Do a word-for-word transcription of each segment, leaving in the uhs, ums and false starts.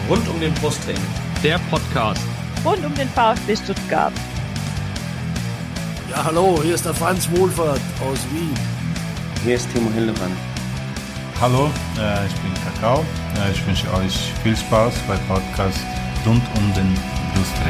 Rund um den Brustring. Der Podcast. Rund um den VfB Stuttgart. Ja, hallo, hier ist der Franz Wohlfahrt aus Wien. Hier ist Timo Hildebrand. Hallo, äh, ich bin Kakao. Äh, ich wünsche euch viel Spaß beim Podcast Rund um den Brustring.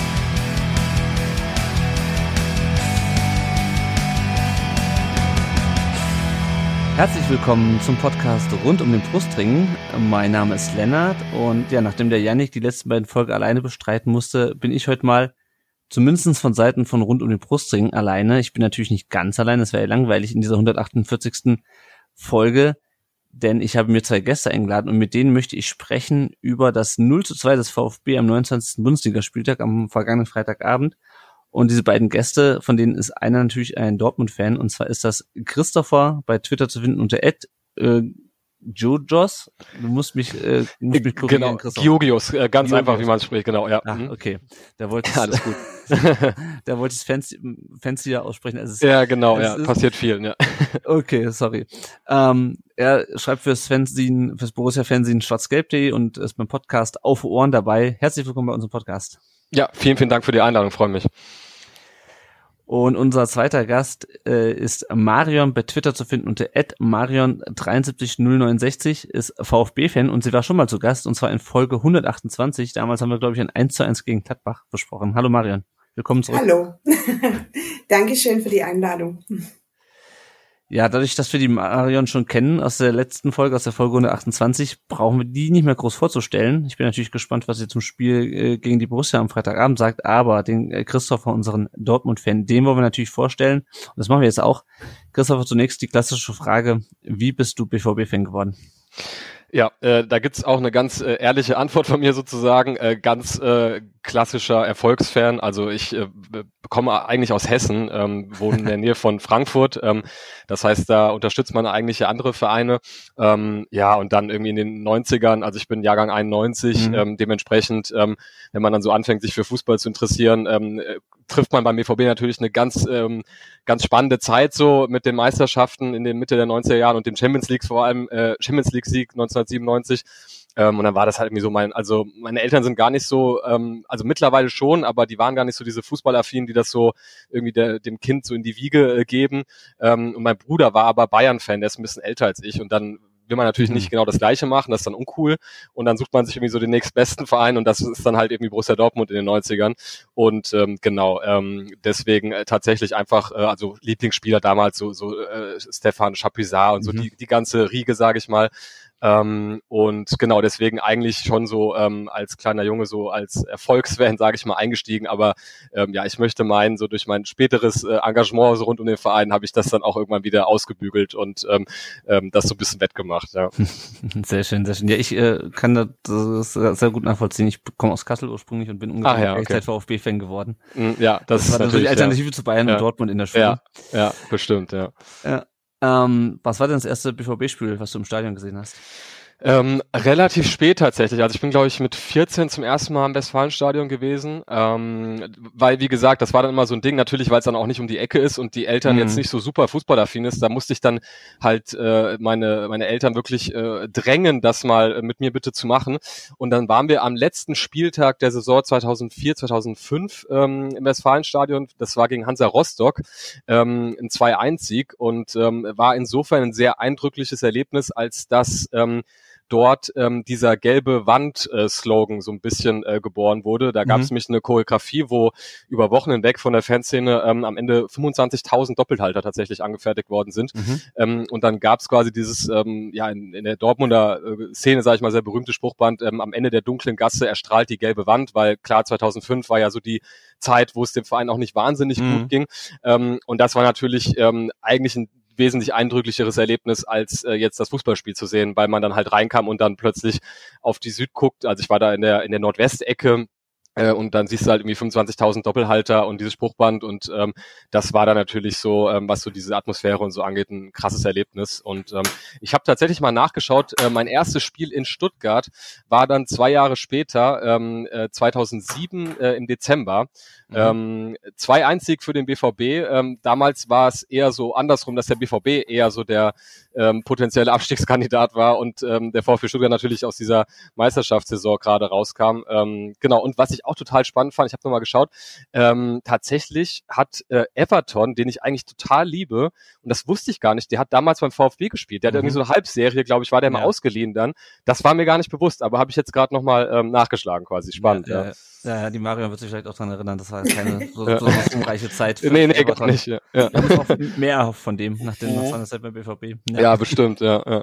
Herzlich willkommen zum Podcast Rund um den Brustring. Mein Name ist Lennart und ja, nachdem der Yannick die letzten beiden Folgen alleine bestreiten musste, bin ich heute mal zumindest von Seiten von Rund um den Brustring alleine. Ich bin natürlich nicht ganz alleine, das wäre ja langweilig in dieser hundertachtundvierzigsten Folge, denn ich habe mir zwei Gäste eingeladen und mit denen möchte ich sprechen über das null zu zwei des VfB am neunundzwanzigsten Bundesligaspieltag am vergangenen Freitagabend. Und diese beiden Gäste, von denen ist einer natürlich ein Dortmund-Fan, und zwar ist das Christopher, bei Twitter zu finden unter at äh, Jojos. Du musst mich, äh, musst mich genau, Georgios, äh, ganz Georgios. Einfach, wie man es spricht, genau, ja. Ah, okay, da wollte ich ja, alles gut. da wollte ich es fancy, fancier aussprechen. Es ist, ja, genau, ja, ist, passiert vielen, ja. Okay, sorry. Ähm, er schreibt fürs Fanzine, fürs Borussia-Fanzine schwarz-gelb punkt de und ist beim Podcast Auf Ohren dabei. Herzlich willkommen bei unserem Podcast. Ja, vielen, vielen Dank für die Einladung, freue mich. Und unser zweiter Gast äh, ist Marion, bei Twitter zu finden unter at marion drei sieben null neun sechs, ist VfB-Fan und sie war schon mal zu Gast, und zwar in Folge hundertachtundzwanzig. Damals haben wir, glaube ich, ein eins zu eins gegen Gladbach besprochen. Hallo Marion, willkommen zurück. Hallo, Dankeschön für die Einladung. Ja, dadurch, dass wir die Marion schon kennen aus der letzten Folge, aus der Folge hundertachtundzwanzig, brauchen wir die nicht mehr groß vorzustellen. Ich bin natürlich gespannt, was sie zum Spiel äh, gegen die Borussia am Freitagabend sagt, aber den äh, Christopher, unseren Dortmund-Fan, den wollen wir natürlich vorstellen. Und das machen wir jetzt auch. Christopher, zunächst die klassische Frage: Wie bist du B V B-Fan geworden? Ja, äh, da gibt's auch eine ganz äh, ehrliche Antwort von mir sozusagen, äh, ganz äh, klassischer Erfolgsfan. Also ich äh, komme eigentlich aus Hessen, ähm, wohne in der Nähe von Frankfurt. Ähm, das heißt, da unterstützt man eigentlich ja andere Vereine. Ähm, ja, und dann irgendwie in den neunzigern, also ich bin Jahrgang einundneunzig, mhm. ähm, dementsprechend, ähm, wenn man dann so anfängt, sich für Fußball zu interessieren, ähm, äh, trifft man beim B V B natürlich eine ganz ähm, ganz spannende Zeit so mit den Meisterschaften in den Mitte der neunziger Jahren und dem Champions League, vor allem äh, Champions League Sieg neunzehnhundertsiebenundneunzig. Ähm, und dann war das halt irgendwie so mein, also meine Eltern sind gar nicht so, ähm, also mittlerweile schon, aber die waren gar nicht so diese Fußballaffinen, die das so irgendwie der, dem Kind so in die Wiege äh, geben. Ähm, und mein Bruder war aber Bayern-Fan, der ist ein bisschen älter als ich, und dann will man natürlich nicht genau das Gleiche machen, das ist dann uncool, und dann sucht man sich irgendwie so den nächstbesten Verein, und das ist dann halt irgendwie Borussia Dortmund in den neunzigern, und ähm, genau, ähm, deswegen äh, tatsächlich einfach, äh, also Lieblingsspieler damals, so so äh, Stefan Chapuisat und so, mhm. die die ganze Riege, sage ich mal. Ähm, und genau, deswegen eigentlich schon so ähm, als kleiner Junge so als Erfolgsfan, sage ich mal, eingestiegen, aber ähm, ja, ich möchte meinen, so durch mein späteres äh, Engagement so rund um den Verein habe ich das dann auch irgendwann wieder ausgebügelt und ähm, ähm, das so ein bisschen wettgemacht. Ja. Sehr schön, sehr schön. Ja, ich äh, kann das sehr gut nachvollziehen. Ich komme aus Kassel ursprünglich und bin ungefähr ja, okay. VfB-Fan geworden. Ja, das, das war natürlich die Alternative ja. zu Bayern ja. und Dortmund in der Schule. Ja, ja, bestimmt, ja. Ja. Ähm, was war denn das erste B V B-Spiel, was du im Stadion gesehen hast? Ähm, relativ spät tatsächlich. Also ich bin, glaube ich, mit vierzehn zum ersten Mal im Westfalenstadion gewesen, ähm, weil, wie gesagt, das war dann immer so ein Ding, natürlich, weil es dann auch nicht um die Ecke ist und die Eltern mhm. jetzt nicht so super fußballaffin ist, da musste ich dann halt äh, meine meine Eltern wirklich äh, drängen, das mal äh, mit mir bitte zu machen, und dann waren wir am letzten Spieltag der Saison zweitausendvier, zweitausendfünf ähm, im Westfalenstadion, das war gegen Hansa Rostock, ähm, ein zwei eins Sieg, und ähm, war insofern ein sehr eindrückliches Erlebnis, als dass ähm, dort ähm, dieser gelbe Wand-Slogan äh, so ein bisschen äh, geboren wurde. Da gab es mhm. nämlich eine Choreografie, wo über Wochen hinweg von der Fanszene ähm, am Ende fünfundzwanzigtausend Doppelhalter tatsächlich angefertigt worden sind. Mhm. Ähm, und dann gab es quasi dieses, ähm, ja, in, in der Dortmunder äh, Szene, sage ich mal, sehr berühmte Spruchband, ähm, am Ende der dunklen Gasse erstrahlt die gelbe Wand, weil klar, zweitausendfünf war ja so die Zeit, wo es dem Verein auch nicht wahnsinnig mhm. gut ging. Ähm, und das war natürlich ähm, eigentlich ein wesentlich eindrücklicheres Erlebnis, als äh, jetzt das Fußballspiel zu sehen, weil man dann halt reinkam und dann plötzlich auf die Süd guckt. Also ich war da in der in der Nordwestecke, Äh, und dann siehst du halt irgendwie fünfundzwanzigtausend Doppelhalter und dieses Spruchband und ähm, das war dann natürlich so, ähm, was so diese Atmosphäre und so angeht, ein krasses Erlebnis. Und ähm, ich habe tatsächlich mal nachgeschaut, äh, mein erstes Spiel in Stuttgart war dann zwei Jahre später, ähm, äh, zweitausendsieben äh, im Dezember. Mhm. Ähm, zwei eins Sieg für den B V B. Ähm, damals war es eher so andersrum, dass der B V B eher so der ähm, potenzielle Abstiegskandidat war und ähm, der VfB Stuttgart natürlich aus dieser Meisterschaftssaison gerade rauskam. Ähm, genau, und was ich auch total spannend fand, ich habe nochmal geschaut, ähm, tatsächlich hat äh, Everton, den ich eigentlich total liebe, und das wusste ich gar nicht, der hat damals beim VfB gespielt, der mhm. hat irgendwie so eine Halbserie, glaube ich, war der ja. mal ausgeliehen dann. Das war mir gar nicht bewusst, aber habe ich jetzt gerade nochmal ähm, nachgeschlagen quasi. Spannend, ja. ja. Ja, ja, die Marion wird sich vielleicht auch daran erinnern, das war jetzt keine so, so eine umreiche Zeit. Für nee, nee, gar nicht. Ja. Ja. Wir haben auch mehr erhofft von dem, nach, dem, nach seiner Zeit beim B V B. Ja, ja bestimmt, ja. Ja,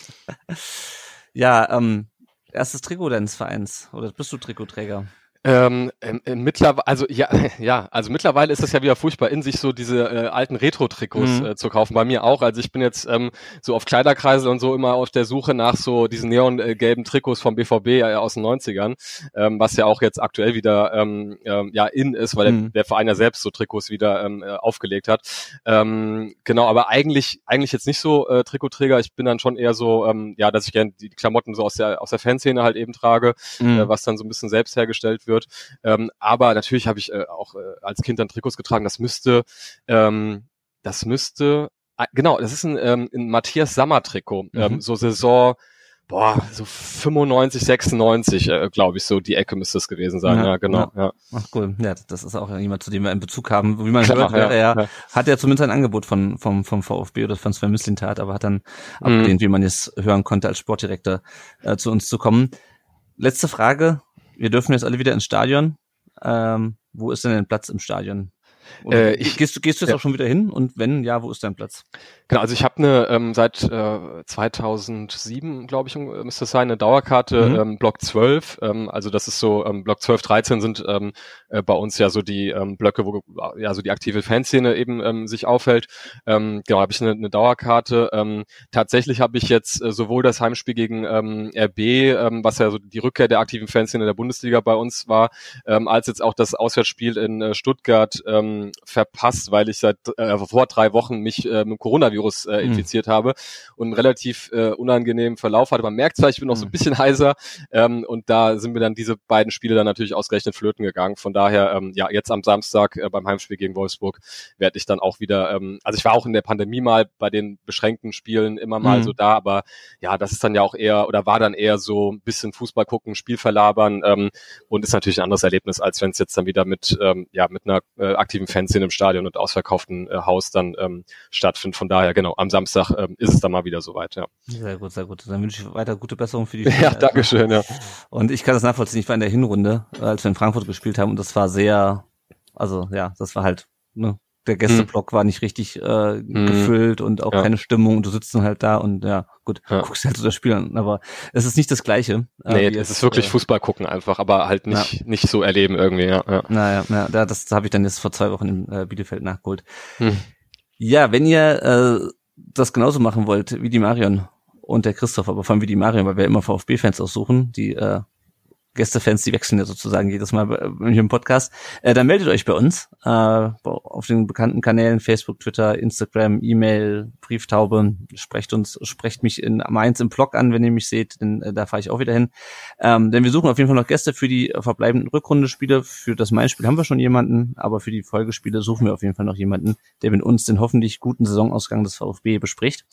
ja ähm, erstes Trikot deines Vereins, oder bist du Trikotträger? Ähm, äh, mittlerweile, also ja, ja, also mittlerweile ist es ja wieder furchtbar in sich, so diese äh, alten Retro-Trikots mhm. äh, zu kaufen. Bei mir auch. Also ich bin jetzt ähm, so auf Kleiderkreisel und so immer auf der Suche nach so diesen neongelben Trikots vom B V B äh, aus den neunzigern, ähm, was ja auch jetzt aktuell wieder ähm, ähm, ja in ist, weil mhm. der, der Verein ja selbst so Trikots wieder ähm, aufgelegt hat. Ähm, genau, aber eigentlich eigentlich jetzt nicht so äh, Trikotträger. Ich bin dann schon eher so, ähm, ja, dass ich gerne die Klamotten so aus der aus der Fanszene halt eben trage, mhm. äh, was dann so ein bisschen selbst hergestellt wird. Wird. Ähm, aber natürlich habe ich äh, auch äh, als Kind dann Trikots getragen. Das müsste, ähm, das müsste, äh, genau, das ist ein, ähm, ein Matthias Sammer Trikot. Mhm. Ähm, so Saison, boah, so fünfundneunzig, sechsundneunzig, äh, glaube ich, so die Ecke müsste es gewesen sein. Ja, ja genau. Ja. Ja. Ach cool. Ja, das ist auch jemand, zu dem wir einen Bezug haben. Wie man Klar, hört, wäre ja, ja, hat er zumindest ein Angebot von vom vom VfB oder von Sven Mislintat, aber hat dann mhm. abgelehnt, wie man jetzt hören konnte, als Sportdirektor äh, zu uns zu kommen. Letzte Frage. Wir dürfen jetzt alle wieder ins Stadion. Ähm, wo ist denn dein Platz im Stadion? Äh, ich, gehst du gehst du jetzt ja. auch schon wieder hin? Und wenn, ja, wo ist dein Platz? Genau, also ich habe eine ähm, seit äh, zweitausendsieben, glaube ich, müsste es sein, eine Dauerkarte, mhm. ähm, Block zwölf. Ähm, also das ist so, ähm, Block zwölf, dreizehn sind ähm, äh, bei uns ja so die ähm, Blöcke, wo ja so die aktive Fanszene eben ähm, sich aufhält. Ähm, genau, habe ich eine, eine Dauerkarte. Ähm, tatsächlich habe ich jetzt äh, sowohl das Heimspiel gegen ähm, R B, ähm, was ja so die Rückkehr der aktiven Fanszene der Bundesliga bei uns war, ähm, als jetzt auch das Auswärtsspiel in äh, Stuttgart ähm, verpasst, weil ich seit äh, vor drei Wochen mich äh, mit dem Coronavirus äh, infiziert mhm. habe und einen relativ äh, unangenehmen Verlauf hatte. Man merkt zwar, ich bin noch so ein bisschen heiser ähm, und da sind mir dann diese beiden Spiele dann natürlich ausgerechnet flöten gegangen. Von daher, ähm, ja, jetzt am Samstag äh, beim Heimspiel gegen Wolfsburg werde ich dann auch wieder, ähm, also ich war auch in der Pandemie mal bei den beschränkten Spielen immer mal mhm. so da, aber ja, das ist dann ja auch eher oder war dann eher so ein bisschen Fußball gucken, Spiel verlabern ähm, und ist natürlich ein anderes Erlebnis, als wenn es jetzt dann wieder mit ähm, ja mit einer äh, aktiven Fanszene im Stadion und ausverkauften äh, Haus dann ähm, stattfindet. Von daher, genau, am Samstag ähm, ist es dann mal wieder soweit, ja. Sehr gut, sehr gut. Dann wünsche ich weiter gute Besserung für die Spiele. Ja, danke schön, ja. Und ich kann das nachvollziehen. Ich war in der Hinrunde, als wir in Frankfurt gespielt haben und das war sehr, also ja, das war halt, ne, der Gästeblock hm. war nicht richtig äh, hm. gefüllt und auch ja. keine Stimmung und du sitzt dann halt da und ja, gut, ja. guckst halt so das Spiel an, aber es ist nicht das Gleiche. Nee, es ist wirklich äh, Fußball gucken einfach, aber halt nicht ja. nicht so erleben irgendwie, ja. ja. Naja, ja, das, das habe ich dann jetzt vor zwei Wochen in äh, Bielefeld nachgeholt. Hm. Ja, wenn ihr äh, das genauso machen wollt wie die Marion und der Christoph, aber vor allem wie die Marion, weil wir immer VfB-Fans aussuchen, die äh, Gästefans, die wechseln ja sozusagen jedes Mal bei, bei im Podcast, äh, dann meldet euch bei uns äh, auf den bekannten Kanälen Facebook, Twitter, Instagram, E-Mail, Brieftaube, sprecht uns, sprecht mich in Mainz im Blog an, wenn ihr mich seht, denn äh, da fahre ich auch wieder hin. Ähm, denn wir suchen auf jeden Fall noch Gäste für die verbleibenden Rückrundenspiele. Für das Mainz-Spiel haben wir schon jemanden, aber für die Folgespiele suchen wir auf jeden Fall noch jemanden, der mit uns den hoffentlich guten Saisonausgang des VfB bespricht.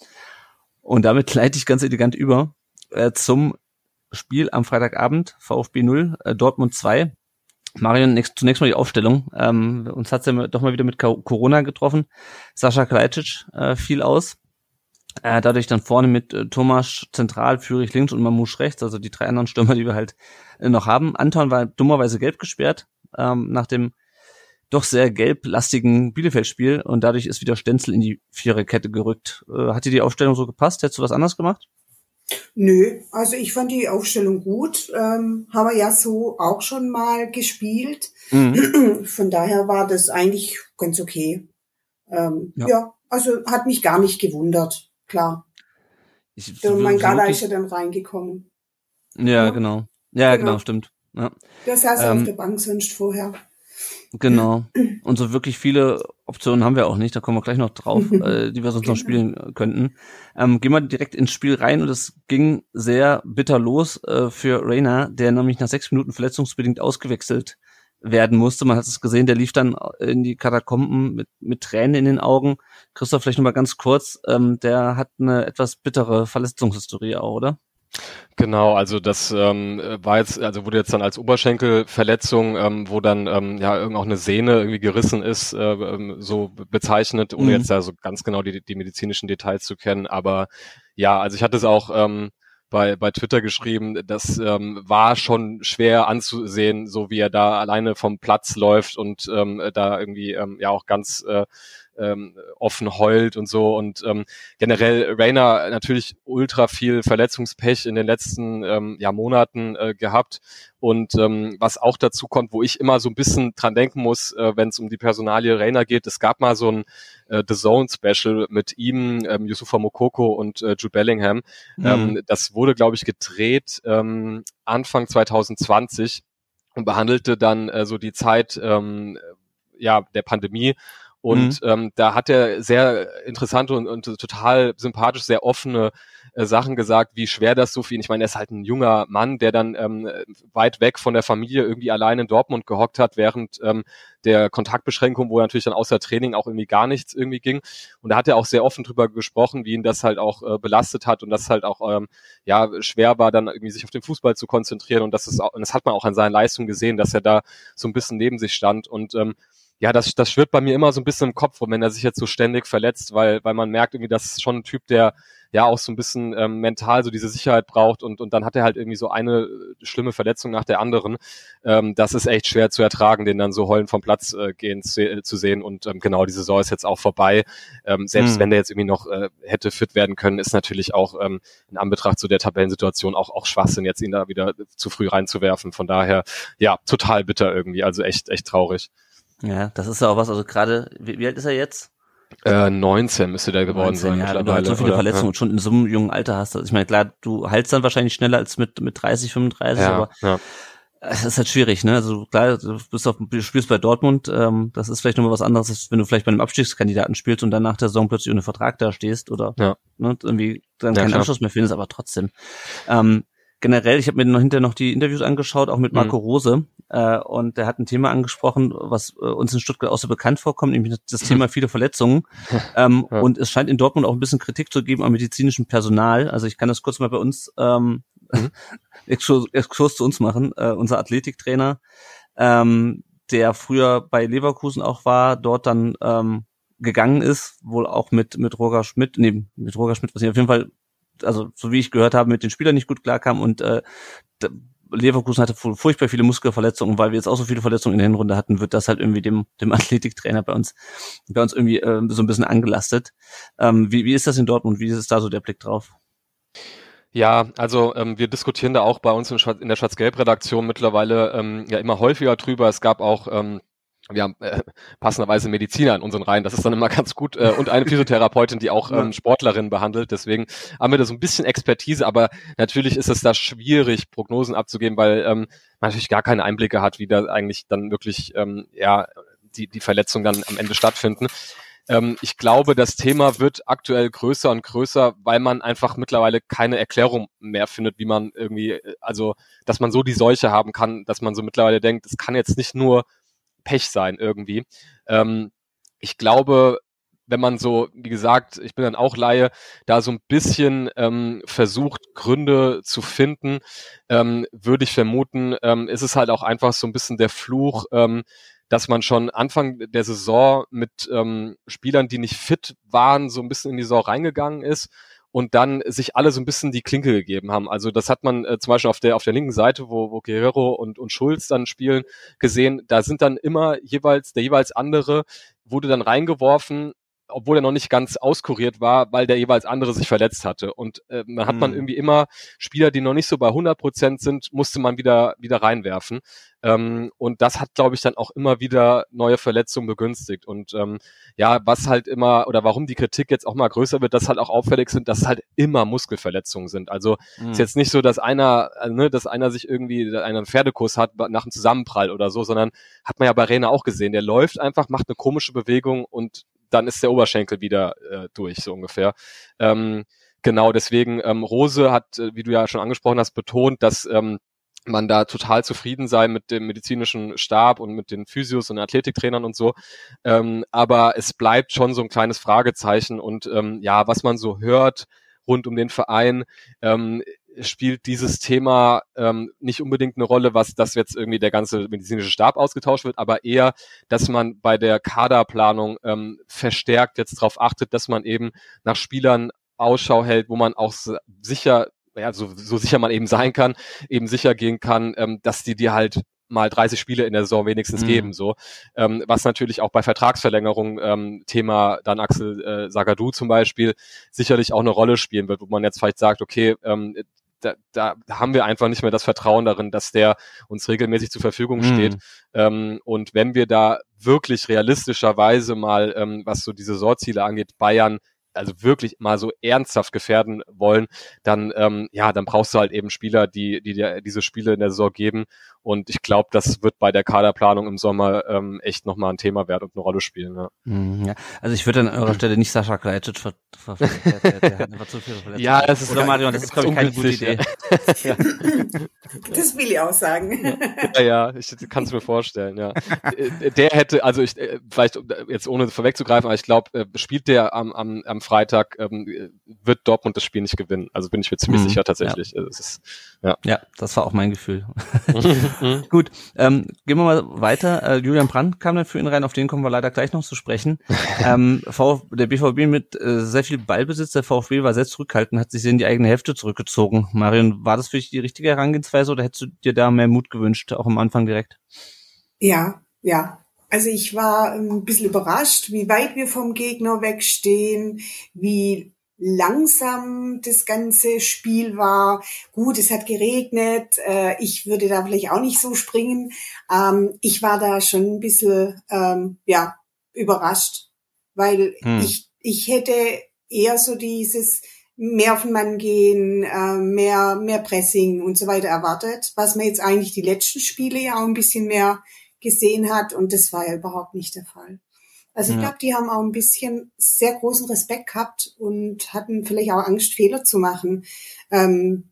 Und damit leite ich ganz elegant über äh, zum Spiel am Freitagabend, VfB null, äh, Dortmund zwei. Marion, nächst, zunächst mal die Aufstellung. Ähm, uns hat's ja doch mal wieder mit Corona getroffen. Sascha Kalajdzic äh, fiel aus. Äh, dadurch dann vorne mit äh, Thomas zentral, Führig links und Mamouche rechts, also die drei anderen Stürmer, die wir halt äh, noch haben. Anton war dummerweise gelb gesperrt ähm, nach dem doch sehr gelblastigen Bielefeld-Spiel und dadurch ist wieder Stenzel in die Viererkette gerückt. Äh, hat dir die Aufstellung so gepasst? Hättest du was anderes gemacht? Nö, also ich fand die Aufstellung gut, ähm, haben wir ja so auch schon mal gespielt. Mhm. Von daher war das eigentlich ganz okay. Ähm, ja. ja, also hat mich gar nicht gewundert, klar. Ich, so, mein Gala ist ja dann reingekommen. Ja, ja, genau. Ja, genau, genau stimmt. Ja. Der saß Ähm, auf der Bank sonst vorher. Genau. Und so wirklich viele Optionen haben wir auch nicht. Da kommen wir gleich noch drauf, äh, die wir sonst Genau. noch spielen könnten. Ähm, gehen wir direkt ins Spiel rein und es ging sehr bitter los äh, für Reina, der nämlich nach sechs Minuten verletzungsbedingt ausgewechselt werden musste. Man hat es gesehen, der lief dann in die Katakomben mit, mit Tränen in den Augen. Christoph, vielleicht nochmal ganz kurz, ähm, der hat eine etwas bittere Verletzungshistorie auch, oder? Genau, also das ähm, war jetzt, also wurde jetzt dann als Oberschenkelverletzung, ähm, wo dann ähm, ja irgend auch eine Sehne irgendwie gerissen ist, äh, ähm, so bezeichnet, ohne Mhm. jetzt da so ganz genau die, die medizinischen Details zu kennen. Aber ja, also ich hatte es auch ähm, bei bei Twitter geschrieben, das ähm, war schon schwer anzusehen, so wie er da alleine vom Platz läuft und ähm, da irgendwie ähm, ja auch ganz äh, ähm, offen heult und so und ähm, generell Reina natürlich ultra viel Verletzungspech in den letzten ähm, ja, Monaten äh, gehabt und ähm, was auch dazu kommt, wo ich immer so ein bisschen dran denken muss, äh, wenn es um die Personalie Reina geht, es gab mal so ein äh, The Zone Special mit ihm, ähm, Youssoufa Moukoko und äh, Jude Bellingham. Mhm. Ähm, das wurde, glaube ich, gedreht ähm, Anfang zwanzig zwanzig und behandelte dann äh, so die Zeit ähm, ja der Pandemie. Und Mhm. ähm, da hat er sehr interessante und, und total sympathisch, sehr offene äh, Sachen gesagt, wie schwer das so für ihn. Ich meine, er ist halt ein junger Mann, der dann ähm, weit weg von der Familie irgendwie allein in Dortmund gehockt hat, während ähm, der Kontaktbeschränkung, wo natürlich dann außer Training auch irgendwie gar nichts irgendwie ging. Und da hat er auch sehr offen drüber gesprochen, wie ihn das halt auch äh, belastet hat und dass halt auch ähm, ja schwer war, dann irgendwie sich auf den Fußball zu konzentrieren. Und das ist auch, und das hat man auch an seinen Leistungen gesehen, dass er da so ein bisschen neben sich stand. Und ähm, ja, das, das schwirrt bei mir immer so ein bisschen im Kopf rum, wenn er sich jetzt so ständig verletzt, weil, weil man merkt irgendwie, das ist schon ein Typ, der ja auch so ein bisschen ähm, mental so diese Sicherheit braucht und, und dann hat er halt irgendwie so eine schlimme Verletzung nach der anderen. Ähm, das ist echt schwer zu ertragen, den dann so heulend vom Platz äh, gehen zu, äh, zu sehen und ähm, genau, die Saison ist jetzt auch vorbei. Ähm, selbst Mhm. wenn der jetzt irgendwie noch äh, hätte fit werden können, ist natürlich auch ähm, in Anbetracht zu der Tabellensituation auch, auch Schwachsinn, jetzt ihn da wieder zu früh reinzuwerfen. Von daher, ja, total bitter irgendwie, also echt, echt traurig. Ja, das ist ja auch was, also gerade, wie, wie alt ist er jetzt? Äh, neunzehn müsste der geworden neunzehn, sein ja, wenn du halt mittlerweile. so viele oder? Verletzungen Ja. und schon in so einem jungen Alter hast. Also ich meine, klar, du heilst dann wahrscheinlich schneller als mit mit dreißig, fünfunddreißig, Ja, aber ja. es ist halt schwierig, ne? Also klar, du bist auf, du spielst bei Dortmund, ähm, das ist vielleicht nochmal was anderes, als wenn du vielleicht bei einem Abstiegskandidaten spielst und dann nach der Saison plötzlich ohne Vertrag da stehst oder Ja. ne, irgendwie dann Ja, keinen klar. Anschluss mehr findest, aber trotzdem. Ähm, generell, ich habe mir noch hinterher noch die Interviews angeschaut, auch mit Marco Mhm. Rose, äh, und der hat ein Thema angesprochen, was äh, uns in Stuttgart auch so bekannt vorkommt, nämlich das Thema viele Verletzungen. ähm, Ja. Und es scheint in Dortmund auch ein bisschen Kritik zu geben am medizinischen Personal. Also ich kann das kurz mal bei uns ähm, Mhm. Exkurs, Exkurs zu uns machen. Äh, unser Athletiktrainer, ähm, der früher bei Leverkusen auch war, dort dann ähm, gegangen ist, wohl auch mit mit Roger Schmidt, nee, mit Roger Schmidt, was ich auf jeden Fall, also so wie ich gehört habe, mit den Spielern nicht gut klarkam und äh, d- Leverkusen hatte fu- furchtbar viele Muskelverletzungen, weil wir jetzt auch so viele Verletzungen in der Hinrunde hatten, wird das halt irgendwie dem dem Athletiktrainer bei uns bei uns irgendwie äh, so ein bisschen angelastet. Ähm, wie wie ist das in Dortmund? Wie ist da so der Blick drauf? Ja, also ähm, wir diskutieren da auch bei uns in, Schwarz, in der Schwarz-Gelb-Redaktion mittlerweile ähm, ja immer häufiger drüber. Es gab auch ähm, wir haben äh, passenderweise Mediziner in unseren Reihen, das ist dann immer ganz gut äh, und eine Physiotherapeutin, die auch ähm, Sportlerinnen behandelt, deswegen haben wir da so ein bisschen Expertise, aber natürlich ist es da schwierig, Prognosen abzugeben, weil ähm, man natürlich gar keine Einblicke hat, wie da eigentlich dann wirklich ähm, ja die, die Verletzungen dann am Ende stattfinden. Ähm, ich glaube, das Thema wird aktuell größer und größer, weil man einfach mittlerweile keine Erklärung mehr findet, wie man irgendwie, also dass man so die Seuche haben kann, dass man so mittlerweile denkt, es kann jetzt nicht nur Pech sein irgendwie. Ähm, ich glaube, wenn man so, wie gesagt, ich bin dann auch Laie, da so ein bisschen ähm, versucht, Gründe zu finden, ähm, würde ich vermuten, ähm, ist es halt auch einfach so ein bisschen der Fluch, ähm, dass man schon Anfang der Saison mit ähm, Spielern, die nicht fit waren, so ein bisschen in die Saison reingegangen ist und dann sich alle so ein bisschen die Klinke gegeben haben. Also das hat man äh, zum Beispiel auf der auf der linken Seite, wo, wo Guerrero und, und Schulz dann spielen, gesehen. Da sind dann immer jeweils, der jeweils andere wurde dann reingeworfen obwohl er noch nicht ganz auskuriert war, weil der jeweils andere sich verletzt hatte. Und äh, dann hat man irgendwie immer Spieler, die noch nicht so bei hundert Prozent sind, musste man wieder wieder reinwerfen. Ähm, und das hat, glaube ich, dann auch immer wieder neue Verletzungen begünstigt. Und ähm, ja, was halt immer, oder warum die Kritik jetzt auch mal größer wird, dass halt auch auffällig sind, dass es halt immer Muskelverletzungen sind. Also mhm. ist jetzt nicht so, dass einer, also, ne, dass einer sich irgendwie einen Pferdekuss hat nach einem Zusammenprall oder so, sondern hat man ja bei Rene auch gesehen. Der läuft einfach, macht eine komische Bewegung und dann ist der Oberschenkel wieder äh, durch, so ungefähr. Ähm, genau, deswegen, ähm, Rose hat, äh, wie du ja schon angesprochen hast, betont, dass ähm, man da total zufrieden sei mit dem medizinischen Stab und mit den Physios und Athletiktrainern und so. Ähm, aber es bleibt schon so ein kleines Fragezeichen und ähm, ja, was man so hört rund um den Verein, ähm, spielt dieses Thema ähm, nicht unbedingt eine Rolle, was das jetzt irgendwie der ganze medizinische Stab ausgetauscht wird, aber eher, dass man bei der Kaderplanung ähm, verstärkt jetzt darauf achtet, dass man eben nach Spielern Ausschau hält, wo man auch sicher, ja, so, so sicher man eben sein kann, eben sicher gehen kann, ähm, dass die dir halt mal dreißig Spiele in der Saison wenigstens mhm. geben, so. Ähm, was natürlich auch bei Vertragsverlängerung, ähm, Thema dann Axel äh, Zagadou zum Beispiel, sicherlich auch eine Rolle spielen wird, wo man jetzt vielleicht sagt, okay, ähm, Da, da haben wir einfach nicht mehr das Vertrauen darin, dass der uns regelmäßig zur Verfügung steht. Mm. Ähm, und wenn wir da wirklich realistischerweise mal, ähm, was so die Saisonziele angeht, Bayern also wirklich mal so ernsthaft gefährden wollen, dann ähm, ja, dann brauchst du halt eben Spieler, die die dir diese Spiele in der Saison geben. Und ich glaube, das wird bei der Kaderplanung im Sommer ähm, echt nochmal ein Thema werden und eine Rolle spielen. Ja, mm, ja. Also ich würde an eurer Stelle nicht Sascha Kalajdzic ver, ver, ver der, der, der hat einfach zu viele Verletzungen. Ja, das ist oder Marion, das ist glaube ich keine gute Idee. Ja. Das will ich auch sagen. Ja, ja, ich kann es mir vorstellen, ja. Der hätte, also ich, vielleicht jetzt ohne vorwegzugreifen, aber ich glaube, spielt der am, am, am Freitag, ähm, wird Dortmund das Spiel nicht gewinnen. Also bin ich mir ziemlich mhm, sicher tatsächlich. Ja. Es ist, ja. ja, das war auch mein Gefühl. Gut, ähm, gehen wir mal weiter. Äh, Julian Brandt kam dann für ihn rein, auf den kommen wir leider gleich noch zu sprechen. ähm, VfB, der B V B mit äh, sehr viel Ballbesitz, der VfB war sehr zurückhaltend, hat sich in die eigene Hälfte zurückgezogen. Marion, war das für dich die richtige Herangehensweise oder hättest du dir da mehr Mut gewünscht, auch am Anfang direkt? Ja, ja. Also ich war ein bisschen überrascht, wie weit wir vom Gegner wegstehen, wie langsam das ganze Spiel war. Gut, es hat geregnet, äh, ich würde da vielleicht auch nicht so springen. Ähm, ich war da schon ein bisschen ähm, ja überrascht, weil hm. ich ich hätte eher so dieses mehr auf den Mann gehen, äh, mehr mehr Pressing und so weiter erwartet, was man jetzt eigentlich die letzten Spiele ja auch ein bisschen mehr gesehen hat, und das war ja überhaupt nicht der Fall. Also ich ja. glaube, die haben auch ein bisschen sehr großen Respekt gehabt und hatten vielleicht auch Angst, Fehler zu machen. Ähm,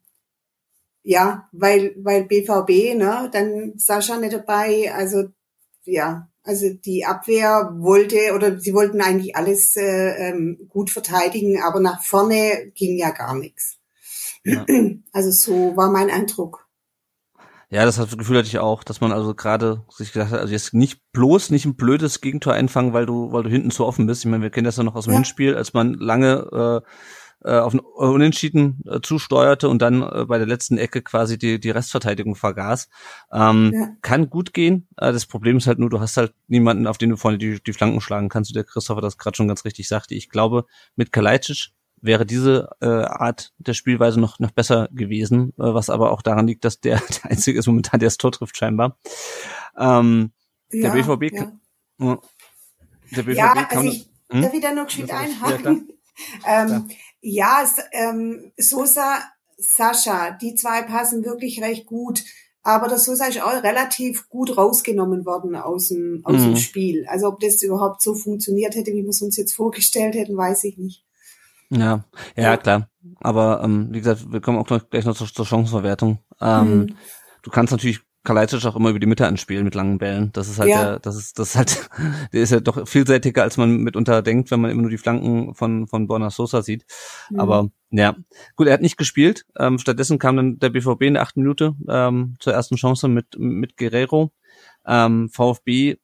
ja, weil weil B V B, ne, dann Sascha nicht dabei, also ja, also die Abwehr wollte, oder sie wollten eigentlich alles äh, ähm, gut verteidigen, aber nach vorne ging ja gar nichts. Ja. Also so war mein Eindruck. Ja, das Gefühl hatte ich auch, dass man also gerade sich gedacht hat, also jetzt nicht bloß nicht ein blödes Gegentor einfangen, weil du weil du hinten zu offen bist. Ich meine, wir kennen das ja noch aus dem ja. Hinspiel, als man lange äh, auf ein Unentschieden äh, zusteuerte und dann äh, bei der letzten Ecke quasi die die Restverteidigung vergaß. Ähm, ja. Kann gut gehen. Äh, das Problem ist halt nur, du hast halt niemanden, auf den du vorne die die Flanken schlagen kannst. Der Christopher das gerade schon ganz richtig sagte. Ich glaube, mit Kalajdzic wäre diese äh, Art der Spielweise noch noch besser gewesen, äh, was aber auch daran liegt, dass der der Einzige ist momentan, der das Tor trifft scheinbar. Ähm, ja, der B V B, ja, kann, der B V B ja kann, also ich hm? darf ich da noch geschwind einhaken. Ja, ähm, ja es, ähm, Sosa, Sascha, die zwei passen wirklich recht gut. Aber der Sosa ist auch relativ gut rausgenommen worden aus dem aus mhm. dem Spiel. Also ob das überhaupt so funktioniert hätte, wie wir es uns jetzt vorgestellt hätten, weiß ich nicht. Ja, ja, ja, klar. Aber ähm, wie gesagt, wir kommen auch noch, gleich noch zur, zur Chancenverwertung. Ähm, hm. Du kannst natürlich Kalajdzic auch immer über die Mitte anspielen mit langen Bällen. Das ist halt ja. der, das ist das ist halt, der ist ja doch vielseitiger, als man mitunter denkt, wenn man immer nur die Flanken von von Borna Sosa sieht. Hm. Aber ja, gut, er hat nicht gespielt. Ähm, stattdessen kam dann der B V B in der achten Minute ähm, zur ersten Chance mit mit Guerreiro. Ähm, VfB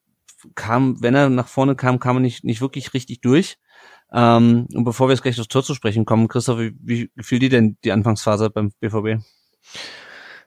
kam, wenn er nach vorne kam, kam er nicht nicht wirklich richtig durch. Ähm, und bevor wir jetzt gleich aufs Tor zu sprechen kommen, Christoph, wie, wie gefiel dir denn die Anfangsphase beim B V B?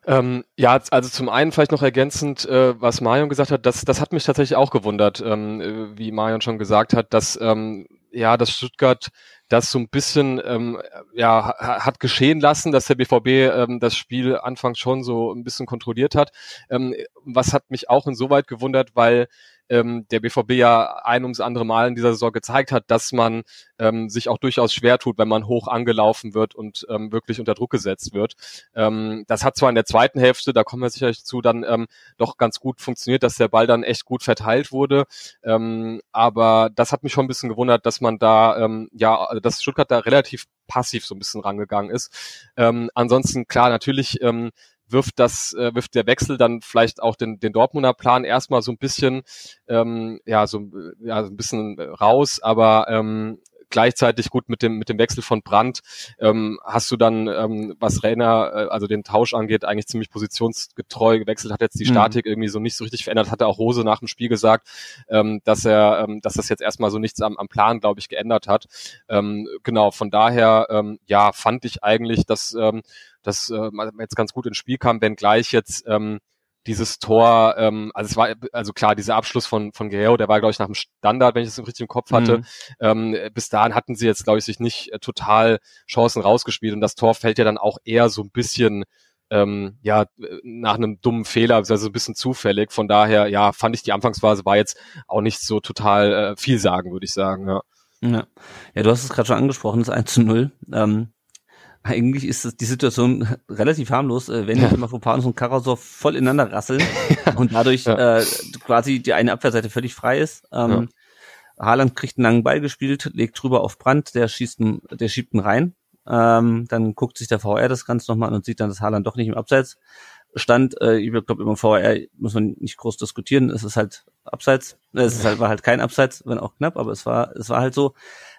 Ähm, ja, also zum einen vielleicht noch ergänzend, äh, was Marion gesagt hat, das, das hat mich tatsächlich auch gewundert, ähm, äh, wie Marion schon gesagt hat, dass ähm, ja, dass Stuttgart das so ein bisschen ähm, ja hat geschehen lassen, dass der B V B ähm, das Spiel anfangs schon so ein bisschen kontrolliert hat. Ähm, was hat mich auch insoweit gewundert, weil ähm, der B V B ja ein ums andere Mal in dieser Saison gezeigt hat, dass man ähm, sich auch durchaus schwer tut, wenn man hoch angelaufen wird und ähm, wirklich unter Druck gesetzt wird. Ähm, das hat zwar in der zweiten Hälfte, da kommen wir sicherlich zu, dann ähm, doch ganz gut funktioniert, dass der Ball dann echt gut verteilt wurde. Ähm, aber das hat mich schon ein bisschen gewundert, dass man da, ähm, ja, dass Stuttgart da relativ passiv so ein bisschen rangegangen ist. Ähm, ansonsten, klar, natürlich ähm, wirft das, äh, wirft der Wechsel dann vielleicht auch den, den Dortmunder Plan erstmal so ein bisschen, ähm, ja, so, ja, so ein bisschen raus, aber ähm, gleichzeitig gut mit dem mit dem Wechsel von Brandt ähm, hast du dann, ähm, was Rainer, äh, also den Tausch angeht, eigentlich ziemlich positionsgetreu gewechselt, hat jetzt die Statik mhm. irgendwie so nicht so richtig verändert, hatte auch Rose nach dem Spiel gesagt, ähm, dass er, ähm, dass das jetzt erstmal so nichts am, am Plan, glaube ich, geändert hat. Ähm, genau, von daher, ähm, ja, fand ich eigentlich, dass ähm, das äh, jetzt ganz gut ins Spiel kam, wenngleich jetzt ähm, dieses Tor, ähm, also es war, also klar, dieser Abschluss von von Guerrero, der war, glaube ich, nach dem Standard, wenn ich das richtig im Kopf hatte. Mhm. Ähm, bis dahin hatten sie jetzt, glaube ich, sich nicht äh, total Chancen rausgespielt und das Tor fällt ja dann auch eher so ein bisschen ähm, ja nach einem dummen Fehler, also so ein bisschen zufällig. Von daher, ja, fand ich die Anfangsphase war jetzt auch nicht so total äh, viel sagen, würde ich sagen. Ja, ja. ja du hast es gerade schon angesprochen, das eins zu null. Ähm Eigentlich ist das die Situation relativ harmlos, wenn ja. Mafropanos und Karasor voll ineinander rasseln ja. und dadurch ja. äh, quasi die eine Abwehrseite völlig frei ist. Ähm, ja. Haaland kriegt einen langen Ball gespielt, legt drüber auf Brandt, der schießt ihn, der schiebt ihn rein. Ähm, dann guckt sich der V R das Ganze nochmal an und sieht dann, dass Haaland doch nicht im Abseits stand. Äh, ich glaube, im V R muss man nicht groß diskutieren. Es ist halt Abseits. Es ist halt, war halt kein Abseits, wenn auch knapp, aber es war, es war halt so.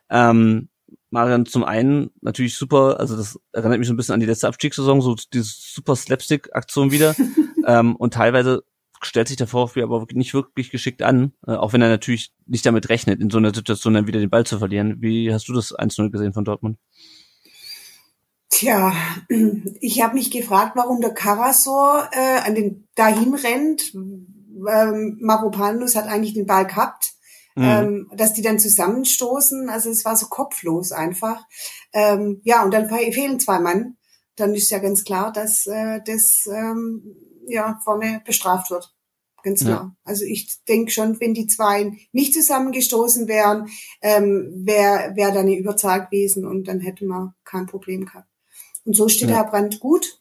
Ähm, Marian, zum einen natürlich super, also das erinnert mich so ein bisschen an die letzte Abstiegssaison, so diese super Slapstick-Aktion wieder. ähm, und teilweise stellt sich der VfB aber nicht wirklich geschickt an, äh, auch wenn er natürlich nicht damit rechnet, in so einer Situation dann wieder den Ball zu verlieren. Wie hast du das eins zu null gesehen von Dortmund? Tja, ich habe mich gefragt, warum der Karasor äh, an den dahin rennt. Ähm, Mavropanos hat eigentlich den Ball gehabt. Mhm. Ähm, dass die dann zusammenstoßen, also es war so kopflos einfach. Ähm, ja, und dann fehlen zwei Mann. Dann ist ja ganz klar, dass äh, das ähm, ja vorne bestraft wird. Ganz klar. Ja. Also ich denke schon, wenn die zwei nicht zusammengestoßen wären, ähm, wäre wär da eine Überzahl gewesen und dann hätte man kein Problem gehabt. Und so steht ja. Herr Brandt gut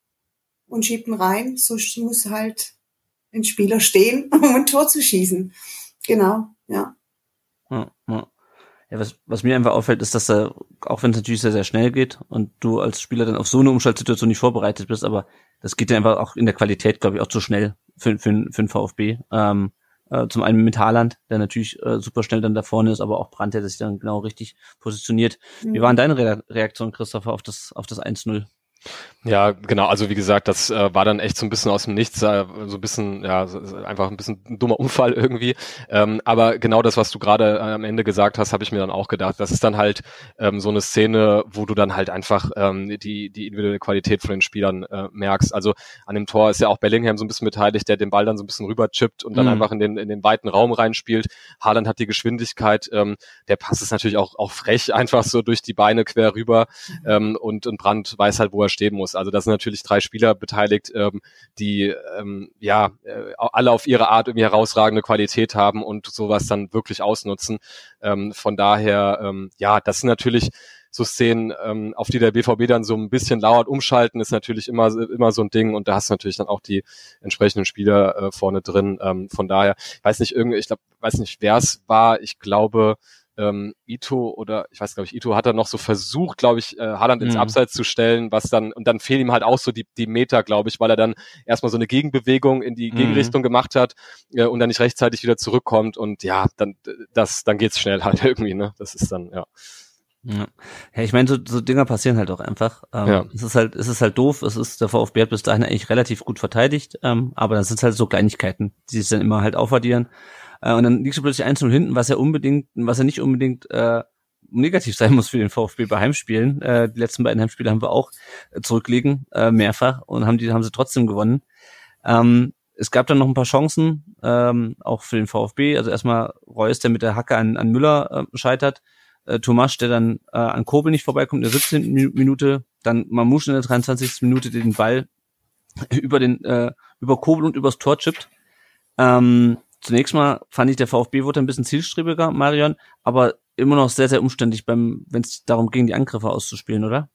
und schiebt ihn rein. So muss halt ein Spieler stehen, um ein Tor zu schießen. Genau. Ja. Ja, ja. ja was, was mir einfach auffällt, ist, dass er, auch wenn es natürlich sehr, sehr schnell geht und du als Spieler dann auf so eine Umschaltsituation nicht vorbereitet bist, aber das geht ja einfach auch in der Qualität, glaube ich, auch zu schnell für, für, für den VfB. Ähm, äh, zum einen mit Haaland, der natürlich äh, super schnell dann da vorne ist, aber auch Brandt, der sich dann genau richtig positioniert. Mhm. Wie waren deine Re- Reaktion, Christopher, auf das, auf das eins null? Ja, genau, also wie gesagt, das äh, war dann echt so ein bisschen aus dem Nichts, äh, so ein bisschen, ja, so, einfach ein bisschen ein dummer Unfall irgendwie, ähm, aber genau das, was du gerade äh, am Ende gesagt hast, habe ich mir dann auch gedacht, das ist dann halt ähm, so eine Szene, wo du dann halt einfach ähm, die die individuelle Qualität von den Spielern äh, merkst, also an dem Tor ist ja auch Bellingham so ein bisschen beteiligt, der den Ball dann so ein bisschen rüber chippt und dann mhm. einfach in den in den weiten Raum reinspielt, Haaland hat die Geschwindigkeit, ähm, der Pass ist natürlich auch auch frech, einfach so durch die Beine quer rüber ähm, und, und Brandt weiß halt, wo er stehen muss. Also da sind natürlich drei Spieler beteiligt, ähm, die ähm, ja äh, alle auf ihre Art irgendwie herausragende Qualität haben und sowas dann wirklich ausnutzen. Ähm, von daher, ähm, ja, das sind natürlich so Szenen, ähm, auf die der B V B dann so ein bisschen lauert. Umschalten ist natürlich immer immer so ein Ding und da hast du natürlich dann auch die entsprechenden Spieler äh, vorne drin. Ähm, von daher, ich weiß nicht, irgendwie, ich glaube, weiß nicht, wer es war. Ich glaube, ähm, Ito oder ich weiß glaube ich Ito hat dann noch so versucht, glaube ich, äh, Haaland ins mhm. Abseits zu stellen, was dann und dann fehlen ihm halt auch so die die Meter, glaube ich, weil er dann erstmal so eine Gegenbewegung in die mhm. Gegenrichtung gemacht hat äh, und dann nicht rechtzeitig wieder zurückkommt und ja, dann das dann geht's schnell halt irgendwie, ne? Das ist dann ja. Ja, ja ich meine, so, so Dinger passieren halt auch einfach. Ähm, ja. Es ist halt, es ist halt doof. Es ist der VfB hat bis dahin eigentlich relativ gut verteidigt, ähm, aber dann sind es halt so Kleinigkeiten, die sich dann immer halt aufaddieren. Äh, und dann liegst du plötzlich eins null hinten, was ja unbedingt, was ja nicht unbedingt äh, negativ sein muss für den VfB bei Heimspielen. Äh, die letzten beiden Heimspiele haben wir auch äh, zurückliegen, äh, mehrfach, und haben die haben sie trotzdem gewonnen. Ähm, es gab dann noch ein paar Chancen, ähm, auch für den VfB. Also erstmal Reus, der mit der Hacke an, an Müller äh, scheitert. Äh, Tomasch, der dann äh, an Kobel nicht vorbeikommt in der siebzehnten Minute. Dann Mamouche in der dreiundzwanzigsten Minute, der den Ball über den äh, über Kobel und übers Tor chippt. Ähm, zunächst mal fand ich, der VfB wurde ein bisschen zielstrebiger, Marion, aber immer noch sehr, sehr umständlich, beim, wenn es darum ging, die Angriffe auszuspielen, oder?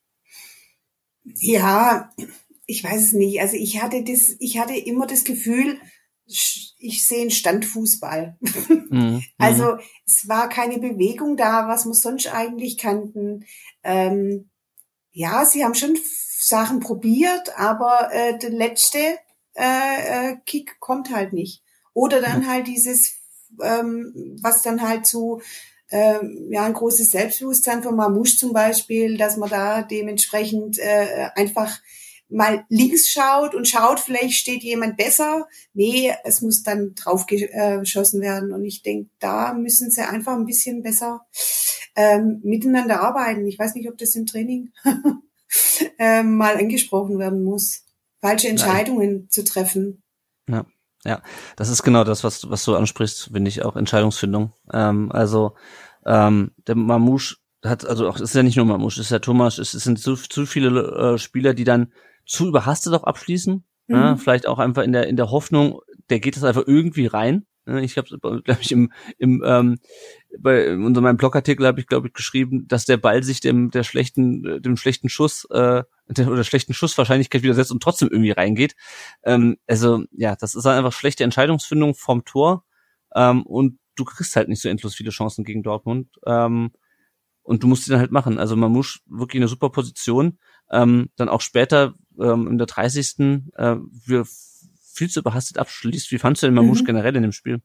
Ja, ich weiß es nicht. Also ich hatte das, ich hatte immer das Gefühl, ich sehe einen Standfußball. Mhm. Also es war keine Bewegung da, was wir sonst eigentlich kannten. Ähm, ja, sie haben schon Sachen probiert, aber äh, der letzte äh, äh, Kick kommt halt nicht. Oder dann mhm. halt dieses, ähm, was dann halt zu ähm, ja ein großes Selbstbewusstsein von Mamouche zum Beispiel, dass man da dementsprechend äh, einfach mal links schaut und schaut, vielleicht steht jemand besser. Nee, es muss dann drauf geschossen werden. Und ich denke, da müssen sie einfach ein bisschen besser ähm, miteinander arbeiten. Ich weiß nicht, ob das im Training ähm, mal angesprochen werden muss. Falsche Entscheidungen Nein. zu treffen. Ja, ja, das ist genau das, was, was du ansprichst, finde ich, auch Entscheidungsfindung. Ähm, also ähm, der Mamouche hat, also auch, es ist ja nicht nur Mamouche, es ist ja Tomasch, es, es sind zu, zu viele äh, Spieler, die dann zu überhastet auch abschließen, mhm. ja, vielleicht auch einfach in der in der Hoffnung, der geht das einfach irgendwie rein. Ich habe, glaube ich, im im ähm, bei unter meinem Blogartikel habe ich, glaube ich, geschrieben, dass der Ball sich dem der schlechten dem schlechten Schuss äh, der, oder schlechten Schusswahrscheinlichkeit widersetzt und trotzdem irgendwie reingeht. Ähm, also ja, das ist einfach schlechte Entscheidungsfindung vom Tor, ähm, und du kriegst halt nicht so endlos viele Chancen gegen Dortmund. Ähm, Und du musst die dann halt machen. Also Mamouche wirklich eine super Position. Ähm, dann auch später ähm, in der dreißigsten Äh, wir viel zu überhastet abschließt. Wie fandst du den Mamouche mhm. generell in dem Spiel?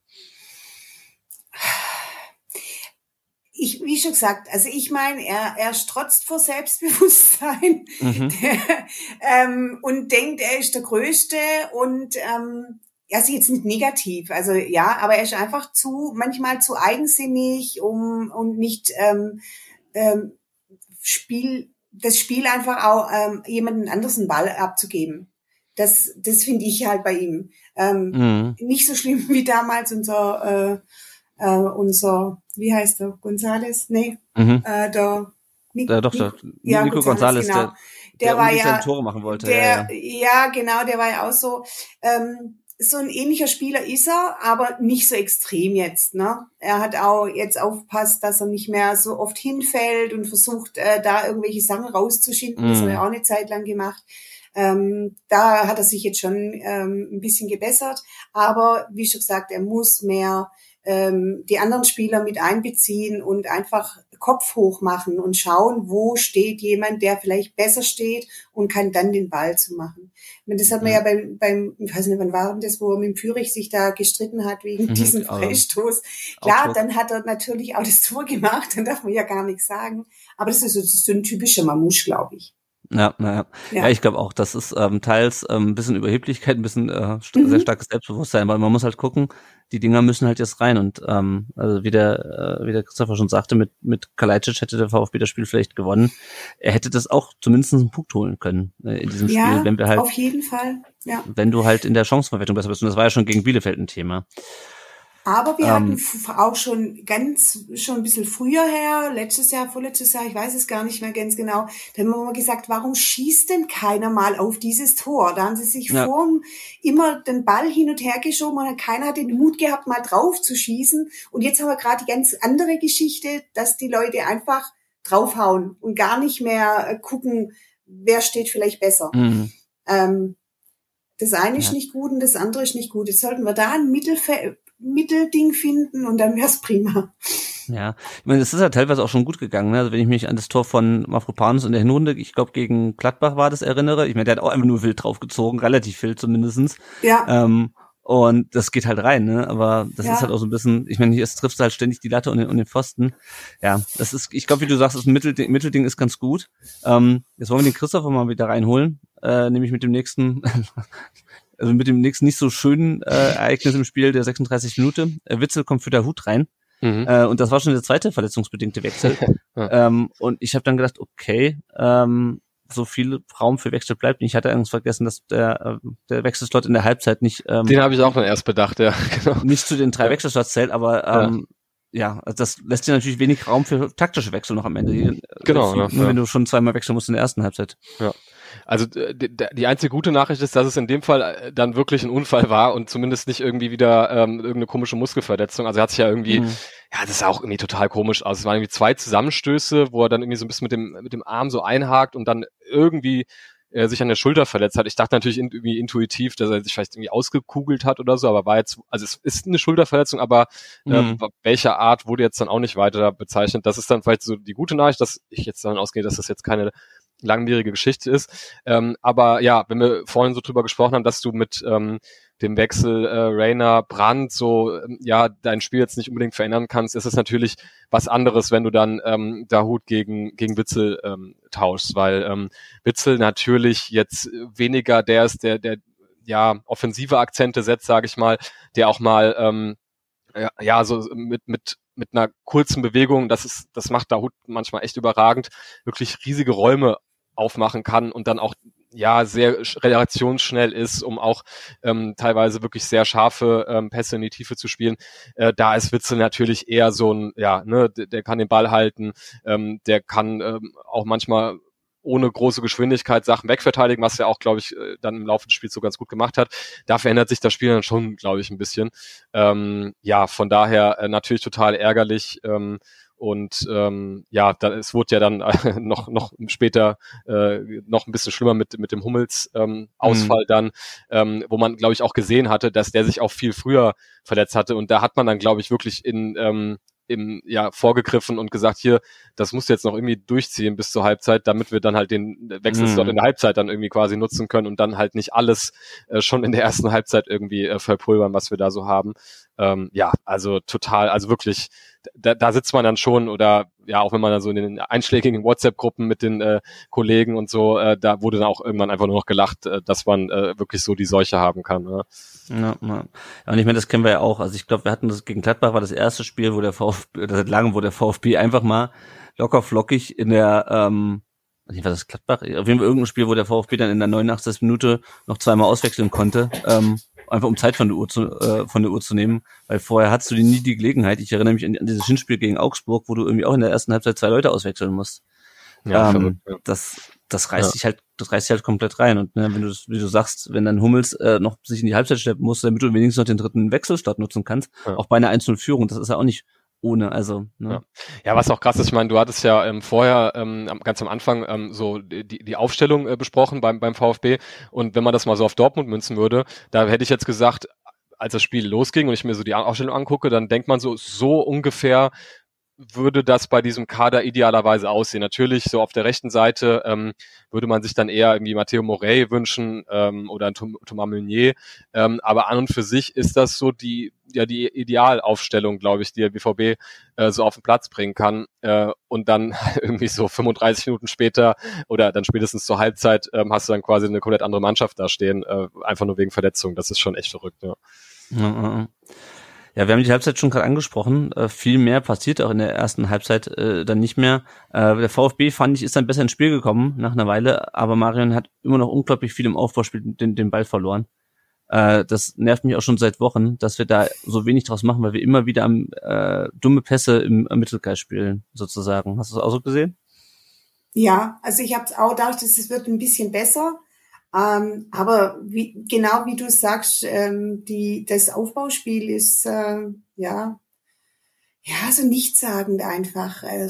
Ich, wie schon gesagt, also ich meine, er, er strotzt vor Selbstbewusstsein mhm. der, ähm, und denkt, er ist der Größte und ähm, er ist jetzt nicht negativ, also ja, aber er ist einfach zu, manchmal zu eigensinnig, um und nicht ähm, ähm, Spiel, das Spiel einfach auch ähm, jemanden anderes einen Ball abzugeben. Das, das finde ich halt bei ihm ähm, mhm. nicht so schlimm wie damals unser, äh, äh, unser, wie heißt der, González? Nee, mhm. äh, der, Nick, ja, doch, Nick, ja, Nico González, genau. der, der, der war ja, Tore machen wollte. Der, ja, ja. ja, genau, der war ja auch so. Ähm, so ein ähnlicher Spieler ist er, aber nicht so extrem jetzt, ne? Er hat auch jetzt aufgepasst, dass er nicht mehr so oft hinfällt und versucht, äh, da irgendwelche Sachen rauszuschinden. Mm. Das hat er auch eine Zeit lang gemacht. Ähm, da hat er sich jetzt schon ähm, ein bisschen gebessert. Aber wie schon gesagt, er muss mehr ähm, die anderen Spieler mit einbeziehen und einfach Kopf hoch machen und schauen, wo steht jemand, der vielleicht besser steht und kann dann den Ball zu machen. Und das hat man ja, ja beim, beim, ich weiß nicht, wann war das, wo er mit Fürich sich da gestritten hat wegen mhm, diesem Freistoß. Klar, auch dann hat er natürlich auch das Tor gemacht, dann darf man ja gar nichts sagen. Aber das ist so, das ist so ein typischer Mamouche, glaube ich. Ja, naja. Ja. ja, ich glaube auch, das ist ähm, teils ähm, ein bisschen Überheblichkeit, ein bisschen äh, st- mhm. sehr starkes Selbstbewusstsein, weil man muss halt gucken, die Dinger müssen halt jetzt rein und ähm, also wie der, äh, wie der Christopher schon sagte, mit mit Kalajdzic hätte der VfB das Spiel vielleicht gewonnen. Er hätte das auch zumindest einen Punkt holen können äh, in diesem ja, Spiel, wenn wir halt auf jeden Fall, ja. Wenn du halt in der Chancenverwertung besser bist, und das war ja schon gegen Bielefeld ein Thema. Aber wir ähm, hatten f- auch schon ganz, schon ein bisschen früher her, letztes Jahr, vorletztes Jahr, ich weiß es gar nicht mehr ganz genau, da haben wir mal gesagt, warum schießt denn keiner mal auf dieses Tor? Da haben sie sich ja. vorm immer den Ball hin und her geschoben und keiner hat den Mut gehabt, mal drauf zu schießen. Und jetzt haben wir gerade die ganz andere Geschichte, dass die Leute einfach draufhauen und gar nicht mehr gucken, wer steht vielleicht besser. Mhm. Ähm, das eine ja. ist nicht gut und das andere ist nicht gut. Jetzt sollten wir da ein Mittelfeld Mittelding finden und dann wär's prima. Ja, ich meine, es ist ja teilweise auch schon gut gegangen, ne? Also wenn ich mich an das Tor von Mavropanos in der Hinrunde, ich glaube gegen Gladbach war das, erinnere, ich meine, der hat auch einfach nur wild draufgezogen, relativ wild zumindestens. Ja. Ähm, und das geht halt rein, ne? Aber das ja. ist halt auch so ein bisschen, ich meine, jetzt triffst du halt ständig die Latte und den, und den Pfosten. Ja, das ist, ich glaube, wie du sagst, das Mittelding, Mittelding ist ganz gut. Ähm, jetzt wollen wir den Christopher mal wieder reinholen, äh, nämlich mit dem nächsten Also mit dem nächsten nicht so schönen äh, Ereignis im Spiel der sechsunddreißigsten Minute. Äh, Witzel kommt für der Hut rein. Mhm. Äh, und das war schon der zweite verletzungsbedingte Wechsel. ja. ähm, und ich habe dann gedacht, okay, ähm, so viel Raum für Wechsel bleibt. Ich hatte eigentlich vergessen, dass der, der Wechselslot in der Halbzeit nicht... Ähm, Den habe ich auch mal erst bedacht, ja. Genau. Nicht zu den drei ja. Wechselslots zählt, aber ähm, ja. ja, also das lässt dir natürlich wenig Raum für taktische Wechsel noch am Ende. Genau. Nur ja. wenn du schon zweimal wechseln musst in der ersten Halbzeit. Ja. Also die, die einzige gute Nachricht ist, dass es in dem Fall dann wirklich ein Unfall war und zumindest nicht irgendwie wieder ähm, irgendeine komische Muskelverletzung. Also er hat sich ja irgendwie, mhm. ja, das sah auch irgendwie total komisch aus. Es waren irgendwie zwei Zusammenstöße, wo er dann irgendwie so ein bisschen mit dem mit dem Arm so einhakt und dann irgendwie äh, sich an der Schulter verletzt hat. Ich dachte natürlich in, irgendwie intuitiv, dass er sich vielleicht irgendwie ausgekugelt hat oder so, aber war jetzt, also es ist eine Schulterverletzung, aber äh, mhm. welcher Art wurde jetzt dann auch nicht weiter bezeichnet. Das ist dann vielleicht so die gute Nachricht, dass ich jetzt davon ausgehe, dass das jetzt keine langwierige Geschichte ist. Ähm, aber ja, wenn wir vorhin so drüber gesprochen haben, dass du mit ähm, dem Wechsel äh, Rainer Brandt so ähm, ja dein Spiel jetzt nicht unbedingt verändern kannst, ist es natürlich was anderes, wenn du dann ähm, Dahoud gegen gegen Witsel ähm, tauschst, weil ähm, Witsel natürlich jetzt weniger der ist, der der ja offensive Akzente setzt, sage ich mal, der auch mal ähm, ja, ja so mit mit mit einer kurzen Bewegung, das ist das macht Dahoud manchmal echt überragend, wirklich riesige Räume aufmachen kann und dann auch ja sehr reaktionsschnell ist, um auch ähm, teilweise wirklich sehr scharfe ähm, Pässe in die Tiefe zu spielen. Äh, da ist Witsel natürlich eher so ein, ja, ne, der, der kann den Ball halten, ähm, der kann ähm, auch manchmal ohne große Geschwindigkeit Sachen wegverteidigen, was er auch, glaube ich, dann im Laufe des Spiels so ganz gut gemacht hat. Da verändert sich das Spiel dann schon, glaube ich, ein bisschen. Ähm, ja, von daher äh, natürlich total ärgerlich. Ähm, Und ähm, ja, da, es wurde ja dann äh, noch noch später äh, noch ein bisschen schlimmer mit mit dem Hummels ähm, Ausfall mhm. dann, ähm, wo man, glaube ich, auch gesehen hatte, dass der sich auch viel früher verletzt hatte. Und da hat man dann, glaube ich, wirklich in ähm, im ja vorgegriffen und gesagt, hier, das musst du jetzt noch irgendwie durchziehen bis zur Halbzeit, damit wir dann halt den Wechselslot mhm. in der Halbzeit dann irgendwie quasi nutzen können und dann halt nicht alles äh, schon in der ersten Halbzeit irgendwie äh, verpulvern, was wir da so haben. Ähm, ja, also total, also wirklich, da, da sitzt man dann schon oder ja, auch wenn man dann so in den einschlägigen WhatsApp-Gruppen mit den äh, Kollegen und so, äh, da wurde dann auch irgendwann einfach nur noch gelacht, äh, dass man äh, wirklich so die Seuche haben kann. Ne? Ja, ja. Und ich meine, das kennen wir ja auch. Also ich glaube, wir hatten das gegen Gladbach, war das erste Spiel, wo der VfB, oder seit langem, wo der VfB einfach mal locker flockig in der, ähm, ich weiß das Gladbach, auf jeden Fall irgendein Spiel, wo der VfB dann in der neunundachtzigsten Minute noch zweimal auswechseln konnte, ähm, einfach um Zeit von der Uhr zu, äh, von der Uhr zu nehmen, weil vorher hattest du nie die Gelegenheit. Ich erinnere mich an, an dieses Hinspiel gegen Augsburg, wo du irgendwie auch in der ersten Halbzeit zwei Leute auswechseln musst. Ja, ähm, verrückt, ja. Das, das reißt ja. dich halt, das reißt dich halt komplett rein. Und ne, wenn du, wie du sagst, wenn dann Hummels äh, noch sich in die Halbzeit schleppen muss, damit du wenigstens noch den dritten Wechselstart nutzen kannst, ja. auch bei einer eins null Führung, das ist ja auch nicht ohne, also. Ne? Ja. ja, was auch krass ist, ich meine, du hattest ja ähm, vorher ähm, ganz am Anfang ähm, so die, die Aufstellung äh, besprochen beim beim VfB und wenn man das mal so auf Dortmund münzen würde, da hätte ich jetzt gesagt, als das Spiel losging und ich mir so die Aufstellung angucke, dann denkt man so, so ungefähr würde das bei diesem Kader idealerweise aussehen. Natürlich, so auf der rechten Seite ähm, würde man sich dann eher irgendwie Matteo Morey wünschen ähm, oder Thomas Meunier. Ähm, aber an und für sich ist das so die ja die Idealaufstellung, glaube ich, die der B V B äh, so auf den Platz bringen kann. Äh, und dann irgendwie so fünfunddreißig Minuten später oder dann spätestens zur Halbzeit ähm, hast du dann quasi eine komplett andere Mannschaft da stehen, äh, einfach nur wegen Verletzungen. Das ist schon echt verrückt. Ja. Ja, Ja, wir haben die Halbzeit schon gerade angesprochen. Äh, viel mehr passiert auch in der ersten Halbzeit äh, dann nicht mehr. Äh, der VfB, fand ich, ist dann besser ins Spiel gekommen nach einer Weile, aber Marion hat immer noch unglaublich viel im Aufbauspiel den, den Ball verloren. Äh, das nervt mich auch schon seit Wochen, dass wir da so wenig draus machen, weil wir immer wieder am äh, dumme Pässe im, im Mittelkreis spielen, sozusagen. Hast du das auch so gesehen? Ja, also ich habe auch gedacht, es wird ein bisschen besser. Ähm, aber wie, genau wie du sagst, ähm, die, das Aufbauspiel ist, äh, ja, ja, so nichtssagend einfach. Äh,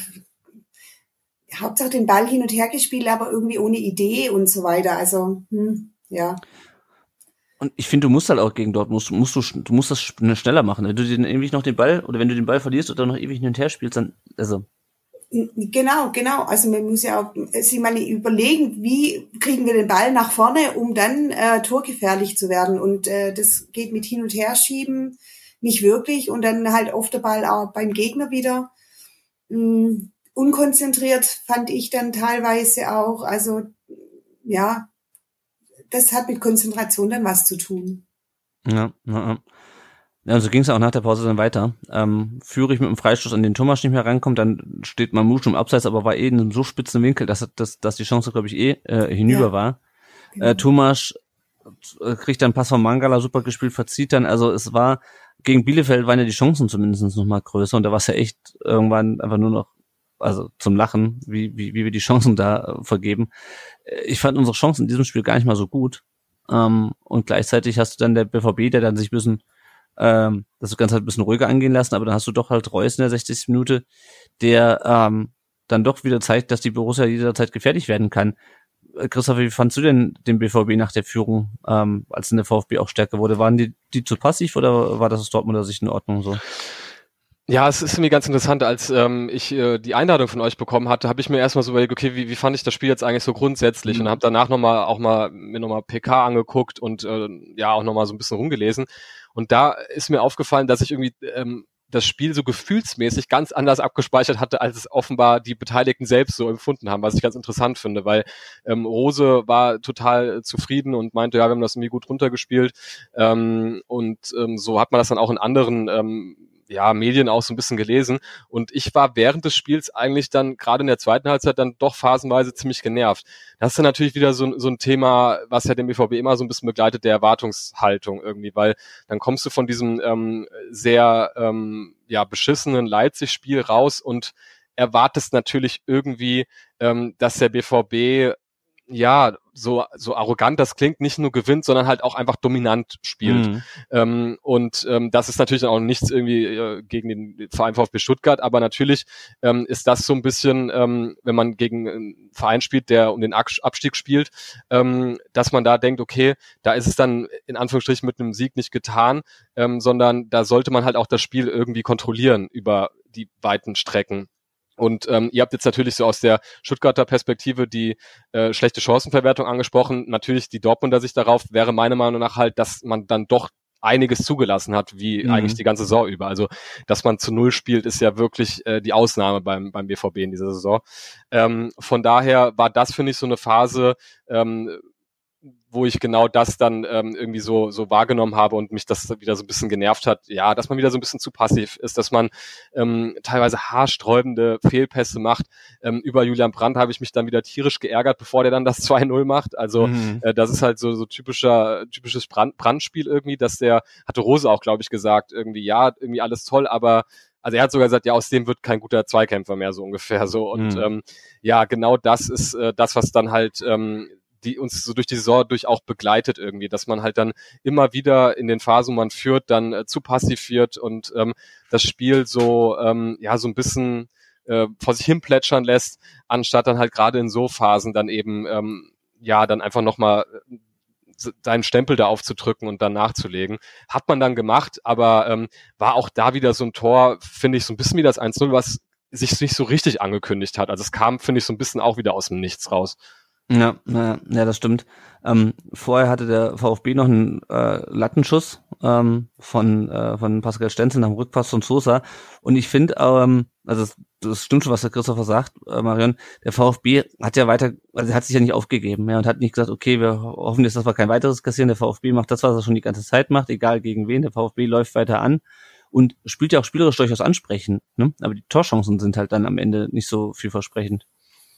Hauptsache den Ball hin und her gespielt, aber irgendwie ohne Idee und so weiter. Also, hm, ja. Und ich finde, du musst halt auch gegen dort, musst, musst du, du musst das schneller machen. Wenn du den ewig noch den Ball, oder wenn du den Ball verlierst oder noch ewig hin und her spielst, dann, also. Genau, genau. Also man muss ja auch sich mal überlegen, wie kriegen wir den Ball nach vorne, um dann äh, torgefährlich zu werden. Und äh, das geht mit Hin- und Herschieben nicht wirklich. Und dann halt oft der Ball auch beim Gegner wieder. Mh, unkonzentriert fand ich dann teilweise auch. Also ja, das hat mit Konzentration dann was zu tun. Ja, ja. Ja, und so ging es auch nach der Pause dann weiter. Ähm, führe ich mit dem Freistoß an den Thomas nicht mehr rankommt, dann steht Mamouche im Abseits, aber war eh in einem so spitzen Winkel, dass, dass, dass die Chance, glaube ich, eh äh, hinüber ja. war. Genau. Äh, Thomas kriegt dann Pass von Mangala, super gespielt, verzieht dann. Also es war, gegen Bielefeld waren ja die Chancen zumindest noch mal größer und da war es ja echt irgendwann einfach nur noch, also zum Lachen, wie, wie, wie wir die Chancen da äh, vergeben. Ich fand unsere Chancen in diesem Spiel gar nicht mal so gut. Ähm, und gleichzeitig hast du dann der B V B, der dann sich ein bisschen ähm, das Ganze halt ein bisschen ruhiger angehen lassen, aber dann hast du doch halt Reus in der sechzigsten Minute, der ähm, dann doch wieder zeigt, dass die Borussia jederzeit gefährlich werden kann. Christoph, wie fandst du denn den B V B nach der Führung, ähm, als in der VfB auch stärker wurde? Waren die, die zu passiv oder war das aus Dortmunder Sicht in Ordnung so? Ja, es ist irgendwie ganz interessant, als ähm, ich äh, die Einladung von euch bekommen hatte, habe ich mir erstmal so überlegt, okay, wie, wie fand ich das Spiel jetzt eigentlich so grundsätzlich, mhm. und habe danach nochmal auch mal mir nochmal P K angeguckt und äh, ja auch nochmal so ein bisschen rumgelesen. Und da ist mir aufgefallen, dass ich irgendwie ähm, das Spiel so gefühlsmäßig ganz anders abgespeichert hatte, als es offenbar die Beteiligten selbst so empfunden haben, was ich ganz interessant finde, weil ähm, Rose war total zufrieden und meinte, ja, wir haben das irgendwie gut runtergespielt, ähm, und ähm, so hat man das dann auch in anderen ähm, ja, Medien auch so ein bisschen gelesen, und ich war während des Spiels eigentlich dann gerade in der zweiten Halbzeit dann doch phasenweise ziemlich genervt. Das ist dann natürlich wieder so, so ein Thema, was ja den B V B immer so ein bisschen begleitet, der Erwartungshaltung irgendwie, weil dann kommst du von diesem ähm, sehr ähm, ja beschissenen Leipzig-Spiel raus und erwartest natürlich irgendwie, ähm, dass der B V B ja, so so arrogant das klingt, nicht nur gewinnt, sondern halt auch einfach dominant spielt. Mhm. Ähm, und ähm, das ist natürlich auch nichts irgendwie äh, gegen den Verein VfB Stuttgart, aber natürlich ähm, ist das so ein bisschen, ähm, wenn man gegen einen Verein spielt, der um den Abstieg spielt, ähm, dass man da denkt, okay, da ist es dann in Anführungsstrichen mit einem Sieg nicht getan, ähm, sondern da sollte man halt auch das Spiel irgendwie kontrollieren über die weiten Strecken. Und ähm, ihr habt jetzt natürlich so aus der Stuttgarter Perspektive die äh, schlechte Chancenverwertung angesprochen. Natürlich die Dortmunder Sicht darauf wäre meiner Meinung nach halt, dass man dann doch einiges zugelassen hat, wie mhm. eigentlich die ganze Saison über. Also, dass man zu Null spielt, ist ja wirklich äh, die Ausnahme beim beim B V B in dieser Saison. Ähm, von daher war das, finde ich, so eine Phase, ähm, wo ich genau das dann ähm, irgendwie so so wahrgenommen habe und mich das wieder so ein bisschen genervt hat, ja, dass man wieder so ein bisschen zu passiv ist, dass man ähm, teilweise haarsträubende Fehlpässe macht. Ähm, über Julian Brandt habe ich mich dann wieder tierisch geärgert, bevor der dann das zwei null macht. Also mhm. äh, das ist halt so so typischer typisches Brand, Brandspiel irgendwie, dass der, hatte Rose auch, glaube ich, gesagt, irgendwie, ja, irgendwie alles toll, aber also er hat sogar gesagt, ja, aus dem wird kein guter Zweikämpfer mehr, so ungefähr so. Und mhm. ähm, ja, genau das ist äh, das, was dann halt ähm, die uns so durch die Saison durch auch begleitet irgendwie, dass man halt dann immer wieder in den Phasen, wo man führt, dann äh, zu passiv wird und ähm, das Spiel so ähm, ja so ein bisschen äh, vor sich hin plätschern lässt, anstatt dann halt gerade in so Phasen dann eben ähm, ja dann einfach nochmal seinen Stempel da aufzudrücken und dann nachzulegen. Hat man dann gemacht, aber ähm, war auch da wieder so ein Tor, finde ich, so ein bisschen wie das eins null, was sich nicht so richtig angekündigt hat. Also es kam, finde ich, so ein bisschen auch wieder aus dem Nichts raus. Ja, ja, ja, das stimmt. Ähm, vorher hatte der VfB noch einen äh, Lattenschuss ähm, von äh, von Pascal Stenzel nach dem Rückpass von Sosa. Und ich finde, ähm, also das, das stimmt schon, was der Christopher sagt, äh, Marion, der VfB hat ja weiter, also hat sich ja nicht aufgegeben, ja, und hat nicht gesagt, okay, wir hoffen jetzt, dass wir kein weiteres kassieren. Der VfB macht das, was er schon die ganze Zeit macht, egal gegen wen. Der VfB läuft weiter an und spielt ja auch spielerisch durchaus ansprechend, ne? Aber die Torchancen sind halt dann am Ende nicht so vielversprechend.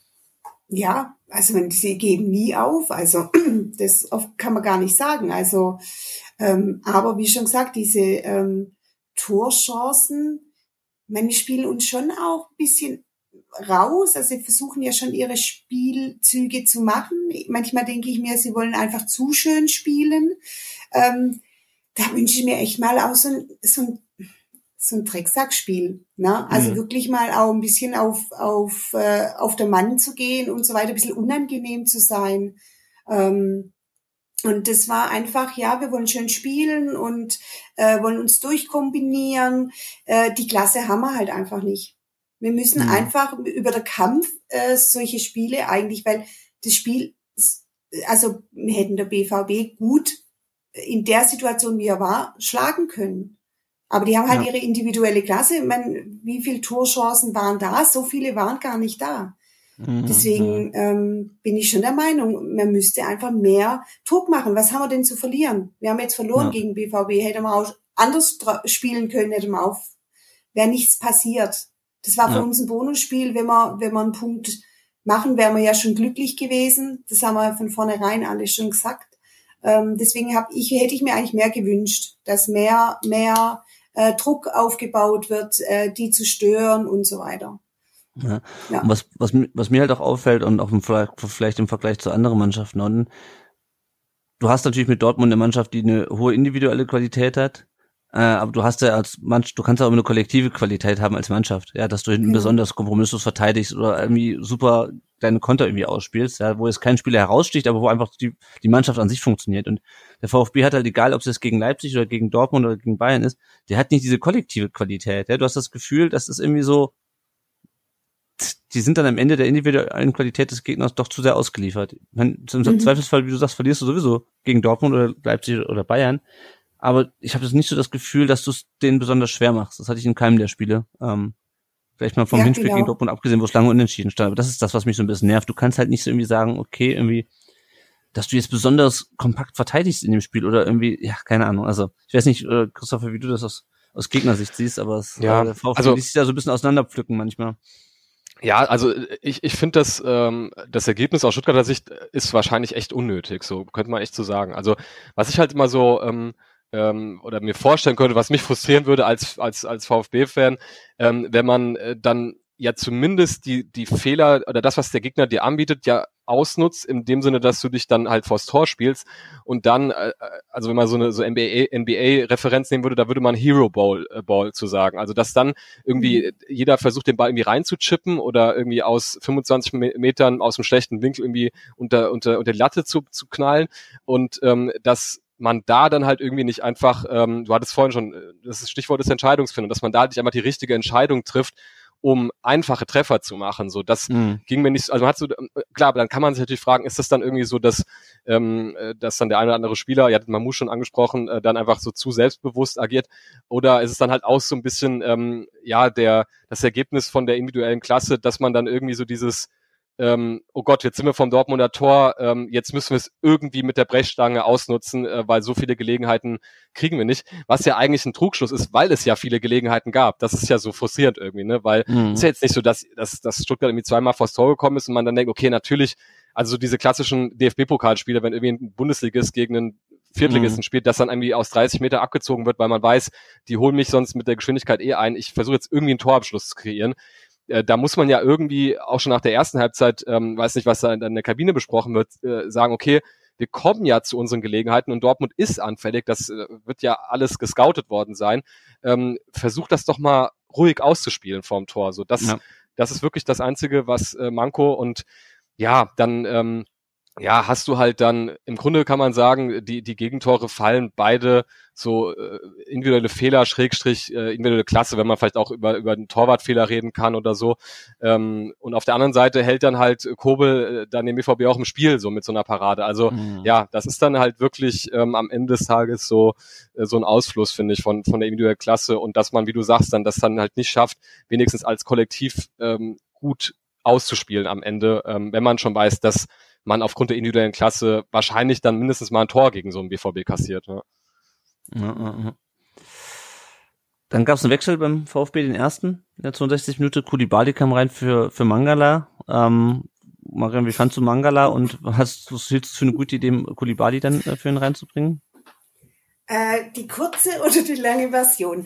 Ja, also sie geben nie auf, also das oft kann man gar nicht sagen. Also, ähm, aber wie schon gesagt, diese ähm, Torchancen, meine spielen uns schon auch ein bisschen raus. Also sie versuchen ja schon ihre Spielzüge zu machen. Manchmal denke ich mir, sie wollen einfach zu schön spielen. Ähm, da wünsche ich mir echt mal auch so ein, so ein so ein Drecksackspiel, ne? Also mhm. wirklich mal auch ein bisschen auf auf äh, auf der Mann zu gehen und so weiter, ein bisschen unangenehm zu sein. Ähm, und das war einfach, ja, wir wollen schön spielen und äh, wollen uns durchkombinieren. Äh, die Klasse haben wir halt einfach nicht. Wir müssen mhm. einfach über den Kampf äh, solche Spiele eigentlich, weil das Spiel, also wir hätten der B V B gut in der Situation, wie er war, schlagen können. Aber die haben halt ja. ihre individuelle Klasse. Ich meine, wie viele Torchancen waren da? So viele waren gar nicht da. Mhm. Deswegen ähm, bin ich schon der Meinung, man müsste einfach mehr Druck machen. Was haben wir denn zu verlieren? Wir haben jetzt verloren ja. gegen B V B. Hätte man auch anders dra- spielen können, hätte man auch, wäre nichts passiert. Das war für Ja. uns ein Bonusspiel, wenn wir, wenn wir einen Punkt machen, wären wir ja schon glücklich gewesen. Das haben wir von vornherein alle schon gesagt. Ähm, deswegen hab ich, hätte ich mir eigentlich mehr gewünscht, dass mehr, mehr äh, Druck aufgebaut wird, äh, die zu stören und so weiter. Ja. Ja. Und was, was, mi- was mir halt auch auffällt und auch im, Ver- vielleicht im Vergleich zu anderen Mannschaften unten, du hast natürlich mit Dortmund eine Mannschaft, die eine hohe individuelle Qualität hat, äh, aber du hast ja als Mannschaft, du kannst auch eine kollektive Qualität haben als Mannschaft, ja, dass du hinten Mhm. besonders kompromisslos verteidigst oder irgendwie super deine Konter irgendwie ausspielst, ja, wo jetzt kein Spieler heraussticht, aber wo einfach die, die Mannschaft an sich funktioniert. Und der VfB hat halt, egal ob es jetzt gegen Leipzig oder gegen Dortmund oder gegen Bayern ist, der hat nicht diese kollektive Qualität, ja. Du hast das Gefühl, dass es irgendwie so, die sind dann am Ende der individuellen Qualität des Gegners doch zu sehr ausgeliefert. Wenn, Im Mhm. Zweifelsfall, wie du sagst, verlierst du sowieso gegen Dortmund oder Leipzig oder Bayern. Aber ich habe jetzt nicht so das Gefühl, dass du es denen besonders schwer machst. Das hatte ich in keinem der Spiele. Ähm, vielleicht mal vom Ja, Hinspiel genau. gegen Dortmund abgesehen, wo es lange unentschieden stand. Aber das ist das, was mich so ein bisschen nervt. Du kannst halt nicht so irgendwie sagen, okay, irgendwie, dass du jetzt besonders kompakt verteidigst in dem Spiel oder irgendwie, ja, keine Ahnung. Also ich weiß nicht, äh, Christopher, wie du das aus, aus Gegnersicht siehst, aber es, Ja, äh, der VfB also- ließ sich da so ein bisschen auseinanderpflücken manchmal. Ja, also ich, ich finde das, ähm, das Ergebnis aus Stuttgarter Sicht ist wahrscheinlich echt unnötig, so könnte man echt so sagen. Also was ich halt immer so ähm, ähm, oder mir vorstellen könnte, was mich frustrieren würde als als als VfB-Fan, ähm, wenn man äh, dann ja zumindest die die Fehler oder das, was der Gegner dir anbietet, ja ausnutzt, in dem Sinne, dass du dich dann halt vors Tor spielst und dann, äh, also wenn man so eine so N B A N B A-Referenz nehmen würde, da würde man Hero Ball, äh, Ball zu sagen. Also dass dann irgendwie Mhm. jeder versucht, den Ball irgendwie reinzuchippen oder irgendwie aus fünfundzwanzig Me- Metern aus dem schlechten Winkel irgendwie unter unter unter die Latte zu zu knallen und ähm, dass man da dann halt irgendwie nicht einfach, ähm, du hattest vorhin schon, äh, das Stichwort ist Entscheidungsfindung, dass man da halt nicht einfach die richtige Entscheidung trifft, um einfache Treffer zu machen. So, das Mhm. ging mir nicht so, also man hat so, äh, klar, aber dann kann man sich natürlich fragen, ist das dann irgendwie so, dass, ähm, äh, dass dann der eine oder andere Spieler, ihr hattet Mamou schon angesprochen, äh, dann einfach so zu selbstbewusst agiert, oder ist es dann halt auch so ein bisschen, ähm, ja, der, das Ergebnis von der individuellen Klasse, dass man dann irgendwie so dieses, ähm, oh Gott, jetzt sind wir vom Dortmunder Tor, ähm, jetzt müssen wir es irgendwie mit der Brechstange ausnutzen, äh, weil so viele Gelegenheiten kriegen wir nicht, was ja eigentlich ein Trugschluss ist, weil es ja viele Gelegenheiten gab. Das ist ja so frustrierend irgendwie, ne, weil Mhm. ist ja jetzt nicht so, dass, dass, dass Stuttgart irgendwie zweimal vors Tor gekommen ist und man dann denkt, okay, natürlich, also so diese klassischen D F B-Pokalspiele, wenn irgendwie ein Bundesligist gegen einen Viertligisten Mhm. spielt, das dann irgendwie aus dreißig Meter abgezogen wird, weil man weiß, die holen mich sonst mit der Geschwindigkeit eh ein. Ich versuche jetzt irgendwie einen Torabschluss zu kreieren. Äh, da muss man ja irgendwie auch schon nach der ersten Halbzeit, ähm, weiß nicht, was da in der Kabine besprochen wird, äh, sagen, okay, wir kommen ja zu unseren Gelegenheiten und Dortmund ist anfällig, das äh, wird ja alles gescoutet worden sein. Ähm, versucht das doch mal ruhig auszuspielen vorm Tor. So, das, Ja. das ist wirklich das Einzige, was äh, Manko und ja, dann ähm, ja, hast du halt dann, im Grunde kann man sagen, die, die Gegentore fallen beide so äh, individuelle Fehler, Schrägstrich, äh, individuelle Klasse, wenn man vielleicht auch über, über einen Torwartfehler reden kann oder so. Ähm, und auf der anderen Seite hält dann halt Kobel äh, dann den B V B auch im Spiel so mit so einer Parade. Also Mhm. ja, das ist dann halt wirklich ähm, am Ende des Tages so äh, so ein Ausfluss, finde ich, von von der individuellen Klasse und dass man, wie du sagst, dann das dann halt nicht schafft, wenigstens als Kollektiv ähm, gut auszuspielen am Ende, ähm, wenn man schon weiß, dass man aufgrund der individuellen Klasse wahrscheinlich dann mindestens mal ein Tor gegen so einen B V B kassiert. Ja. Ja, ja, ja. Dann gab es einen Wechsel beim VfB, den ersten, in der zweiundsechzig Minute. Koulibaly kam rein für für Mangala. Ähm, Marian, wie fandst du Mangala und hast du es für eine gute Idee, Koulibaly dann äh, für ihn reinzubringen? Äh, die kurze oder die lange Version?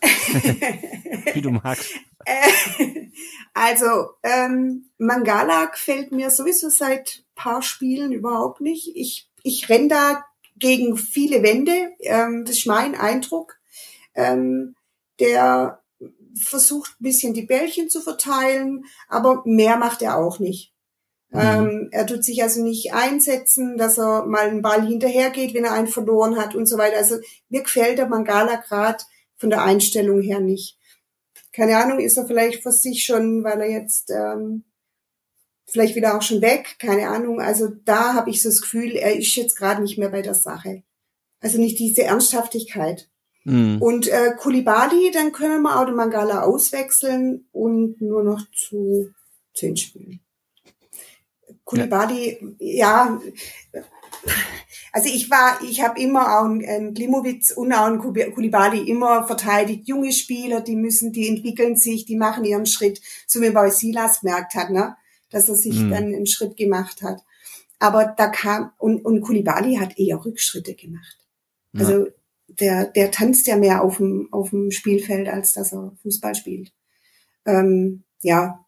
Wie du magst. Äh, also, ähm, Mangala gefällt mir sowieso seit paar Spielen überhaupt nicht. Ich, ich renn da gegen viele Wände. Ähm, das ist mein Eindruck. Ähm, der versucht ein bisschen die Bällchen zu verteilen, aber mehr macht er auch nicht. Mhm. Ähm, er tut sich also nicht einsetzen, dass er mal einen Ball hinterhergeht, wenn er einen verloren hat und so weiter. Also mir gefällt der Mangala gerade von der Einstellung her nicht. Keine Ahnung, ist er vielleicht für sich schon, weil er jetzt ähm, vielleicht wieder auch schon weg, keine Ahnung. Also da habe ich so das Gefühl, er ist jetzt gerade nicht mehr bei der Sache. Also nicht diese Ernsthaftigkeit. Mhm. Und äh, Koulibaly, dann können wir auch den Mangala auswechseln und nur noch zu zehn spielen. Koulibaly, ja. ja, Also ich war, ich habe immer auch einen, einen Klimowitz und auch einen Koulibaly immer verteidigt. Junge Spieler, die müssen, die entwickeln sich, die machen ihren Schritt, so wie bei Silas gemerkt hat, ne, dass er sich mhm. dann einen Schritt gemacht hat. Aber da kam, und, und Koulibaly hat eher Rückschritte gemacht. Ja. Also der, der tanzt ja mehr auf dem, auf dem Spielfeld, als dass er Fußball spielt. Ähm, ja,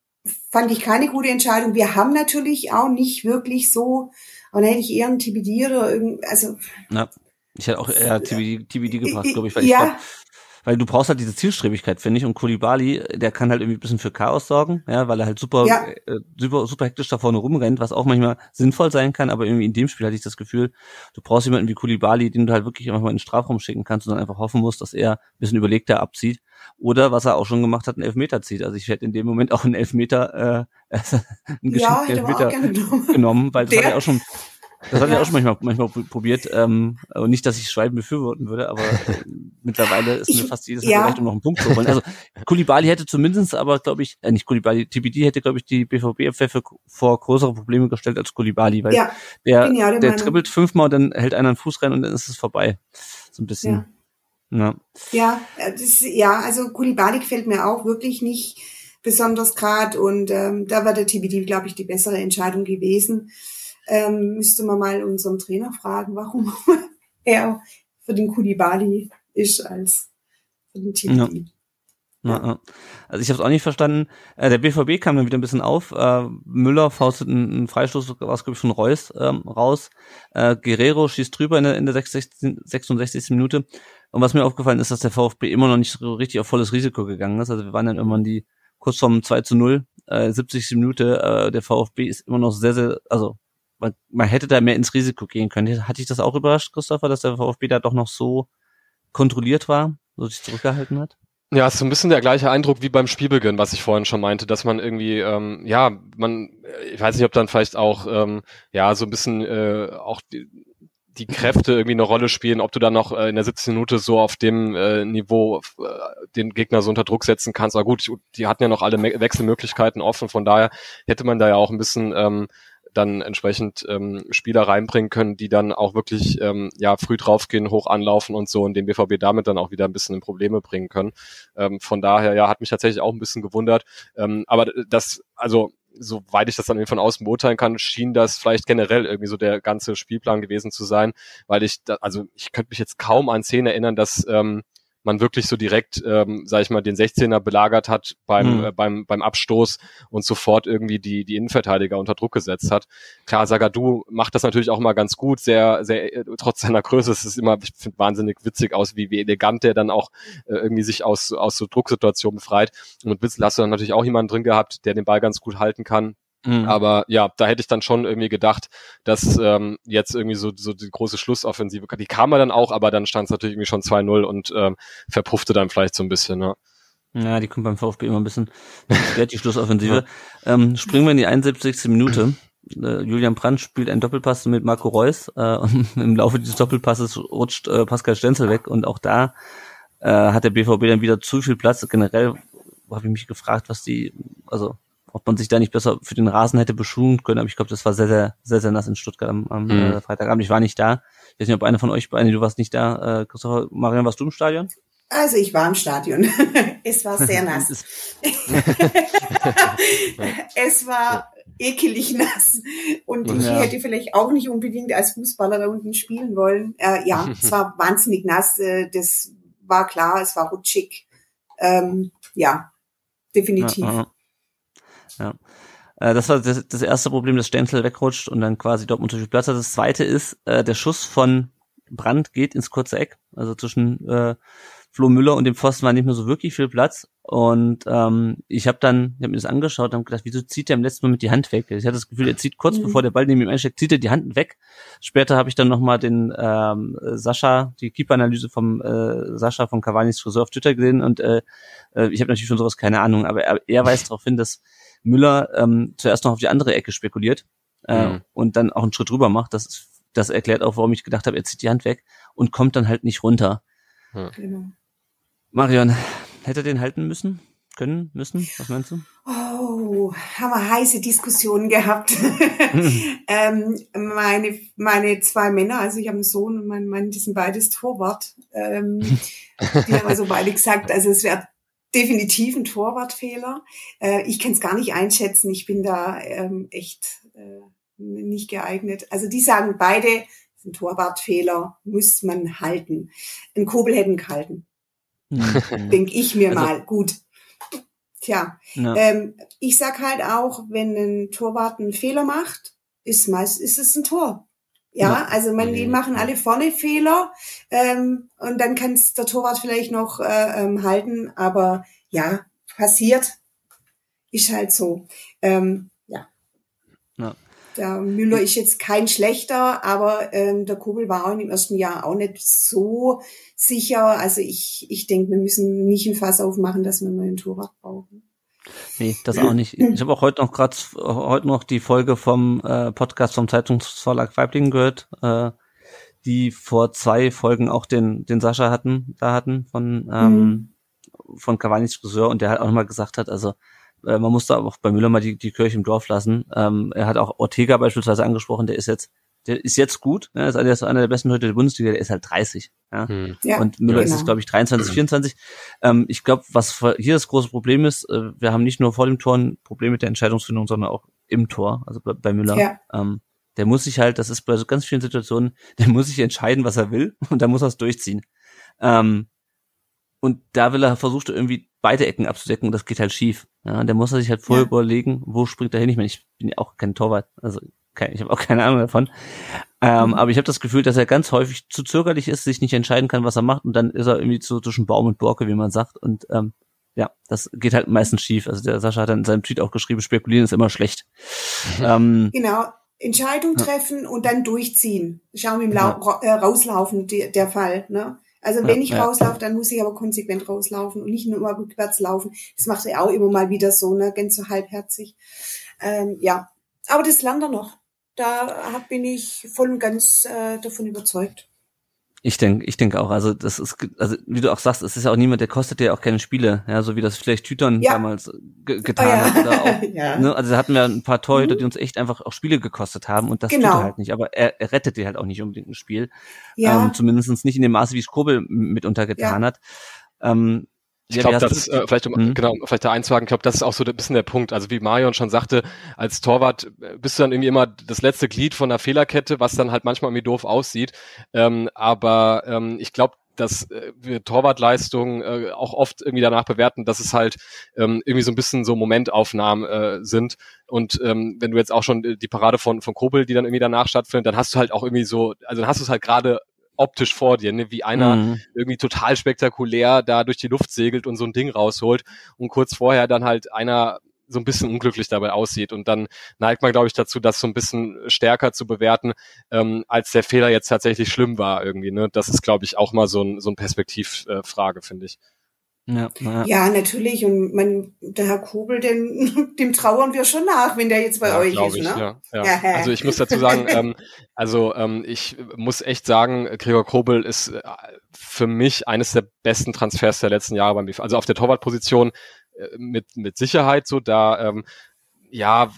fand ich keine gute Entscheidung. Wir haben natürlich auch nicht wirklich so, aber dann hätte ich eher einen T B D oder irgend, also. Ja, ich hätte auch eher T B D, T B D gebracht, glaube ich, weil ja. ich glaub, weil du brauchst halt diese Zielstrebigkeit, finde ich, und Koulibaly, der kann halt irgendwie ein bisschen für Chaos sorgen, ja, weil er halt super, ja. äh, super, super hektisch da vorne rumrennt, was auch manchmal sinnvoll sein kann, aber irgendwie in dem Spiel hatte ich das Gefühl, du brauchst jemanden wie Koulibaly, den du halt wirklich einfach mal in den Strafraum schicken kannst und dann einfach hoffen musst, dass er ein bisschen überlegter abzieht, oder was er auch schon gemacht hat, einen Elfmeter zieht. Also ich hätte in dem Moment auch einen Elfmeter, äh, einen ja, geschickten Elfmeter genommen, weil das der, hat er auch schon Das hat ja. er auch schon manchmal, manchmal probiert. Ähm, und nicht, dass ich Schwalben befürworten würde, aber äh, mittlerweile ist mir fast jedes Mal ja. gereicht, um noch einen Punkt zu holen. Also Koulibaly hätte zumindest aber, glaube ich, äh, nicht Koulibaly, T B D hätte, glaube ich, die B V B-Abwehr vor größere Probleme gestellt als Koulibaly, weil ja. der, der, der dribbelt fünfmal und dann hält einer einen Fuß rein und dann ist es vorbei. So ein bisschen. Ja, ja, ja, das, ja also Koulibaly gefällt mir auch wirklich nicht besonders gerade und ähm, da war der T B D, glaube ich, die bessere Entscheidung gewesen. Ähm, müsste man mal unseren Trainer fragen, warum er für den Koulibaly ist als für den T B D. Ja. Ja. Ja. Also ich habe es auch nicht verstanden. Äh, der B V B kam dann wieder ein bisschen auf. Äh, Müller faustet einen, einen Freistoß, was glaube ich von Reus ähm, raus. Äh, Guerrero schießt drüber in der, in der sechsundsechzigsten Minute. Und was mir aufgefallen ist, dass der VfB immer noch nicht so richtig auf volles Risiko gegangen ist. Also wir waren dann irgendwann die kurz vom zwei zu null, äh, siebzigste Minute. Äh, der VfB ist immer noch sehr, sehr, also Man, man hätte da mehr ins Risiko gehen können. Hat dich das auch überrascht, Christopher, dass der VfB da doch noch so kontrolliert war, so sich zurückgehalten hat? Ja, es ist so ein bisschen der gleiche Eindruck wie beim Spielbeginn, was ich vorhin schon meinte, dass man irgendwie, ähm, ja, man, ich weiß nicht, ob dann vielleicht auch, ähm, ja, so ein bisschen äh, auch die, die Kräfte irgendwie eine Rolle spielen, ob du dann noch äh, in der siebzigsten Minute so auf dem äh, Niveau äh, den Gegner so unter Druck setzen kannst. Aber gut, die hatten ja noch alle Me- Wechselmöglichkeiten offen, von daher hätte man da ja auch ein bisschen ähm, dann entsprechend ähm, Spieler reinbringen können, die dann auch wirklich ähm, ja früh draufgehen, hoch anlaufen und so und den B V B damit dann auch wieder ein bisschen in Probleme bringen können. Ähm, von daher, ja, hat mich tatsächlich auch ein bisschen gewundert. Ähm, aber das, also soweit ich das dann von außen beurteilen kann, schien das vielleicht generell irgendwie so der ganze Spielplan gewesen zu sein, weil ich, da, also ich könnte mich jetzt kaum an Szenen erinnern, dass ähm, man wirklich so direkt, ähm, sag ich mal, den sechzehner belagert hat beim, mhm. äh, beim, beim Abstoß und sofort irgendwie die, die Innenverteidiger unter Druck gesetzt hat. Klar, Zagadou macht das natürlich auch mal ganz gut, sehr, sehr, äh, trotz seiner Größe, es ist immer, ich finde wahnsinnig witzig aus, wie, wie elegant der dann auch äh, irgendwie sich aus, aus so Drucksituationen befreit. Und mit Witzel hast du dann natürlich auch jemanden drin gehabt, der den Ball ganz gut halten kann. Mhm. Aber ja, da hätte ich dann schon irgendwie gedacht, dass ähm, jetzt irgendwie so so die große Schlussoffensive, die kam ja dann auch, aber dann stand es natürlich irgendwie schon zwei null und ähm, verpuffte dann vielleicht so ein bisschen. Ne? Ja, die kommt beim VfB immer ein bisschen wert, die Schlussoffensive. Ja. Ähm, springen wir in die einundsiebzigste Minute. Äh, Julian Brandt spielt einen Doppelpass mit Marco Reus äh, und im Laufe dieses Doppelpasses rutscht äh, Pascal Stenzel weg und auch da äh, hat der B V B dann wieder zu viel Platz. Generell habe ich mich gefragt, was die, also ob man sich da nicht besser für den Rasen hätte beschuhen können, aber ich glaube, das war sehr, sehr, sehr, sehr nass in Stuttgart am, am mhm. äh, Freitagabend. Ich war nicht da. Ich weiß nicht, ob einer von euch, beide, du warst nicht da. Äh, Christopher, Marian, warst du im Stadion? Also ich war im Stadion. Es war sehr nass. Es war ekelig nass. Und ich ja. hätte vielleicht auch nicht unbedingt als Fußballer da unten spielen wollen. Äh, ja, es war wahnsinnig nass. Äh, das war klar, es war rutschig. Ähm, ja, definitiv. Ja, ja. Ja, äh, das war das, das erste Problem, dass Stenzel wegrutscht und dann quasi Dortmund zu viel Platz hat. Das zweite ist, äh, der Schuss von Brandt geht ins kurze Eck, also zwischen äh, Flo Müller und dem Pfosten war nicht mehr so wirklich viel Platz und ähm, ich habe dann, ich habe mir das angeschaut und habe gedacht, wieso zieht er im letzten Moment die Hand weg? Ich hatte das Gefühl, er zieht kurz mhm. bevor der Ball neben ihm einsteckt, zieht er die Hand weg. Später habe ich dann nochmal den ähm, Sascha, die Keeper-Analyse vom äh, Sascha von Cavani's Friseur auf Twitter gesehen und äh, ich habe natürlich von sowas keine Ahnung, aber er, er weist darauf hin, dass Müller ähm, zuerst noch auf die andere Ecke spekuliert äh, mhm. und dann auch einen Schritt rüber macht. Das ist, das erklärt auch, warum ich gedacht habe, er zieht die Hand weg und kommt dann halt nicht runter. Mhm. Genau. Marion, hätte er den halten müssen? Können? Müssen? Was meinst du? Oh, Oh, haben wir heiße Diskussionen gehabt. ähm, meine, meine zwei Männer, also ich habe einen Sohn und mein Mann, die sind beides Torwart. Ähm, die haben also beide gesagt, also es wäre definitiv ein Torwartfehler. Äh, ich kann es gar nicht einschätzen. Ich bin da ähm, echt äh, nicht geeignet. Also die sagen beide, ein Torwartfehler muss man halten. Ein Kobel hätten gehalten. Mhm. Denke ich mir also, mal. Gut. Tja, ja. ähm, ich sag halt auch, wenn ein Torwart einen Fehler macht, ist meist ist es ein Tor. Ja, ja. also man, die machen alle vorne Fehler ähm, und dann kann es der Torwart vielleicht noch äh, ähm, halten, aber ja, passiert, ist halt so. Ähm, ja. ja. Der Müller ist jetzt kein schlechter, aber ähm, der Kobel war auch im ersten Jahr auch nicht so sicher. Also ich ich denke, wir müssen nicht ein Fass aufmachen, dass wir einen neuen Torwart brauchen. Nee, das auch nicht. Ich habe auch heute noch gerade heute noch die Folge vom äh, Podcast vom Zeitungsverlag Waiblingen gehört, äh, die vor zwei Folgen auch den den Sascha hatten, da hatten von ähm, mhm. von Cavani's Friseur und der halt auch nochmal gesagt hat, also man muss da auch bei Müller mal die, die Kirche im Dorf lassen. Ähm, er hat auch Ortega beispielsweise angesprochen, der ist jetzt, der ist jetzt gut, ne? Der ist einer der besten Leute der Bundesliga, der ist halt dreißig. Ja? Hm. Ja, und Müller genau. ist jetzt, glaube ich, dreiundzwanzig, vierundzwanzig. Ähm, ich glaube, was hier das große Problem ist, äh, wir haben nicht nur vor dem Tor ein Problem mit der Entscheidungsfindung, sondern auch im Tor, also bei, bei Müller. Ja. Ähm, der muss sich halt, das ist bei so ganz vielen Situationen, der muss sich entscheiden, was er will und dann muss er es durchziehen. Ähm, und da will er versucht irgendwie beide Ecken abzudecken und das geht halt schief. Ja, der muss er sich halt vorher ja. überlegen, wo springt er hin. Ich meine, ich bin ja auch kein Torwart, also kein, ich habe auch keine Ahnung davon. Ähm, mhm. Aber ich habe das Gefühl, dass er ganz häufig zu zögerlich ist, sich nicht entscheiden kann, was er macht und dann ist er irgendwie so zwischen Baum und Borke, wie man sagt. Und ähm, ja, das geht halt meistens schief. Also der Sascha hat dann in seinem Tweet auch geschrieben, spekulieren ist immer schlecht. Mhm. Ähm, genau. Entscheidung ja. treffen und dann durchziehen. Schauen wir im Lau- ja. äh, rauslaufen, die, der Fall, ne? Also wenn ja, ich ja. rauslaufe, dann muss ich aber konsequent rauslaufen und nicht nur immer rückwärts laufen. Das macht er auch immer mal wieder so, ne, ganz so halbherzig. Ähm, ja, aber das lernt er noch. Da hab, bin ich voll und ganz äh, davon überzeugt. Ich denke, ich denke auch. Also das ist, also wie du auch sagst, es ist ja auch niemand, der kostet ja auch keine Spiele, ja, so wie das vielleicht Tütern ja. damals ge- getan oh, ja. hat oder auch. ja. ne, also da hatten wir ein paar Torhüter, mhm. die uns echt einfach auch Spiele gekostet haben und das genau. tut er halt nicht. Aber er, er rettet dir halt auch nicht unbedingt ein Spiel, ja. ähm, zumindest nicht in dem Maße, wie es Kobel mitunter getan ja. hat. Ähm, Ich ja, glaube, das äh, vielleicht um mhm. genau vielleicht da einzuhaken, ich glaube, das ist auch so ein bisschen der Punkt. Also wie Marion schon sagte, als Torwart bist du dann irgendwie immer das letzte Glied von der Fehlerkette, was dann halt manchmal irgendwie doof aussieht. Ähm, aber ähm, ich glaube, dass äh, wir Torwartleistungen äh, auch oft irgendwie danach bewerten, dass es halt ähm, irgendwie so ein bisschen so Momentaufnahmen äh, sind. Und ähm, wenn du jetzt auch schon die Parade von von Kobel, die dann irgendwie danach stattfindet, dann hast du halt auch irgendwie so, also dann hast du es halt gerade optisch vor dir, ne? Wie einer mhm. irgendwie total spektakulär da durch die Luft segelt und so ein Ding rausholt und kurz vorher dann halt einer so ein bisschen unglücklich dabei aussieht und dann neigt man, glaube ich, dazu, das so ein bisschen stärker zu bewerten, ähm, als der Fehler jetzt tatsächlich schlimm war irgendwie, ne? Das ist, glaube ich, auch mal so ein so ein Perspektivfrage, äh, finde ich. Ja, ja. ja, natürlich. Und man, der Herr Kobel, dem, dem trauern wir schon nach, wenn der jetzt bei ja, euch ist. Ich, ne? ja, ja. Ja. Also ich muss dazu sagen, ähm, also ähm, ich muss echt sagen, Gregor Kobel ist äh, für mich eines der besten Transfers der letzten Jahre beim B V B. Also auf der Torwartposition äh, mit mit Sicherheit so. Da ähm, ja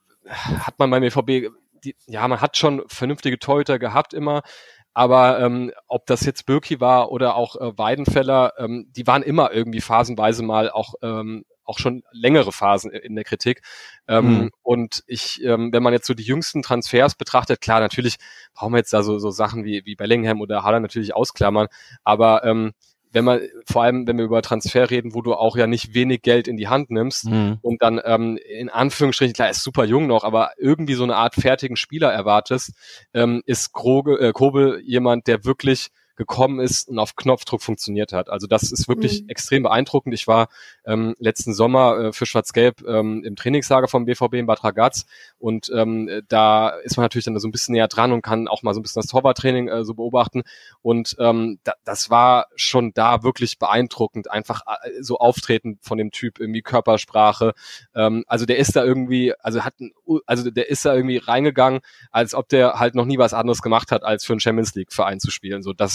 hat man beim B V B, die, ja man hat schon vernünftige Torhüter gehabt immer. Aber ähm, ob das jetzt Bürki war oder auch äh, Weidenfeller, ähm, die waren immer irgendwie phasenweise mal auch ähm, auch schon längere Phasen in der Kritik. Ähm, mhm. Und ich, ähm, wenn man jetzt so die jüngsten Transfers betrachtet, klar, natürlich brauchen wir jetzt da so, so Sachen wie, wie Bellingham oder Haaland natürlich ausklammern. Aber ähm, wenn man, vor allem, wenn wir über Transfer reden, wo du auch ja nicht wenig Geld in die Hand nimmst mhm. und dann ähm, in Anführungsstrichen, klar, ist super jung noch, aber irgendwie so eine Art fertigen Spieler erwartest, ähm, ist Kroge, äh, Kobel jemand, der wirklich gekommen ist und auf Knopfdruck funktioniert hat. Also das ist wirklich mhm. extrem beeindruckend. Ich war ähm, letzten Sommer äh, für Schwarz-Gelb ähm, im Trainingslager vom B V B in Bad Ragaz und ähm, da ist man natürlich dann so ein bisschen näher dran und kann auch mal so ein bisschen das Torwarttraining äh, so beobachten und ähm, da, das war schon da wirklich beeindruckend, einfach äh, so auftreten von dem Typ, irgendwie Körpersprache. Ähm, also der ist da irgendwie, also hat, ein, also der ist da irgendwie reingegangen, als ob der halt noch nie was anderes gemacht hat, als für einen Champions League Verein zu spielen. So, das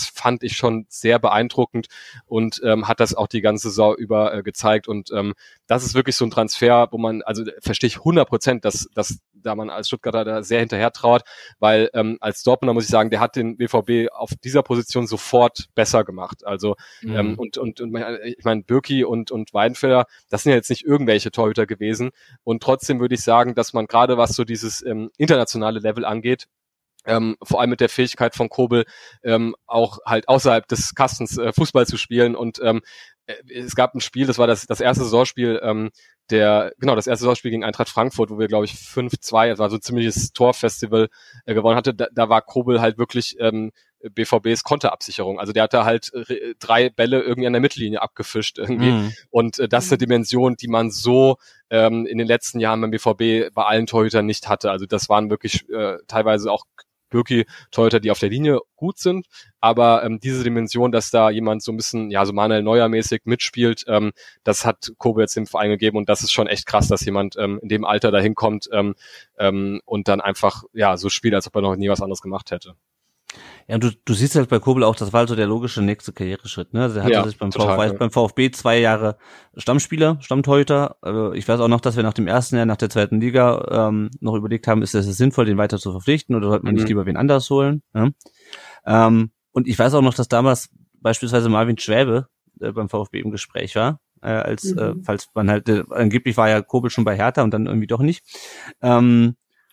fand ich schon sehr beeindruckend und ähm, hat das auch die ganze Saison über äh, gezeigt. Und ähm, das ist wirklich so ein Transfer, wo man, also verstehe ich hundert Prozent, dass, dass da man als Stuttgarter da sehr hinterher trauert, weil ähm, als Dortmunder muss ich sagen, der hat den B V B auf dieser Position sofort besser gemacht. Also mhm. ähm, und und und ich meine Bürki und und Weidenfeller, das sind ja jetzt nicht irgendwelche Torhüter gewesen. Und trotzdem würde ich sagen, dass man gerade was so dieses ähm, internationale Level angeht, Ähm, vor allem mit der Fähigkeit von Kobel ähm, auch halt außerhalb des Kastens äh, Fußball zu spielen und ähm, es gab ein Spiel, das war das das erste Saisonspiel ähm, der genau das erste Saisonspiel gegen Eintracht Frankfurt, wo wir glaube ich fünf zwei, das war so ein ziemliches Torfestival äh, gewonnen hatte, da, da war Kobel halt wirklich ähm, B V Bs Konterabsicherung, also der hatte halt äh, drei Bälle irgendwie an der Mittellinie abgefischt irgendwie mhm. und äh, das ist eine Dimension, die man so ähm, in den letzten Jahren beim B V B bei allen Torhütern nicht hatte, also das waren wirklich äh, teilweise auch Bürki Torhüter, die auf der Linie gut sind, aber ähm, diese Dimension, dass da jemand so ein bisschen, ja, so Manuel Neuer-mäßig mitspielt, ähm, das hat Kobel jetzt dem Verein gegeben und das ist schon echt krass, dass jemand ähm, in dem Alter da hinkommt ähm, ähm, und dann einfach, ja, so spielt, als ob er noch nie was anderes gemacht hätte. Ja, und du, du siehst halt bei Kobel auch, das war also der logische nächste Karriereschritt, ne? Also er hatte ja, sich beim, total, VfB, ja. beim VfB zwei Jahre Stammspieler, Stammtorhüter. Also ich weiß auch noch, dass wir nach dem ersten Jahr, nach der zweiten Liga, ähm, noch überlegt haben, ist es sinnvoll, den weiter zu verpflichten oder sollte man mhm. nicht lieber wen anders holen? Ne? Ähm, und ich weiß auch noch, dass damals beispielsweise Marvin Schwäbe äh, beim VfB im Gespräch war, äh, als, mhm. äh, falls man halt, äh, angeblich war ja Kobel schon bei Hertha und dann irgendwie doch nicht. Ähm,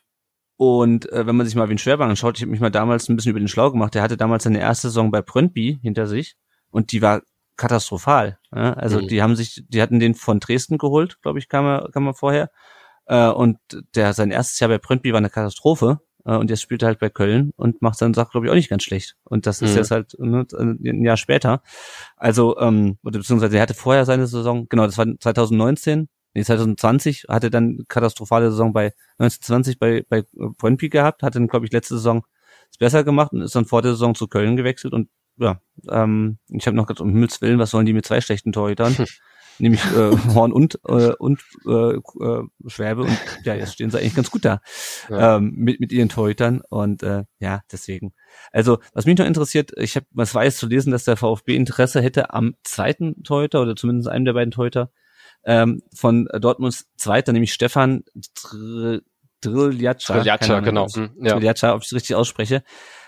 Und äh, wenn man sich mal Marvin Schwäbe anschaut, ich habe mich mal damals ein bisschen über den Schlau gemacht, der hatte damals seine erste Saison bei Brøndby hinter sich und die war katastrophal. Ja? Also mhm. die haben sich, die hatten den von Dresden geholt, glaube ich, kam er, kam er vorher. Äh, und der sein erstes Jahr bei Brøndby war eine Katastrophe. Äh, und jetzt spielt er halt bei Köln und macht seine Sache, glaube ich, auch nicht ganz schlecht. Und das ist mhm. jetzt halt ne, ein Jahr später. Also, ähm, oder beziehungsweise er hatte vorher seine Saison, genau, das war zwanzig neunzehn. Nee, zwanzig zwanzig hatte dann katastrophale Saison bei neunzehn zwanzig bei bei Brøndby gehabt, hat dann glaube ich letzte Saison es besser gemacht und ist dann vor der Saison zu Köln gewechselt und ja, ähm, ich habe noch gedacht, um Himmels Willen, was sollen die mit zwei schlechten Torhütern? Nämlich äh, Horn und äh, und äh, Schwäbe und ja, jetzt stehen sie eigentlich ganz gut da ja. ähm, mit mit ihren Torhütern und äh, ja, deswegen. Also, was mich noch interessiert, ich habe was weiß zu lesen, dass der VfB Interesse hätte am zweiten Torhüter oder zumindest einem der beiden Torhüter Ähm, von Dortmunds Zweiter, nämlich Stefan Driljača. Driljača, genau. Ja. Driljača, ob ich es richtig ausspreche.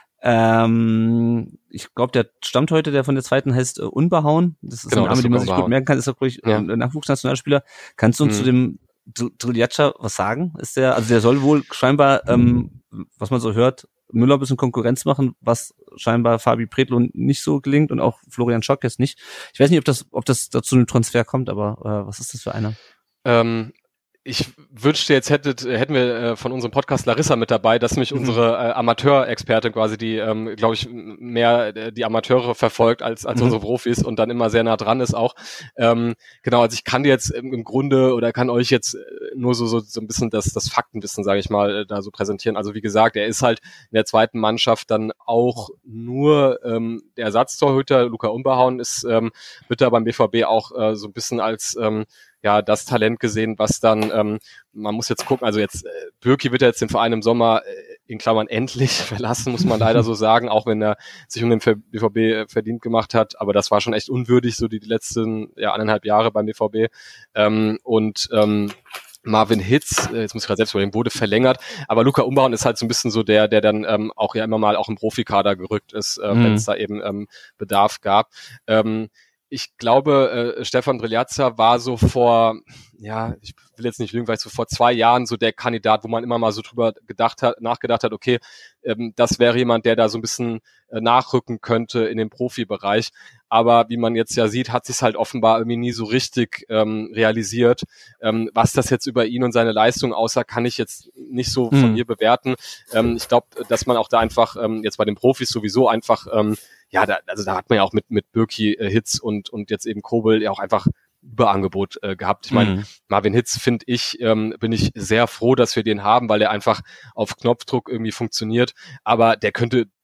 Ähm, ich glaube, der Stammtorhüter, der von der Zweiten heißt äh, Unbehauen. Das ist genau, ein Name, den man sich gut merken kann. Ist auch, glaube ich, ja. ein Nachwuchsnationalspieler. Kannst du uns hm. zu dem Driljača was sagen? Ist der, also der soll wohl scheinbar, ähm, was man so hört, Müller ein bisschen Konkurrenz machen, was scheinbar Fabi Predlow nicht so gelingt und auch Florian Schock jetzt nicht. Ich weiß nicht, ob das, ob das dazu einem Transfer kommt, aber äh, was ist das für einer? Ähm, ich wünschte, jetzt hättet, hätten wir äh, von unserem Podcast Larissa mit dabei, dass mich mhm. unsere äh, Amateurexpertin quasi, die, ähm, glaube ich, mehr äh, die Amateure verfolgt als als mhm. unsere Profis und dann immer sehr nah dran ist auch. Ähm, genau, also ich kann jetzt im, im Grunde oder kann euch jetzt nur so so so ein bisschen das das Faktenwissen, sage ich mal, äh, da so präsentieren. Also wie gesagt, er ist halt in der zweiten Mannschaft dann auch nur ähm, der Ersatztorhüter. Luca Unbehauen ist ähm, wird da beim B V B auch äh, so ein bisschen als ähm, ja, das Talent gesehen, was dann, ähm, man muss jetzt gucken, also jetzt, äh, Bürki wird ja jetzt den Verein im Sommer äh, in Klammern endlich verlassen, muss man leider so sagen, auch wenn er sich um den B V B äh, verdient gemacht hat, aber das war schon echt unwürdig, so die, die letzten, ja, eineinhalb Jahre beim B V B, ähm, und, ähm, Marvin Hitz, jetzt muss ich gerade selbst überlegen, wurde verlängert, aber Luca Unbehauen ist halt so ein bisschen so der, der dann ähm, auch ja immer mal auch im Profikader gerückt ist, äh, mhm. wenn es da eben ähm, Bedarf gab. Ähm, Ich glaube, äh, Stefan Driljača war so vor, ja, ich will jetzt nicht lügen, weil so vor zwei Jahren so der Kandidat, wo man immer mal so drüber gedacht hat, nachgedacht hat, okay, ähm, das wäre jemand, der da so ein bisschen äh, nachrücken könnte in den Profibereich. Aber wie man jetzt ja sieht, hat sich halt offenbar irgendwie nie so richtig ähm, realisiert. Ähm, was das jetzt über ihn und seine Leistung aussah, kann ich jetzt nicht so von mir bewerten. Ähm, ich glaube, dass man auch da einfach ähm, jetzt bei den Profis sowieso einfach ähm, ja, da, also da hat man ja auch mit mit Bürki, äh, Hitz und und jetzt eben Kobel ja auch einfach Überangebot äh, gehabt. Ich meine, mhm. Marvin Hitz, finde ich, ähm, bin ich sehr froh, dass wir den haben, weil der einfach auf Knopfdruck irgendwie funktioniert. Aber der könnte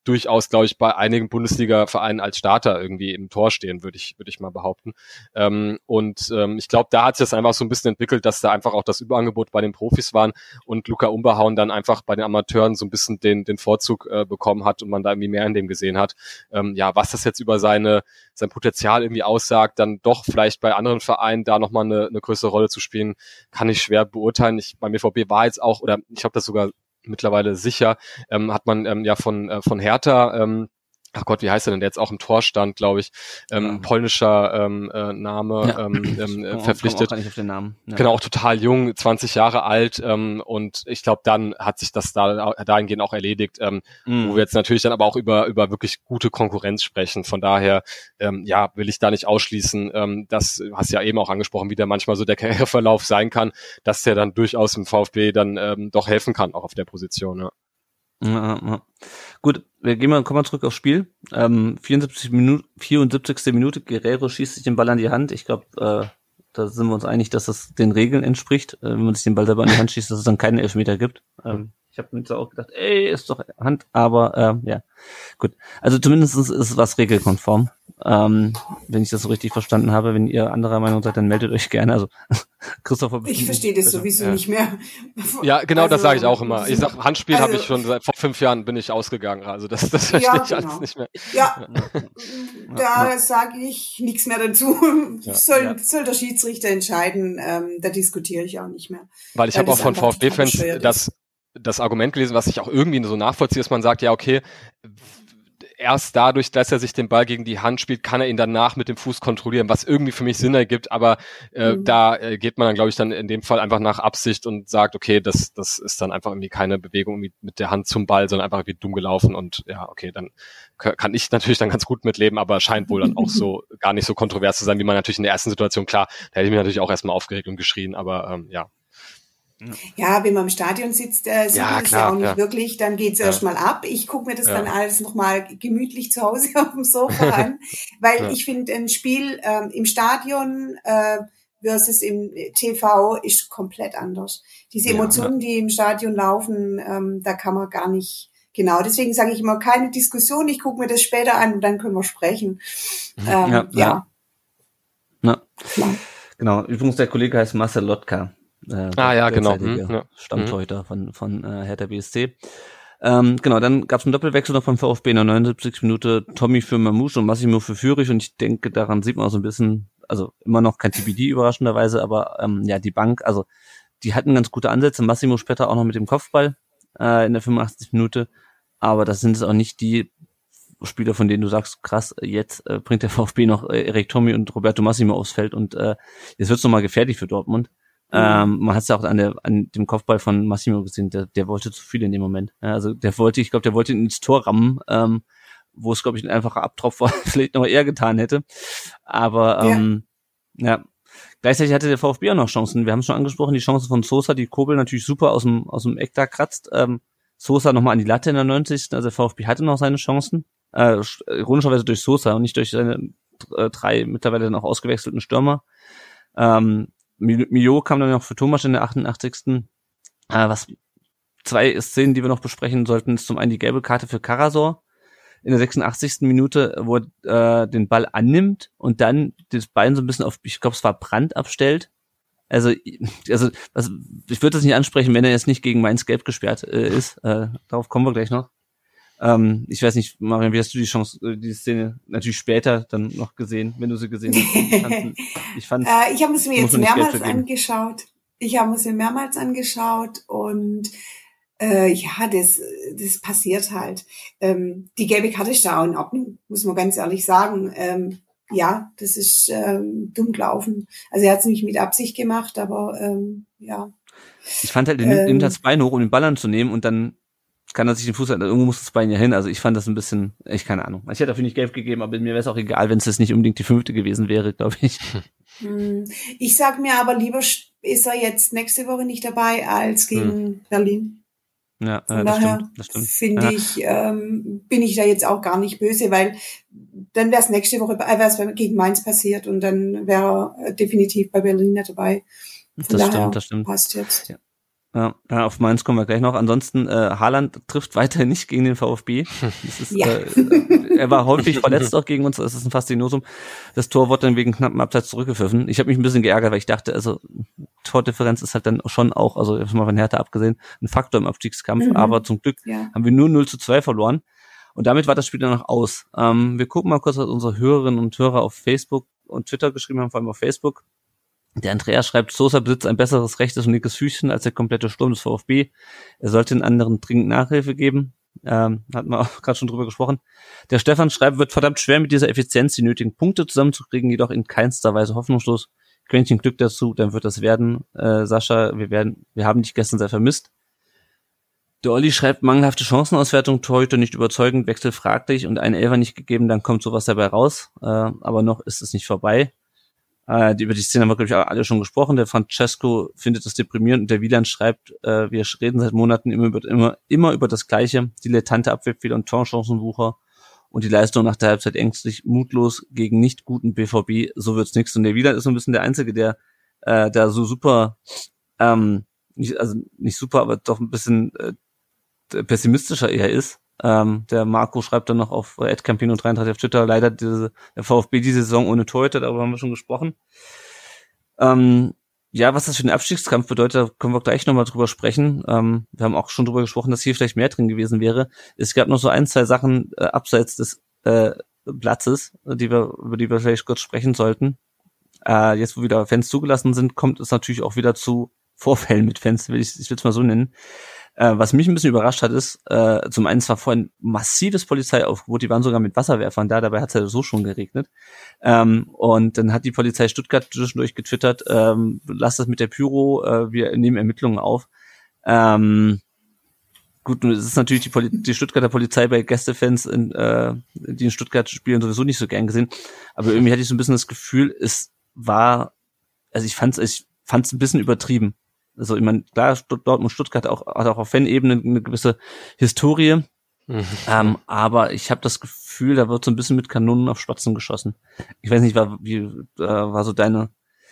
durchaus, glaube ich, bei einigen Bundesliga-Vereinen als Starter irgendwie im Tor stehen, würde ich würde ich mal behaupten. Ähm, und ähm, ich glaube, da hat sich das einfach so ein bisschen entwickelt, dass da einfach auch das Überangebot bei den Profis waren und Luca Umberhauen dann einfach bei den Amateuren so ein bisschen den den Vorzug äh, bekommen hat und man da irgendwie mehr in dem gesehen hat. Ähm, ja, was das jetzt über seine sein Potenzial irgendwie aussagt, dann doch vielleicht bei anderen Vereinen da nochmal eine, eine größere Rolle zu spielen, kann ich schwer beurteilen. Ich, beim B V B war jetzt auch, oder ich habe das sogar mittlerweile sicher, ähm, hat man ähm, ja von äh, von Hertha, ähm, ach Gott, wie heißt er denn, der jetzt auch im Tor stand, glaube ich, ähm, ja. polnischer ähm, äh, Name ja. ähm, ähm, komm, verpflichtet. Komm auch gar nicht auf den Namen. Ja. Genau, auch total jung, zwanzig Jahre alt ähm, und ich glaube, dann hat sich das da dahingehend auch erledigt, ähm, mm. wo wir jetzt natürlich dann aber auch über über wirklich gute Konkurrenz sprechen. Von daher, ähm, ja, will ich da nicht ausschließen, ähm, das hast du ja eben auch angesprochen, wie der manchmal so der Karriereverlauf sein kann, dass der dann durchaus im VfB dann ähm, doch helfen kann, auch auf der Position, ja. Ja, ja. Gut, wir gehen mal, kommen mal zurück aufs Spiel. Ähm, vierundsiebzig Minute, vierundsiebzigste Minute, Guerrero schießt sich den Ball an die Hand. Ich glaube, äh, da sind wir uns einig, dass das den Regeln entspricht, äh, wenn man sich den Ball selber an die Hand schießt, dass es dann keinen Elfmeter gibt. Ähm, ich habe mir zwar auch gedacht, ey, ist doch Hand, aber äh, ja, gut. Also zumindest ist es was regelkonform. Ähm, wenn ich das so richtig verstanden habe, wenn ihr anderer Meinung seid, dann meldet euch gerne. Also Christopher, ich verstehe das sowieso ja. nicht mehr. Ja, genau, also, das sage ich auch immer. Ich sag, Handspiel also, habe ich schon seit vor fünf Jahren bin ich ausgegangen. Also das, das verstehe ja, ich genau. alles nicht mehr. Ja, da ja. sage ich nichts mehr dazu. Ja. Soll, ja. soll der Schiedsrichter entscheiden. Ähm, da diskutiere ich auch nicht mehr. Weil ich habe auch von VfB-Fans das das Argument gelesen, was ich auch irgendwie so nachvollziehe, dass man sagt, ja okay, erst dadurch, dass er sich den Ball gegen die Hand spielt, kann er ihn danach mit dem Fuß kontrollieren, was irgendwie für mich Sinn ergibt, aber äh, mhm. da äh, geht man dann, glaube ich, dann in dem Fall einfach nach Absicht und sagt, okay, das das ist dann einfach irgendwie keine Bewegung mit der Hand zum Ball, sondern einfach irgendwie dumm gelaufen und ja, okay, dann kann ich natürlich dann ganz gut mitleben, aber scheint wohl dann auch so gar nicht so kontrovers zu sein, wie man natürlich in der ersten Situation, klar, da hätte ich mich natürlich auch erstmal aufgeregt und geschrien, aber ähm, ja. Ja, wenn man im Stadion sitzt, äh, sieht ja, man es klar, ja auch nicht ja. wirklich, dann geht's ja. erstmal ab. Ich gucke mir das ja. dann alles nochmal gemütlich zu Hause auf dem Sofa an, weil ja. ich finde, ein Spiel ähm, im Stadion äh, versus im T V ist komplett anders. Diese Emotionen, ja, ja. die im Stadion laufen, ähm, da kann man gar nicht, genau, deswegen sage ich immer, keine Diskussion, ich gucke mir das später an und dann können wir sprechen. Ähm, ja. ja. ja. ja. Genau, übrigens der Kollege heißt Marcel Lotka. Äh, ah ja, genau. Hm, ja. Stammtorhüter von von äh, Hertha B S C. Ähm, genau, dann gab es einen Doppelwechsel noch vom VfB in der neunundsiebzigsten Minute. Tommy für Mamouche und Massimo für Fürich. Und ich denke, daran sieht man auch so ein bisschen, also immer noch kein T B D überraschenderweise, aber ähm, ja, die Bank, also die hatten ganz gute Ansätze. Massimo später auch noch mit dem Kopfball äh, in der fünfundachtzigsten Minute. Aber das sind es auch nicht die Spieler, von denen du sagst, krass, jetzt äh, bringt der VfB noch äh, Erik Tommy und Roberto Massimo aufs Feld und äh, jetzt wird's nochmal gefährlich für Dortmund. Ähm, man hat es ja auch an der an dem Kopfball von Massimo gesehen, der, der wollte zu viel in dem Moment. Ja, also der wollte, ich glaube, der wollte ins Tor rammen, ähm, wo es, glaube ich, ein einfacher Abtropf war, vielleicht noch eher getan hätte. Aber ähm, ja. ja, gleichzeitig hatte der VfB auch noch Chancen. Wir haben es schon angesprochen, die Chance von Sosa, die Kobel natürlich super aus dem aus dem Eck da kratzt. Ähm, Sosa nochmal an die Latte in der neunzigsten Also der VfB hatte noch seine Chancen. Äh, ironischerweise durch Sosa und nicht durch seine äh, drei mittlerweile dann auch ausgewechselten Stürmer. Ähm, Mio kam dann noch für Thomas in der achtundachtzigsten Äh, was zwei Szenen, die wir noch besprechen sollten, ist zum einen die gelbe Karte für Karasor in der sechsundachtzigsten Minute, wo er äh, den Ball annimmt und dann das Bein so ein bisschen auf, ich glaube, es war Brand abstellt. Also, also was, ich würde das nicht ansprechen, wenn er jetzt nicht gegen Mainz gelb gesperrt äh, ist. Äh, darauf kommen wir gleich noch. Ähm, ich weiß nicht, Marian, wie hast du die Chance, die Szene natürlich später dann noch gesehen, wenn du sie gesehen hast? Ich fand, äh, ich habe es mir jetzt mehrmals angeschaut. Ich habe es mir mehrmals angeschaut und äh, ja, das, das passiert halt. Ähm, die gelbe Karte ist da auch in Ordnung, muss man ganz ehrlich sagen. Ähm, ja, das ist ähm, dumm gelaufen. Also er hat es nicht mit Absicht gemacht, aber ähm, ja. Ich fand halt, er nimmt, ähm, nimmt das Bein hoch, um den Ball anzunehmen und dann kann er sich den Fuß, irgendwo muss das Bein ja hin. Also ich fand das ein bisschen, ich keine Ahnung. Ich hätte dafür nicht gelb gegeben, aber mir wäre es auch egal, wenn es jetzt nicht unbedingt die fünfte gewesen wäre, glaube ich. Ich sag mir aber lieber, ist er jetzt nächste Woche nicht dabei, als gegen hm. Berlin. Ja, Von äh, das daher stimmt, das stimmt. finde ja. ich, ähm, bin ich da jetzt auch gar nicht böse, weil dann wäre es nächste Woche, äh, wäre es gegen Mainz passiert und dann wäre er definitiv bei Berlin nicht dabei. Von das daher stimmt, das stimmt. Passt jetzt. Ja. Ja, ja, auf Mainz kommen wir gleich noch. Ansonsten, äh, Haaland trifft weiterhin nicht gegen den VfB. Das ist, ja. äh, er war häufig verletzt auch gegen uns. Das ist ein Faszinosum. Das Tor wurde dann wegen knappen Abseits zurückgepfiffen. Ich habe mich ein bisschen geärgert, weil ich dachte, also Tordifferenz ist halt dann schon auch, also mal von Hertha abgesehen, ein Faktor im Abstiegskampf. Mhm. Aber zum Glück ja. haben wir nur null zu zwei verloren. Und damit war das Spiel dann noch aus. Ähm, wir gucken mal kurz, was unsere Hörerinnen und Hörer auf Facebook und Twitter geschrieben haben, vor allem auf Facebook. Der Andreas schreibt, Sosa besitzt ein besseres rechtes und linkes Füßchen als der komplette Sturm des VfB. Er sollte den anderen dringend Nachhilfe geben. Ähm, hatten wir auch gerade schon drüber gesprochen. Der Stefan schreibt, wird verdammt schwer mit dieser Effizienz die nötigen Punkte zusammenzukriegen, jedoch in keinster Weise hoffnungslos. Quäntchen Glück dazu, dann wird das werden. Äh, Sascha, wir werden, wir haben dich gestern sehr vermisst. Der Olli schreibt, mangelhafte Chancenauswertung, Torhüter nicht überzeugend, Wechsel fraglich und ein Elfer nicht gegeben, dann kommt sowas dabei raus. Äh, aber noch ist es nicht vorbei. Äh, die, über die Szene haben wir, glaube ich, alle schon gesprochen. Der Francesco findet das deprimierend und der Wieland schreibt, äh, wir reden seit Monaten immer über, immer, immer über das Gleiche. Dilettante Abwehrfehler und Torchancenwucher und die Leistung nach der Halbzeit ängstlich, mutlos gegen nicht guten B V B. So wird's nichts. Und der Wieland ist so ein bisschen der Einzige, der äh, da so super, ähm, nicht, also nicht super, aber doch ein bisschen äh, pessimistischer eher ist. Ähm, der Marco schreibt dann noch auf äh, at campino dreiunddreißig auf Twitter, leider diese, der VfB diese Saison ohne Torhüter, darüber haben wir schon gesprochen. Ähm, ja, was das für den Abstiegskampf bedeutet, da können wir gleich nochmal drüber sprechen. Ähm, wir haben auch schon drüber gesprochen, dass hier vielleicht mehr drin gewesen wäre. Es gab noch so ein, zwei Sachen äh, abseits des äh, Platzes, die wir, über die wir vielleicht kurz sprechen sollten. Äh, jetzt, wo wieder Fans zugelassen sind, kommt es natürlich auch wieder zu Vorfällen mit Fans, will ich, ich will es mal so nennen. Äh, was mich ein bisschen überrascht hat, ist, äh, zum einen, es war vorhin massives Polizeiaufgebot, die waren sogar mit Wasserwerfern da, dabei hat es ja so schon geregnet. Ähm, und dann hat die Polizei Stuttgart zwischendurch getwittert, ähm, lasst das mit der Pyro, äh, wir nehmen Ermittlungen auf. Ähm, gut, es ist natürlich die, Poli- die Stuttgarter Polizei bei Gästefans, in, äh, die in Stuttgart spielen, sowieso nicht so gern gesehen. Aber irgendwie hatte ich so ein bisschen das Gefühl, es war, also ich fand's, ich fand's ein bisschen übertrieben. Also ich meine, klar, Dortmund Stuttgart auch, hat auch auf Fan-Ebene eine gewisse Historie, mhm. ähm, aber ich habe das Gefühl, da wird so ein bisschen mit Kanonen auf Spatzen geschossen. Ich weiß nicht, war, wie äh, war so deine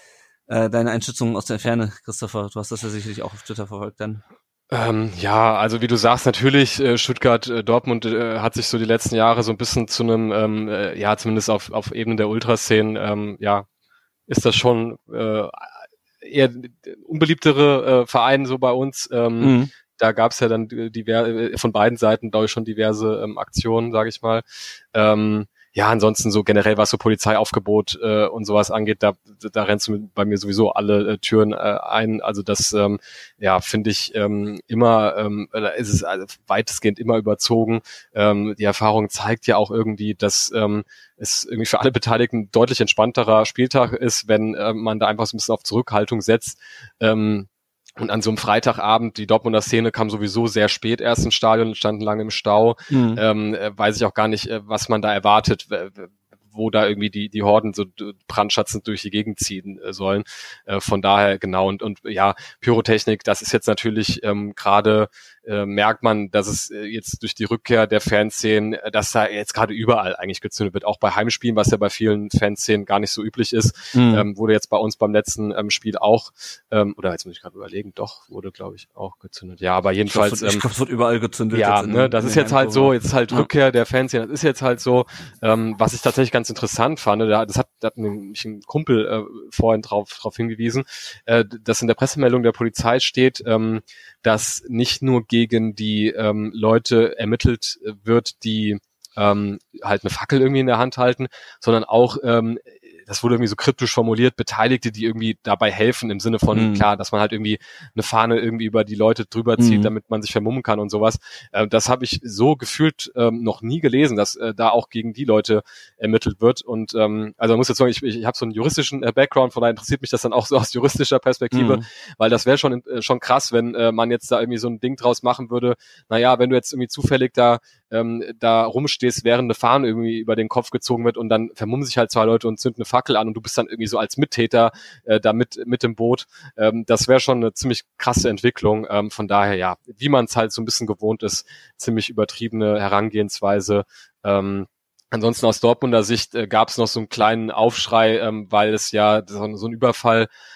äh, deine Einschätzung aus der Ferne, Christopher? Du hast das ja sicherlich auch auf Twitter verfolgt dann. Ähm, ja, also wie du sagst, natürlich äh, Stuttgart, äh, Dortmund äh, hat sich so die letzten Jahre so ein bisschen zu einem, ähm, äh, ja zumindest auf auf Ebene der Ultraszenen, ähm, ja, ist das schon äh, eher unbeliebtere äh, Vereine so bei uns. Ähm, mhm. Da gab es ja dann diverse, von beiden Seiten, glaube ich, schon diverse ähm, Aktionen, sage ich mal. Ähm, ja, ansonsten so generell, was so Polizeiaufgebot äh, und sowas angeht, da da rennst du bei mir sowieso alle äh, Türen äh, ein. Also das, ähm, ja, finde ich ähm, immer, ähm, da ist es also weitestgehend immer überzogen. Ähm, die Erfahrung zeigt ja auch irgendwie, dass ähm, es irgendwie für alle Beteiligten deutlich entspannterer Spieltag ist, wenn äh, man da einfach so ein bisschen auf Zurückhaltung setzt. Ähm, Und an so einem Freitagabend, die Dortmunder Szene kam sowieso sehr spät erst ins Stadion, standen lange im Stau. Mhm. Ähm, äh, weiß ich auch gar nicht, äh, was man da erwartet, w- wo da irgendwie die die Horden so brandschatzend durch die Gegend ziehen äh, sollen. Äh, von daher genau. Und und ja, Pyrotechnik, das ist jetzt natürlich ähm, gerade äh, merkt man, dass es äh, jetzt durch die Rückkehr der Fanszenen, äh, dass da jetzt gerade überall eigentlich gezündet wird, auch bei Heimspielen, was ja bei vielen Fanszenen gar nicht so üblich ist, mhm. ähm, wurde jetzt bei uns beim letzten ähm, Spiel auch, ähm, oder jetzt muss ich gerade überlegen, doch, wurde glaube ich auch gezündet. Ja, aber jedenfalls. Ich glaube, ähm, es wird überall gezündet. Ja, ne, das ist jetzt halt so, jetzt ist halt Rückkehr der Fanszenen, das ist jetzt halt so, ähm, was ich tatsächlich ganz interessant fand, da, das hat, da hat mich ein Kumpel äh, vorhin drauf, drauf hingewiesen, äh, dass in der Pressemeldung der Polizei steht, ähm, dass nicht nur gegen die ähm, Leute ermittelt wird, die ähm, halt eine Fackel irgendwie in der Hand halten, sondern auch, ähm, das wurde irgendwie so kryptisch formuliert, Beteiligte, die irgendwie dabei helfen, im Sinne von, mhm. klar, dass man halt irgendwie eine Fahne irgendwie über die Leute drüber zieht, mhm. damit man sich vermummen kann und sowas. Äh, das habe ich so gefühlt ähm, noch nie gelesen, dass äh, da auch gegen die Leute ermittelt wird. Und ähm, also man muss jetzt sagen, ich, ich habe so einen juristischen äh, Background, von daher interessiert mich das dann auch so aus juristischer Perspektive, mhm. weil das wäre schon äh, schon krass, wenn äh, man jetzt da irgendwie so ein Ding draus machen würde. Naja, wenn du jetzt irgendwie zufällig da ähm, da rumstehst, während eine Fahne irgendwie über den Kopf gezogen wird und dann vermummen sich halt zwei Leute und zünden eine Fackel an und du bist dann irgendwie so als Mittäter äh, da mit, mit im Boot. Ähm, das wäre schon eine ziemlich krasse Entwicklung. Ähm, von daher, ja, wie man es halt so ein bisschen gewohnt ist, ziemlich übertriebene Herangehensweise. Ähm, Ansonsten aus Dortmunder Sicht äh, gab es noch so einen kleinen Aufschrei, ähm, weil es ja so, so einen Überfall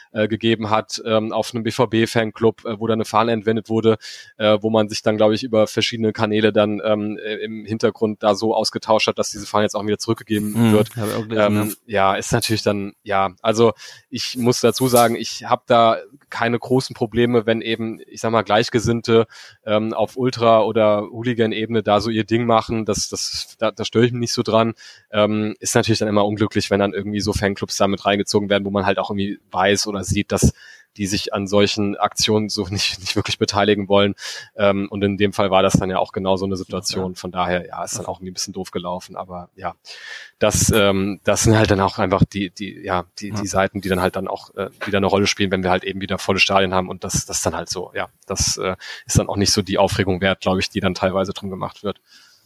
äh, gegeben hat ähm, auf einem B V B-Fanclub, äh, wo dann eine Fahne entwendet wurde, äh, wo man sich dann, glaube ich, über verschiedene Kanäle dann ähm, im Hintergrund da so ausgetauscht hat, dass diese Fahne jetzt auch wieder zurückgegeben mhm, wird. Gelesen, ähm, ja. ja, ist natürlich dann, ja, also ich muss dazu sagen, ich habe da keine großen Probleme, wenn eben, ich sag mal, Gleichgesinnte ähm, auf Ultra- oder Hooligan-Ebene da so ihr Ding machen, das, das, da, da störe ich mich nicht so dran. Ähm, ist natürlich dann immer unglücklich, wenn dann irgendwie so Fanclubs da mit reingezogen werden, wo man halt auch irgendwie weiß oder sieht, dass die sich an solchen Aktionen so nicht nicht wirklich beteiligen wollen. Ähm, und in dem Fall war das dann ja auch genau so eine Situation. Von daher, ja, ist dann auch irgendwie ein bisschen doof gelaufen. Aber ja, das ähm, das sind halt dann auch einfach die die ja die die Seiten, die dann halt dann auch äh, wieder eine Rolle spielen, wenn wir halt eben wieder volle Stadien haben. Und das das dann halt so, ja, das äh, ist dann auch nicht so die Aufregung wert, glaube ich, die dann teilweise drum gemacht wird.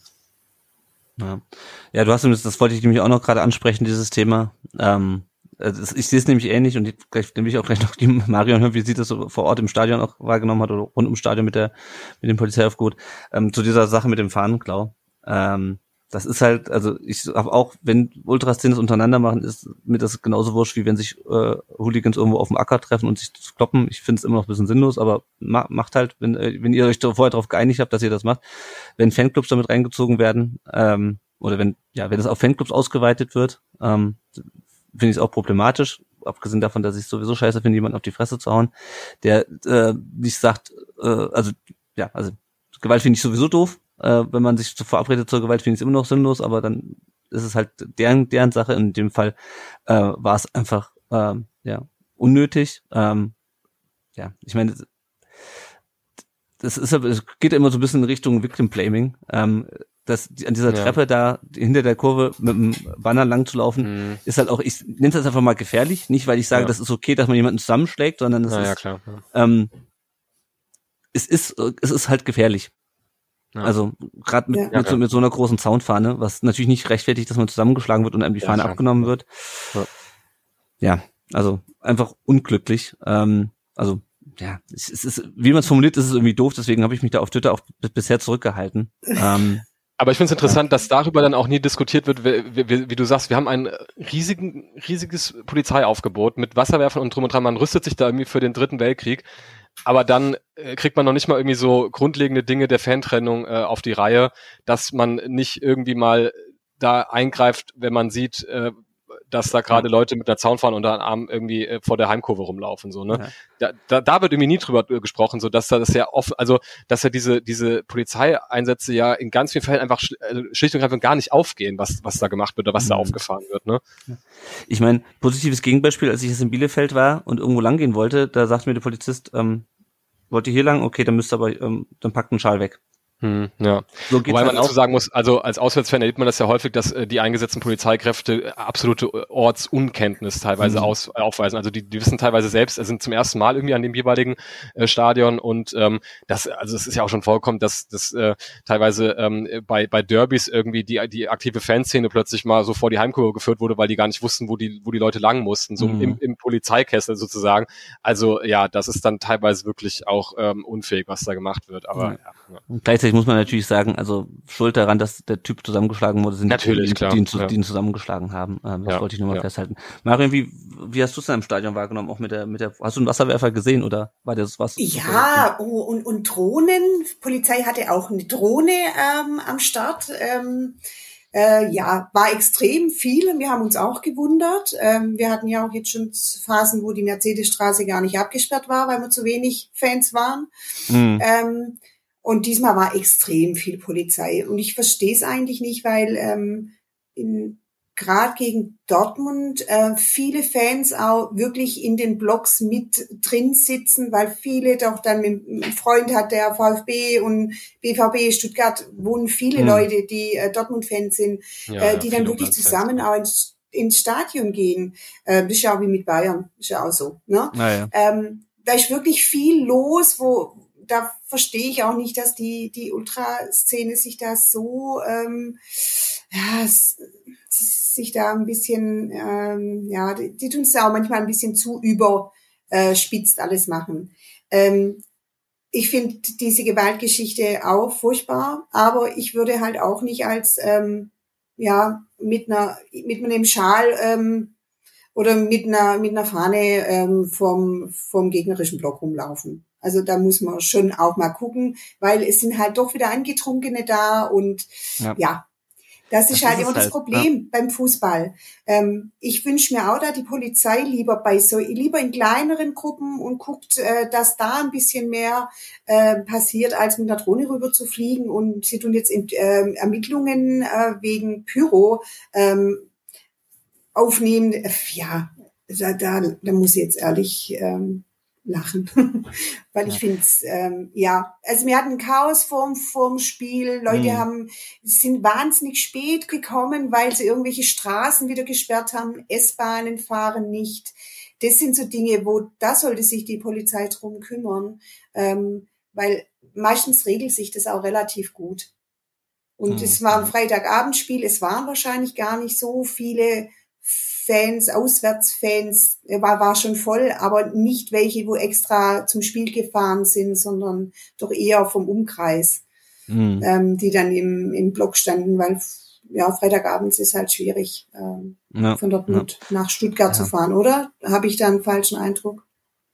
Ja, ja, du hast das, das wollte ich nämlich auch noch gerade ansprechen, dieses Thema. Ähm, ich sehe es nämlich ähnlich und vielleicht nehme ich auch gleich noch die Marion hören, wie sie das so vor Ort im Stadion auch wahrgenommen hat oder rund ums Stadion mit der mit dem Polizeiaufgebot. Ähm, zu dieser Sache mit dem Fahnenklau. Ähm, das ist halt, also ich habe auch, wenn Ultraszenen das untereinander machen, ist mir das genauso wurscht, wie wenn sich äh, Hooligans irgendwo auf dem Acker treffen und sich kloppen. Ich finde es immer noch ein bisschen sinnlos, aber ma- macht halt, wenn äh, wenn ihr euch vorher darauf geeinigt habt, dass ihr das macht. Wenn Fanclubs damit reingezogen werden, ähm, oder wenn ja, wenn es auf Fanclubs ausgeweitet wird, ähm, finde ich es auch problematisch, abgesehen davon, dass ich es sowieso scheiße finde, jemanden auf die Fresse zu hauen, der äh, nicht sagt, äh, also ja, also Gewalt finde ich sowieso doof, äh, wenn man sich so verabredet zur Gewalt, finde ich es immer noch sinnlos, aber dann ist es halt deren deren Sache. In dem Fall äh, war es einfach äh, ja unnötig. Ähm, ja, ich meine, das ist, es geht immer so ein bisschen in Richtung Victim Blaming. Ähm, dass die, an dieser ja. Treppe da hinter der Kurve mit dem Banner lang zu laufen, mhm. ist halt auch, ich nenne das einfach mal gefährlich. Nicht, weil ich sage, ja. das ist okay, dass man jemanden zusammenschlägt, sondern es ja, ist, ja, klar. Ja. Ähm, es ist, es ist halt gefährlich. Ja. Also gerade mit, ja. mit, so, mit so einer großen Zaunfahne, was natürlich nicht rechtfertigt, dass man zusammengeschlagen wird und einem die Fahne ja, abgenommen wird. Ja. ja, also einfach unglücklich. Ähm, also ja, es, es ist, wie man es formuliert, ist es irgendwie doof. Deswegen habe ich mich da auf Twitter auch b- bisher zurückgehalten. ähm, Aber ich finde es interessant, dass darüber dann auch nie diskutiert wird, wie, wie, wie du sagst, wir haben ein riesigen, riesiges Polizeiaufgebot mit Wasserwerfern und drum und dran. Man rüstet sich da irgendwie für den Dritten Weltkrieg. Aber dann äh, kriegt man noch nicht mal irgendwie so grundlegende Dinge der Fantrennung äh, auf die Reihe, dass man nicht irgendwie mal da eingreift, wenn man sieht, äh, dass da gerade Leute mit der Zaunfahne unter den Arm irgendwie äh, vor der Heimkurve rumlaufen, so, ne? Ja. Da, da, da wird irgendwie nie drüber äh, gesprochen, so, dass da das ja oft, also, dass ja diese, diese Polizeieinsätze ja in ganz vielen Fällen einfach sch- also schlicht und einfach gar nicht aufgehen, was, was da gemacht wird oder was mhm. da aufgefahren wird, ne? Ich meine, positives Gegenbeispiel, als ich jetzt in Bielefeld war und irgendwo lang gehen wollte, da sagte mir der Polizist, ähm, wollt ihr hier lang? Okay, dann müsst ihr aber, ähm, dann packt einen Schal weg. Hm, ja. So Wobei halt man dazu sagen muss, also als Auswärtsfan erlebt man das ja häufig, dass äh, die eingesetzten Polizeikräfte absolute Ortsunkenntnis teilweise mhm. aus, äh, aufweisen. Also die, die wissen teilweise selbst, äh, sind zum ersten Mal irgendwie an dem jeweiligen äh, Stadion und ähm, das, also es ist ja auch schon vorgekommen, dass das äh, teilweise ähm, bei bei Derbys irgendwie die die aktive Fanszene plötzlich mal so vor die Heimkurve geführt wurde, weil die gar nicht wussten, wo die wo die Leute lang mussten, so mhm. im, im Polizeikessel sozusagen. Also ja, das ist dann teilweise wirklich auch ähm, unfähig, was da gemacht wird. Aber mhm. ja, ja. Und gleichzeitig muss man natürlich sagen, also schuld daran, dass der Typ zusammengeschlagen wurde, sind natürlich, die, klar, die, ihn, ja. die ihn zusammengeschlagen haben. Ähm, das ja, wollte ich nur mal ja. festhalten. Marion, wie, wie hast du es denn im Stadion wahrgenommen? Auch mit der, mit der, hast du einen Wasserwerfer gesehen oder war das was? Ja, oh, und, und Drohnen. Polizei hatte auch eine Drohne ähm, am Start. Ähm, äh, ja, war extrem viel. Wir haben uns auch gewundert. Ähm, wir hatten ja auch jetzt schon Phasen, wo die Mercedesstraße gar nicht abgesperrt war, weil wir zu wenig Fans waren. Mhm. Ähm, Und diesmal war extrem viel Polizei. Und ich verstehe es eigentlich nicht, weil ähm, in, gerade gegen Dortmund äh, viele Fans auch wirklich in den Blocks mit drin sitzen, weil viele doch dann mit einem Freund hat, der VfB und B V B Stuttgart, wohnen viele mhm. Leute, die äh, Dortmund-Fans sind, ja, äh, die ja, dann wirklich zusammen auch ins, ins Stadion gehen. Äh, das ist ja auch wie mit Bayern, ist ja auch so. Ne? Ah, ja. Ähm, da ist wirklich viel los, wo da verstehe ich auch nicht, dass die die Ultraszene sich da so ähm, ja s- sich da ein bisschen ähm, ja die, die tun es ja auch manchmal ein bisschen zu überspitzt äh, alles machen. Ähm, ich finde diese Gewaltgeschichte auch furchtbar, aber ich würde halt auch nicht als ähm, ja mit einer mit einem Schal ähm, oder mit einer mit einer Fahne ähm, vom vom gegnerischen Block rumlaufen. Also da muss man schon auch mal gucken, weil es sind halt doch wieder Angetrunkene da und ja, ja das, das ist halt ist immer das halt, Problem ja. beim Fußball. Ähm, ich wünsche mir auch da die Polizei lieber bei so lieber in kleineren Gruppen und guckt, äh, dass da ein bisschen mehr äh, passiert, als mit einer Drohne rüber zu fliegen. Und sie tun jetzt in, äh, Ermittlungen äh, wegen Pyro ähm, aufnehmen. Ja, da, da, da muss ich jetzt ehrlich ähm, lachen, weil ich ja. finde es, ähm, ja, also wir hatten Chaos vorm, vorm Spiel, Leute mhm. haben, sind wahnsinnig spät gekommen, weil sie irgendwelche Straßen wieder gesperrt haben, S-Bahnen fahren nicht. Das sind so Dinge, wo, da sollte sich die Polizei drum kümmern, ähm, weil meistens regelt sich das auch relativ gut. Und mhm. es war ein Freitagabendspiel, es waren wahrscheinlich gar nicht so viele Fans, Auswärtsfans, war, war schon voll, aber nicht welche, wo extra zum Spiel gefahren sind, sondern doch eher vom Umkreis, mhm. ähm, die dann im, im Block standen, weil ja, Freitagabends ist halt schwierig, ähm, ja. von Dortmund ja. nach Stuttgart ja. zu fahren, oder? Habe ich da einen falschen Eindruck?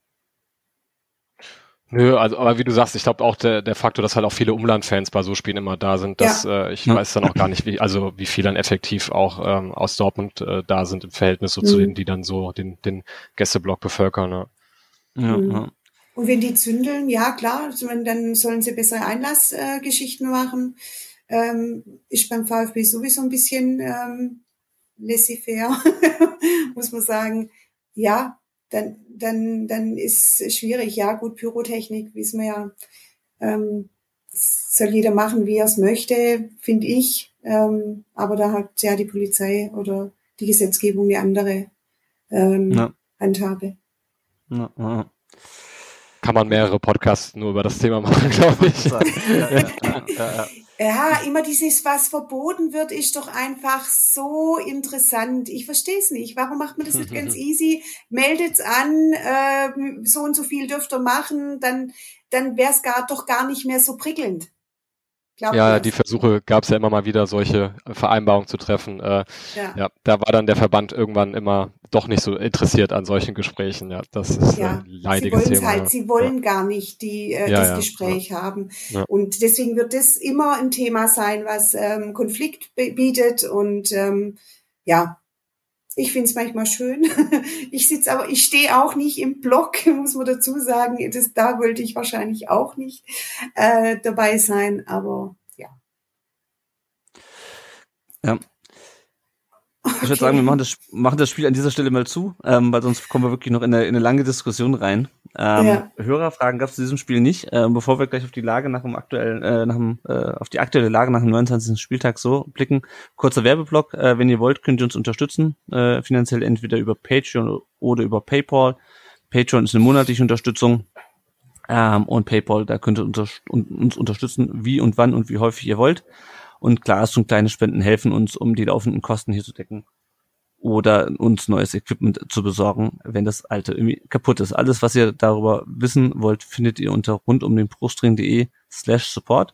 Nö, also aber wie du sagst, ich glaube auch der der Faktor, dass halt auch viele Umlandfans bei so Spielen immer da sind, dass ja. äh, ich ja. weiß dann auch gar nicht, wie also wie viel dann effektiv auch ähm, aus Dortmund äh, da sind im Verhältnis so mhm. zu denen, die dann so den den Gästeblock bevölkern. Ne? Ja, mhm. ja. Und wenn die zündeln, ja klar, dann sollen sie bessere Einlassgeschichten äh, machen. Ähm, ist beim VfB sowieso ein bisschen ähm, laissez-faire, muss man sagen. Ja. Dann, dann, dann ist es schwierig. Ja, gut, Pyrotechnik, wissen wir ja, ähm, soll jeder machen, wie er es möchte, finde ich. Ähm, aber da hat ja die Polizei oder die Gesetzgebung eine andere ähm, ja. Handhabe. Ja, ja. Kann man mehrere Podcasts nur über das Thema machen, glaube ich. ja, ja, ja, ja. Ja, immer dieses, was verboten wird, ist doch einfach so interessant. Ich verstehe es nicht. Warum macht man das nicht ganz easy? Meldet's an, äh, so und so viel dürft ihr machen, dann, dann wäre es gar, doch gar nicht mehr so prickelnd. Glaubt ja, die Versuche gab es ja immer mal wieder, solche Vereinbarungen zu treffen. Äh, ja. ja, da war dann der Verband irgendwann immer doch nicht so interessiert an solchen Gesprächen. Ja, das ist ja. ein leidiges sie Thema. Halt, sie wollen ja. gar nicht die äh, ja, das ja. Gespräch ja. haben. Ja. Und deswegen wird das immer ein Thema sein, was ähm, Konflikt bietet. Und ähm, ja, ich finde es manchmal schön. Ich sitze aber, ich stehe auch nicht im Block, muss man dazu sagen. Das, da wollte ich wahrscheinlich auch nicht äh, dabei sein, aber ja. Ja. Ich würde okay. sagen, wir machen das, machen das Spiel an dieser Stelle mal zu, ähm, weil sonst kommen wir wirklich noch in eine, in eine lange Diskussion rein. Ähm, ja. Hörerfragen gab es zu diesem Spiel nicht. Ähm, bevor wir gleich auf die Lage nach dem aktuellen, äh, nach dem, äh, auf die aktuelle Lage nach dem neunundzwanzigsten Spieltag so blicken. Kurzer Werbeblock. Äh, wenn ihr wollt, könnt ihr uns unterstützen, äh, finanziell entweder über Patreon oder über PayPal. Patreon ist eine monatliche Unterstützung. Ähm, und PayPal, da könnt ihr unter, uns unterstützen, wie und wann und wie häufig ihr wollt. Und klar, schon kleine Spenden helfen uns, um die laufenden Kosten hier zu decken oder uns neues Equipment zu besorgen, wenn das alte irgendwie kaputt ist. Alles, was ihr darüber wissen wollt, findet ihr unter rundumdenbrustring.de slash support.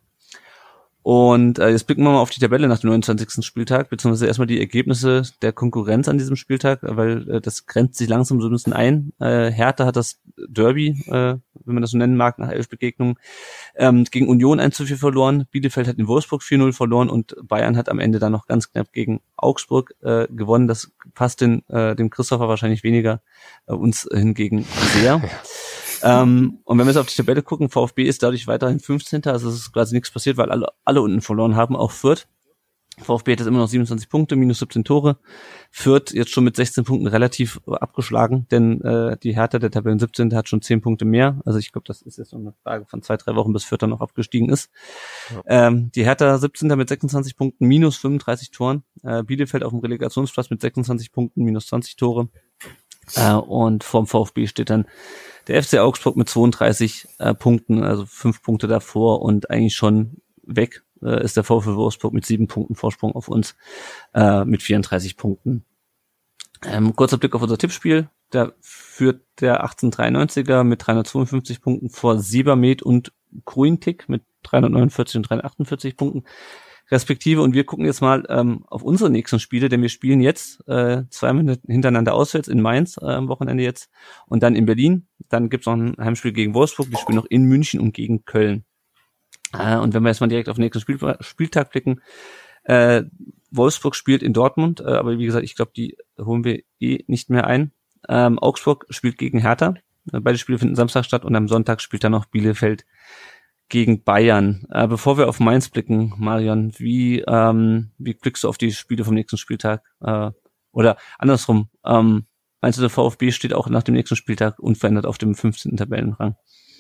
Und äh, jetzt blicken wir mal auf die Tabelle nach dem neunundzwanzigsten Spieltag, beziehungsweise erstmal die Ergebnisse der Konkurrenz an diesem Spieltag, weil äh, das grenzt sich langsam so ein bisschen ein. Äh, Hertha hat das Derby, äh, wenn man das so nennen mag, nach elf Begegnungen, ähm, gegen Union eins zu vier verloren. Bielefeld hat in Wolfsburg vier null verloren und Bayern hat am Ende dann noch ganz knapp gegen Augsburg äh, gewonnen. Das passt den, äh, dem Christopher wahrscheinlich weniger, äh, uns hingegen sehr. Ähm, und wenn wir jetzt auf die Tabelle gucken, VfB ist dadurch weiterhin fünfzehnter Also es ist quasi nichts passiert, weil alle alle unten verloren haben, auch Fürth. VfB hat jetzt immer noch siebenundzwanzig Punkte, minus siebzehn Tore. Fürth jetzt schon mit sechzehn Punkten relativ abgeschlagen, denn äh, die Hertha, der Tabellen siebzehnte hat schon zehn Punkte mehr. Also ich glaube, das ist jetzt so eine Frage von zwei, drei Wochen, bis Fürth dann noch abgestiegen ist. Ja. Ähm, die Hertha siebzehnte mit sechsundzwanzig Punkten, minus fünfunddreißig Toren. Äh, Bielefeld auf dem Relegationsplatz mit sechsundzwanzig Punkten, minus zwanzig Tore. Äh, und vorm VfB steht dann der F C Augsburg mit zweiunddreißig äh, Punkten, also fünf Punkte davor und eigentlich schon weg äh, ist der VfL Wolfsburg mit sieben Punkten Vorsprung auf uns äh, mit vierunddreißig Punkten. Ähm, kurzer Blick auf unser Tippspiel. Da führt der achtzehnhundertdreiundneunziger mit dreihundertzweiundfünfzig Punkten vor Siebermed und Kruintik mit dreihundertneunundvierzig und dreihundertachtundvierzig Punkten Respektive. Und wir gucken jetzt mal ähm, auf unsere nächsten Spiele, denn wir spielen jetzt äh, zweimal hintereinander auswärts in Mainz äh, am Wochenende jetzt und dann in Berlin. Dann gibt's noch ein Heimspiel gegen Wolfsburg. Wir spielen noch in München und gegen Köln. Äh, und wenn wir jetzt mal direkt auf den nächsten Spiel, Spieltag blicken, äh, Wolfsburg spielt in Dortmund, äh, aber wie gesagt, ich glaube, die holen wir eh nicht mehr ein. Ähm, Augsburg spielt gegen Hertha. Beide Spiele finden Samstag statt und am Sonntag spielt dann noch Bielefeld gegen Bayern. Äh, bevor wir auf Mainz blicken, Marion, wie ähm, wie blickst du auf die Spiele vom nächsten Spieltag? Äh, oder andersrum, ähm, meinst du, der VfB steht auch nach dem nächsten Spieltag unverändert auf dem fünfzehnten Tabellenrang?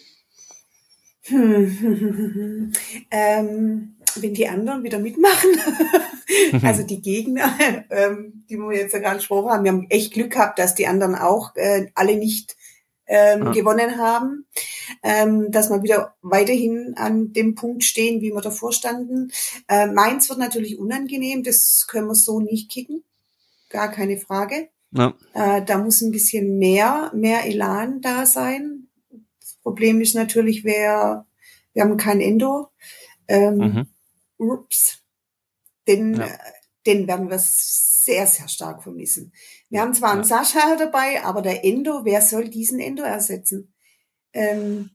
Hm. ähm, wenn die anderen wieder mitmachen, also die Gegner, ähm, die wir jetzt ja gerade gesprochen haben, wir haben echt Glück gehabt, dass die anderen auch äh, alle nicht ähm, ah. gewonnen haben, ähm, dass wir wieder weiterhin an dem Punkt stehen, wie wir davor standen. Äh, Mainz wird natürlich unangenehm, das können wir so nicht kicken, gar keine Frage. Ja. Äh, da muss ein bisschen mehr, mehr Elan da sein. Das Problem ist natürlich, wer, wir haben kein Endo. Ähm, mhm. Ups. Den, ja. den werden wir sehr, sehr stark vermissen. Wir haben zwar ja. einen Sascha dabei, aber der Endo, wer soll diesen Endo ersetzen? Ähm,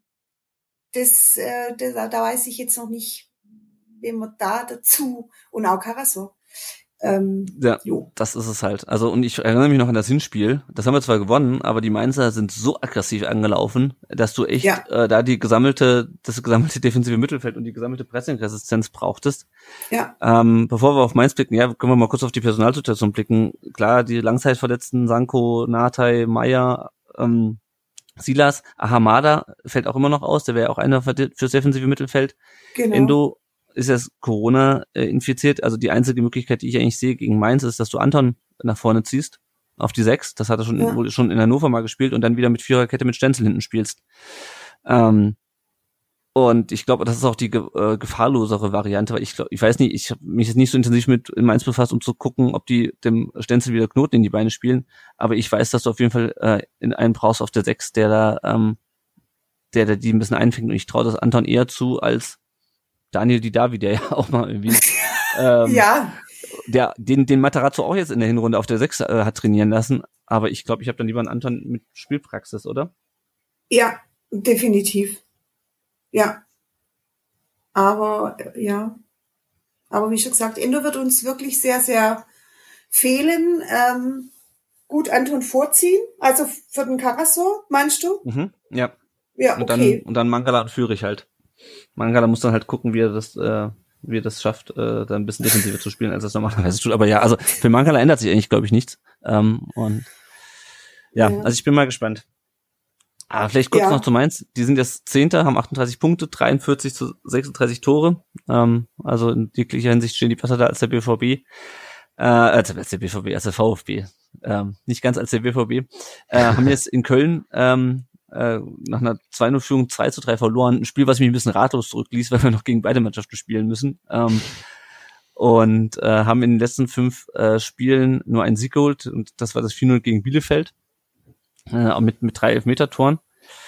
das, äh, das, da weiß ich jetzt noch nicht, wen wir da dazu, und auch Carasso. Ähm, ja, jo. Das ist es halt. Also, und ich erinnere mich noch an das Hinspiel. Das haben wir zwar gewonnen, aber die Mainzer sind so aggressiv angelaufen, dass du echt ja. äh, da die gesammelte, das gesammelte defensive Mittelfeld und die gesammelte Pressing-Resistenz brauchtest. Ja. Ähm, bevor wir auf Mainz blicken, ja, können wir mal kurz auf die Personalsituation blicken. Klar, die Langzeitverletzten, Sanko, Natai, Meier, ähm, Silas, Ahamada fällt auch immer noch aus. Der wäre ja auch einer fürs defensive Mittelfeld. Genau. Endo ist jetzt Corona äh, infiziert. Also die einzige Möglichkeit, die ich eigentlich sehe gegen Mainz, ist, dass du Anton nach vorne ziehst auf die sechs. Das hat er schon, ja. wohl schon in Hannover mal gespielt und dann wieder mit Viererkette mit Stenzel hinten spielst. Ähm, und ich glaube, das ist auch die ge- äh, gefahrlosere Variante, weil ich glaube, ich weiß nicht, ich habe mich jetzt nicht so intensiv mit in Mainz befasst, um zu gucken, ob die dem Stenzel wieder Knoten in die Beine spielen. Aber ich weiß, dass du auf jeden Fall äh, in einen brauchst auf der sechs, der da, ähm, der da die ein bisschen einfängt. Und ich traue das Anton eher zu als Daniel Didavi, der ja auch mal irgendwie ähm, ja. der den den Matarazzo auch jetzt in der Hinrunde auf der sechs äh, hat trainieren lassen, aber ich glaube, ich habe dann lieber einen Anton mit Spielpraxis, oder? Ja, definitiv. Ja. Aber äh, ja. Aber wie schon gesagt, Endo wird uns wirklich sehr, sehr fehlen. Ähm, gut Anton vorziehen, also für den Carasso, meinst du? Mhm, ja. Ja, und okay. Dann, und dann Mangala und Führig halt. Mangala muss dann halt gucken, wie er das, äh, wie er das schafft, äh, da ein bisschen defensiver zu spielen, als er es normalerweise tut. Aber ja, also für Mangala ändert sich eigentlich, glaube ich, nichts. Ähm, und ja, ja, also ich bin mal gespannt. Ah, vielleicht kurz ja. noch zu Mainz. Die sind jetzt Zehnter, haben achtunddreißig Punkte, dreiundvierzig zu sechsunddreißig Tore. Ähm, also in jeglicher Hinsicht stehen die besser da als der B V B. Äh, als der B V B, als der VfB. Ähm, nicht ganz als der B V B. Äh, haben jetzt in Köln ähm, äh, nach einer zwei null Führung zwei zu drei verloren. Ein Spiel, was mich ein bisschen ratlos zurückließ, weil wir noch gegen beide Mannschaften spielen müssen. Ähm, und äh, haben in den letzten fünf äh, Spielen nur einen Sieg geholt. Und das war das vier null gegen Bielefeld. Äh, mit, mit drei Elfmeter-Toren.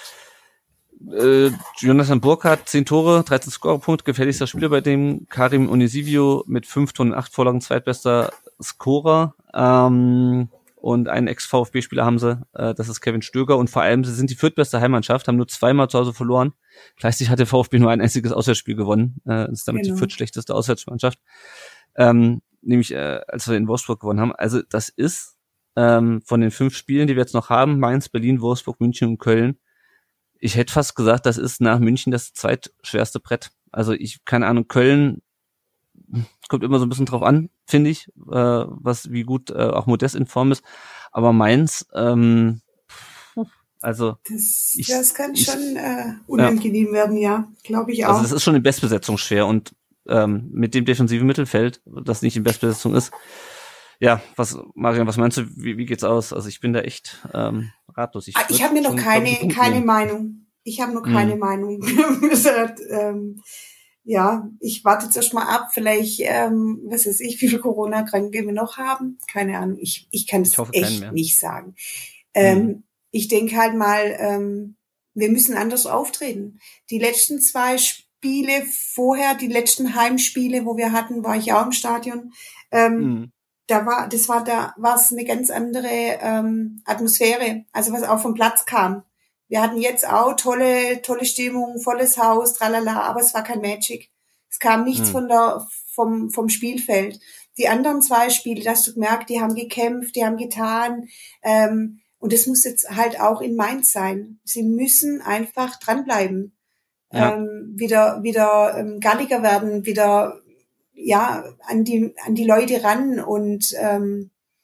Äh, Jonathan Burkhardt, zehn Tore, dreizehn Scorerpunkte, gefährlichster Spieler bei dem. Karim Onisivio mit fünf Toren, acht Vorlagen, zweitbester Scorer. Ähm, und einen Ex-VfB-Spieler haben sie, äh, das ist Kevin Stöger. Und vor allem, sie sind die viertbeste Heimmannschaft, haben nur zweimal zu Hause verloren. Gleichzeitig hat der VfB nur ein einziges Auswärtsspiel gewonnen. Äh, ist damit genau. die viertschlechteste Auswärtsmannschaft. Ähm, nämlich, äh, als wir in Wolfsburg gewonnen haben. Also das ist ähm, von den fünf Spielen, die wir jetzt noch haben, Mainz, Berlin, Wolfsburg, München und Köln, ich hätte fast gesagt, das ist nach München das zweitschwerste Brett. Also ich, keine Ahnung, Köln kommt immer so ein bisschen drauf an, finde ich, äh, was wie gut äh, auch Modest in Form ist. Aber Mainz, ähm, also das, ich, das kann ich, schon äh, unangenehm ja. werden, ja, glaube ich auch. Also das ist schon in Bestbesetzung schwer und ähm, mit dem defensiven Mittelfeld, das nicht in Bestbesetzung ist. Ja, was, Marian, was meinst du, wie, wie geht's aus? Also ich bin da echt ähm, ratlos. Ich, ich habe mir noch keine keine nehmen. Meinung. Ich habe noch keine hm. Meinung. ähm, ja, ich warte jetzt erst mal ab, vielleicht, ähm, was weiß ich, wie viele Corona-Kranke wir noch haben. Keine Ahnung, ich ich kann es echt nicht sagen. Ähm, hm. Ich denke halt mal, ähm, wir müssen anders auftreten. Die letzten zwei Spiele vorher, die letzten Heimspiele, wo wir hatten, war ich auch im Stadion. Ähm, mhm. Da war, das war da, war es eine ganz andere ähm, Atmosphäre, also was auch vom Platz kam. Wir hatten jetzt auch tolle, tolle Stimmung, volles Haus, tralala, aber es war kein Magic. Es kam nichts mhm. von der, vom, vom Spielfeld. Die anderen zwei Spiele, da hast du gemerkt, die haben gekämpft, die haben getan, ähm, und das muss jetzt halt auch in Mainz sein. Sie müssen einfach dranbleiben, ja. ähm, wieder, wieder ähm, galliger werden, wieder ja an die an die Leute ran und ähm,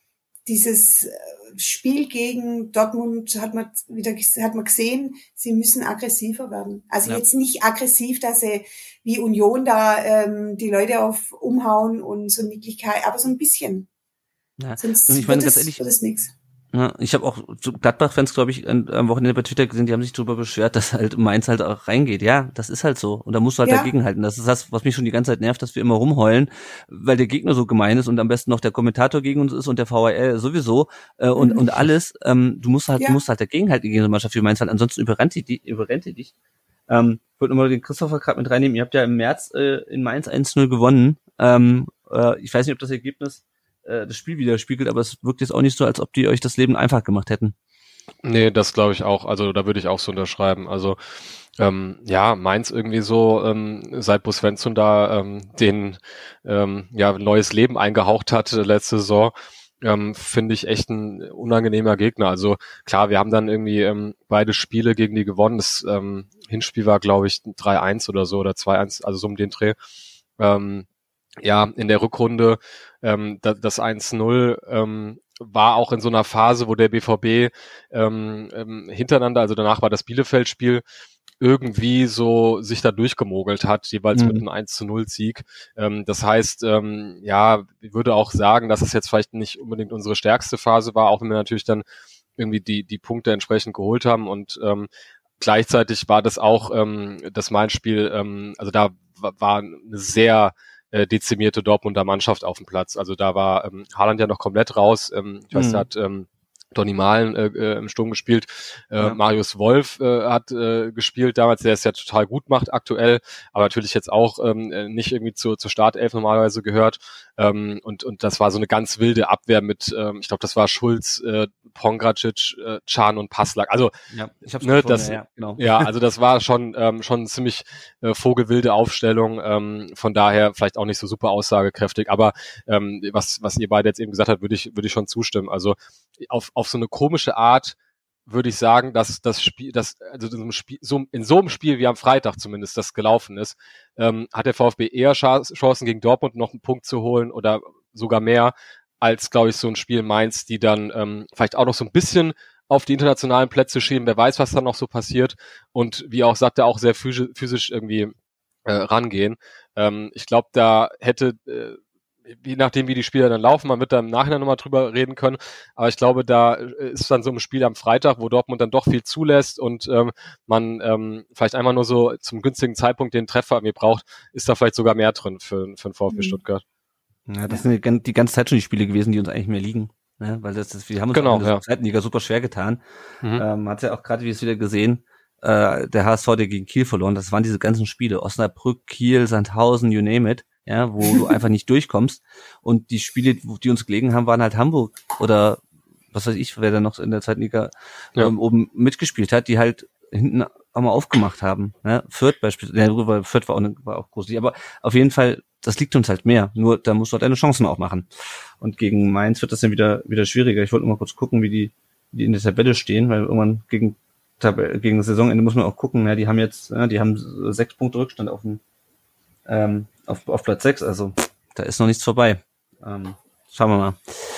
dieses Spiel gegen Dortmund hat man wieder hat man gesehen, sie müssen aggressiver werden. Also ja. jetzt nicht aggressiv, dass sie wie Union da ähm, die Leute auf umhauen und so Nicklichkeit, aber so ein bisschen. Ja. Sonst und ich meine, wird, ganz es, ehrlich, wird es nichts. Ja, ich habe auch so Gladbach-Fans, glaube ich, am Wochenende bei Twitter gesehen, die haben sich darüber beschwert, dass halt Mainz halt auch reingeht. Ja, das ist halt so. Und da musst du halt ja. dagegenhalten. Das ist das, was mich schon die ganze Zeit nervt, dass wir immer rumheulen, weil der Gegner so gemein ist und am besten noch der Kommentator gegen uns ist und der V R L sowieso äh, und mhm. und alles. Ähm, du musst halt, ja. du musst halt dagegenhalten gegen so eine Mannschaft wie Mainz halt. Ansonsten überrennt die, die überrennt die dich. Ähm, ich wollte nochmal den Christopher gerade mit reinnehmen. Ihr habt ja im März äh, in Mainz eins null gewonnen. Ähm, äh, ich weiß nicht, ob das Ergebnis das Spiel widerspiegelt, aber es wirkt jetzt auch nicht so, als ob die euch das Leben einfach gemacht hätten. Nee, das glaube ich auch. Also da würde ich auch so unterschreiben. Also ähm, ja, Mainz irgendwie so, ähm, seit Bo Svensson da ähm, den ähm, ja neues Leben eingehaucht hat äh, letzte Saison, ähm, finde ich echt ein unangenehmer Gegner. Also klar, wir haben dann irgendwie ähm, beide Spiele gegen die gewonnen. Das ähm, Hinspiel war, glaube ich, drei eins oder so oder zwei eins, also so um den Dreh. Ähm, Ja, in der Rückrunde ähm, das, das eins null ähm, war auch in so einer Phase, wo der B V B ähm, ähm, hintereinander, also danach war das Bielefeld-Spiel, irgendwie so sich da durchgemogelt hat, jeweils mhm. mit einem eins zu null Sieg. Ähm, das heißt, ähm, ja, ich würde auch sagen, dass es jetzt vielleicht nicht unbedingt unsere stärkste Phase war, auch wenn wir natürlich dann irgendwie die die Punkte entsprechend geholt haben und ähm, gleichzeitig war das auch ähm, das Mainz-Spiel, ähm, also da war eine sehr äh, dezimierte Dortmunder Mannschaft auf dem Platz. Also da war ähm, Haaland ja noch komplett raus. Ähm, ich weiß, mhm. da hat ähm, Donny Malen äh, äh, im Sturm gespielt. Äh, ja. Marius Wolf äh, hat äh, gespielt damals, der es ja total gut macht aktuell, aber natürlich jetzt auch ähm, nicht irgendwie zur, zur Startelf normalerweise gehört. Ähm, und und das war so eine ganz wilde Abwehr mit, ähm, ich glaube, das war Schulz, äh, Pongracic, äh, Can und Passlack. Also ja, ich hab's ne, gefunden, das, ja, genau. ja, also das war schon ähm, schon eine ziemlich äh, vogelwilde Aufstellung. Ähm, von daher vielleicht auch nicht so super aussagekräftig. Aber ähm, was was ihr beide jetzt eben gesagt habt, würde ich würde ich schon zustimmen. Also auf auf so eine komische Art würde ich sagen, dass das Spiel, das also in so einem Spiel, so, in so einem Spiel wie am Freitag zumindest, das gelaufen ist, ähm, hat der VfB eher Chancen gegen Dortmund noch einen Punkt zu holen oder sogar mehr als, glaube ich, so ein Spiel Mainz, die dann ähm, vielleicht auch noch so ein bisschen auf die internationalen Plätze schieben. Wer weiß, was dann noch so passiert und wie auch sagt er auch sehr physisch, physisch irgendwie äh, rangehen. Ähm, ich glaube, da hätte äh, je nachdem, wie die Spieler dann laufen, man wird da im Nachhinein nochmal drüber reden können, aber ich glaube, da ist dann so ein Spiel am Freitag, wo Dortmund dann doch viel zulässt und ähm, man ähm, vielleicht einmal nur so zum günstigen Zeitpunkt den Treffer irgendwie braucht, ist da vielleicht sogar mehr drin für, für den VfB mhm. Stuttgart. Ja, das sind die, die ganze Zeit schon die Spiele gewesen, die uns eigentlich mehr liegen, ne? Weil das, das wir haben uns genau, in der ja. Zweitenliga super schwer getan. Mhm. Ähm, man hat ja auch gerade, wie es wieder gesehen, äh, der H S V, der gegen Kiel verloren, das waren diese ganzen Spiele, Osnabrück, Kiel, Sandhausen, you name it, ja, wo du einfach nicht durchkommst. Und die Spiele, die uns gelegen haben, waren halt Hamburg oder was weiß ich, wer da noch in der zweiten Liga ja. ähm, oben mitgespielt hat, die halt hinten auch mal aufgemacht haben. Ne? Fürth beispielsweise, ja, Fürth war auch, ne, war auch groß, aber auf jeden Fall, das liegt uns halt mehr. Nur da musst du halt deine Chancen auch machen. Und gegen Mainz wird das dann wieder wieder schwieriger. Ich wollte nur mal kurz gucken, wie die, wie die in der Tabelle stehen, weil irgendwann gegen Tab- gegen Saisonende muss man auch gucken. Ja, die haben jetzt, ja, die haben sechs Punkte Rückstand auf den ähm, auf, auf Platz sechs, also da ist noch nichts vorbei. Ähm, schauen wir mal.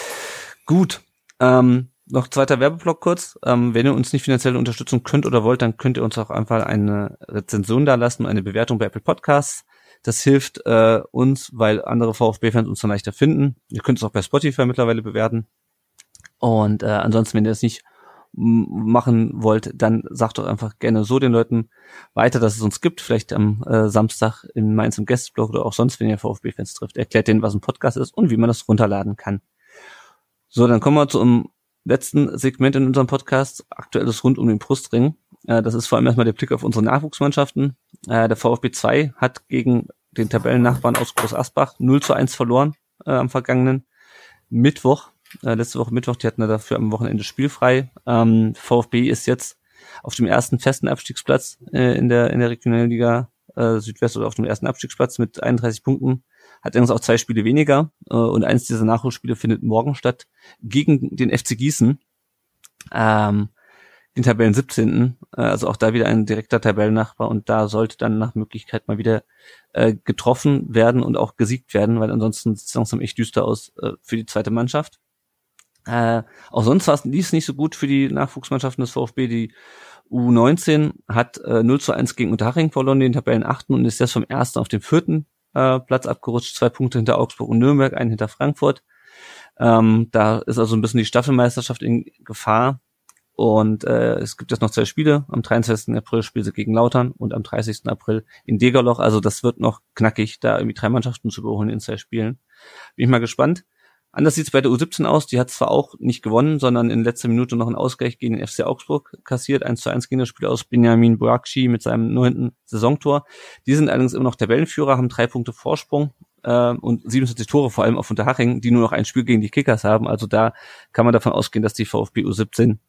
Gut, ähm, noch zweiter Werbeblock kurz. Ähm, wenn ihr uns nicht finanziell unterstützen könnt oder wollt, dann könnt ihr uns auch einfach eine Rezension da lassen, eine Bewertung bei Apple Podcasts. Das hilft äh, uns, weil andere VfB-Fans uns dann leichter finden. Ihr könnt es auch bei Spotify mittlerweile bewerten. Und äh, ansonsten, wenn ihr das nicht machen wollt, dann sagt doch einfach gerne so den Leuten weiter, dass es uns gibt, vielleicht am äh, Samstag in Mainz im Gästeblog oder auch sonst, wenn ihr VfB-Fans trifft. Erklärt denen, was ein Podcast ist und wie man das runterladen kann. So, dann kommen wir zum letzten Segment in unserem Podcast, aktuelles rund um den Brustring. Äh, das ist vor allem erstmal der Blick auf unsere Nachwuchsmannschaften. Äh, der VfB zwei hat gegen den Tabellennachbarn aus Groß Asbach null zu eins verloren äh, am vergangenen Mittwoch. Äh, letzte Woche Mittwoch, die hatten ja dafür am Wochenende spielfrei. Ähm, VfB ist jetzt auf dem ersten festen Abstiegsplatz äh, in der in der Regionalliga äh, Südwest oder auf dem ersten Abstiegsplatz mit einunddreißig Punkten. Hat übrigens auch zwei Spiele weniger äh, und eins dieser Nachholspiele findet morgen statt gegen den F C Gießen, ähm, den Tabellen siebzehnten Äh, also auch da wieder ein direkter Tabellennachbar und da sollte dann nach Möglichkeit mal wieder äh, getroffen werden und auch gesiegt werden, weil ansonsten sieht es langsam echt düster aus äh, für die zweite Mannschaft. Äh, auch sonst war es lief nicht so gut für die Nachwuchsmannschaften des VfB. Die U neunzehn hat äh, null zu eins gegen Unterhaching verloren, den Tabellenachten, und ist jetzt vom ersten auf den vierten äh, Platz abgerutscht. Zwei Punkte hinter Augsburg und Nürnberg, einen hinter Frankfurt. Ähm, da ist also ein bisschen die Staffelmeisterschaft in Gefahr. Und äh, es gibt jetzt noch zwei Spiele. Am dreiundzwanzigsten April spielen sie gegen Lautern und am dreißigsten April in Degerloch. Also das wird noch knackig, da irgendwie drei Mannschaften zu überholen in zwei Spielen. Bin ich mal gespannt. Anders sieht es bei der U siebzehn aus. Die hat zwar auch nicht gewonnen, sondern in letzter Minute noch einen Ausgleich gegen den F C Augsburg kassiert. eins zu eins gegen das Spiel aus Benjamin Boakci mit seinem neunten Saisontor. Die sind allerdings immer noch Tabellenführer, haben drei Punkte Vorsprung äh, und siebenundzwanzig Tore vor allem auf Unterhaching, die nur noch ein Spiel gegen die Kickers haben. Also da kann man davon ausgehen, dass die VfB U siebzehn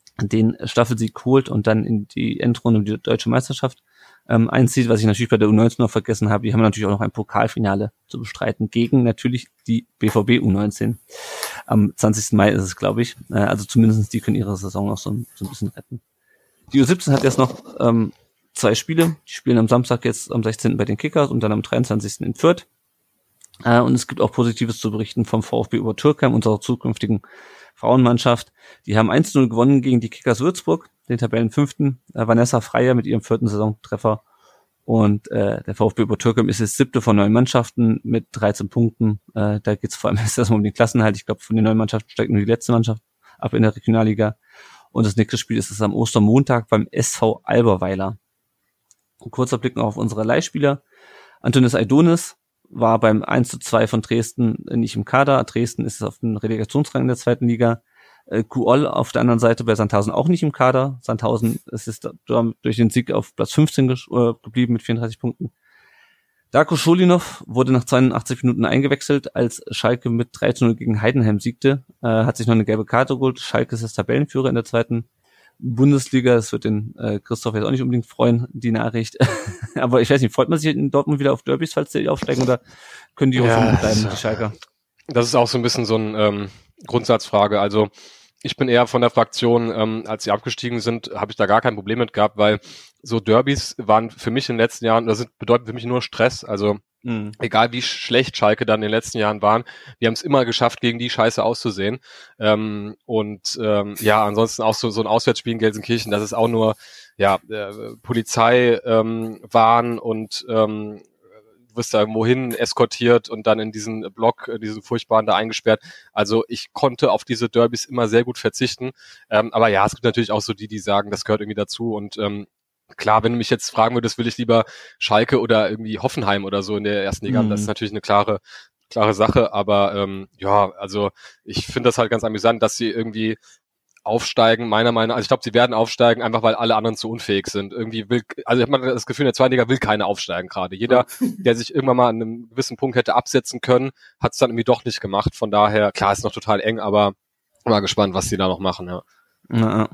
den Staffelsieg holt und dann in die Endrunde um die deutsche Meisterschaft ähm, einzieht. Was ich natürlich bei der U neunzehn noch vergessen habe, die haben natürlich auch noch ein Pokalfinale zu bestreiten gegen natürlich die B V B U neunzehn. Am zwanzigsten Mai ist es, glaube ich. Äh, also zumindest die können ihre Saison noch so, so ein bisschen retten. Die U siebzehn hat jetzt noch ähm, zwei Spiele. Die spielen am Samstag jetzt am sechzehnten bei den Kickers und dann am dreiundzwanzigsten in Fürth. Äh, und es gibt auch Positives zu berichten vom VfB Obertürkheim, unserer zukünftigen Frauenmannschaft. Die haben eins zu null gewonnen gegen die Kickers Würzburg, den Tabellenfünften. Äh, Vanessa Freier mit ihrem vierten Saisontreffer. Und äh, der VfB Obertürkheim ist jetzt siebte von neun Mannschaften mit dreizehn Punkten. Äh, da geht es vor allem erstmal um den Klassenhalt. Ich glaube, von den neun Mannschaften steigt nur die letzte Mannschaft ab in der Regionalliga. Und das nächste Spiel ist es am Ostermontag beim S V Alberweiler. Ein kurzer Blick noch auf unsere Leihspieler. Antonis Aidonis war beim eins zu zwei von Dresden nicht im Kader. Dresden ist auf dem Relegationsrang in der zweiten Liga. Äh, Kuol auf der anderen Seite bei Sandhausen auch nicht im Kader. Sandhausen ist es durch den Sieg auf Platz fünfzehn ge- äh, geblieben mit vierunddreißig Punkten. Darko Scholinov wurde nach zweiundachtzig Minuten eingewechselt, als Schalke mit drei zu null gegen Heidenheim siegte. Äh, hat sich noch eine gelbe Karte geholt. Schalke ist jetzt Tabellenführer in der zweiten Bundesliga. Das wird den äh, Christoph jetzt auch nicht unbedingt freuen, die Nachricht. Aber ich weiß nicht, freut man sich in Dortmund wieder auf Derbys, falls die aufsteigen, oder können die auch Ja, so bleiben, die Schalker? Das ist auch so ein bisschen so ein ähm, Grundsatzfrage. Also ich bin eher von der Fraktion, ähm, als sie abgestiegen sind, habe ich da gar kein Problem mit gehabt, weil so Derbys waren für mich in den letzten Jahren, das sind, bedeuten für mich nur Stress. Also mhm. egal wie schlecht Schalke dann in den letzten Jahren waren, wir haben es immer geschafft, gegen die Scheiße auszusehen. Ähm, und ähm, ja, ansonsten auch so, so ein Auswärtsspiel in Gelsenkirchen, das ist auch nur ja äh, Polizei ähm, Wahn und ähm, du wirst da irgendwo hin eskortiert und dann in diesen Block, in diesen furchtbaren da eingesperrt. Also ich konnte auf diese Derbys immer sehr gut verzichten. Ähm, aber ja, es gibt natürlich auch so die, die sagen, das gehört irgendwie dazu. Und ähm, klar, wenn du mich jetzt fragen würdest, will ich lieber Schalke oder irgendwie Hoffenheim oder so in der ersten Liga, mhm. das ist natürlich eine klare klare Sache. Aber ähm, ja, also ich finde das halt ganz amüsant, dass sie irgendwie aufsteigen, meiner Meinung nach, also ich glaube, sie werden aufsteigen, einfach weil alle anderen zu unfähig sind. Irgendwie will, also ich habe mal das Gefühl, in der zweiten Liga will keiner aufsteigen gerade. Jeder, der sich irgendwann mal an einem gewissen Punkt hätte absetzen können, hat es dann irgendwie doch nicht gemacht. Von daher, klar, ist noch total eng, aber mal gespannt, was die da noch machen, ja. Ja.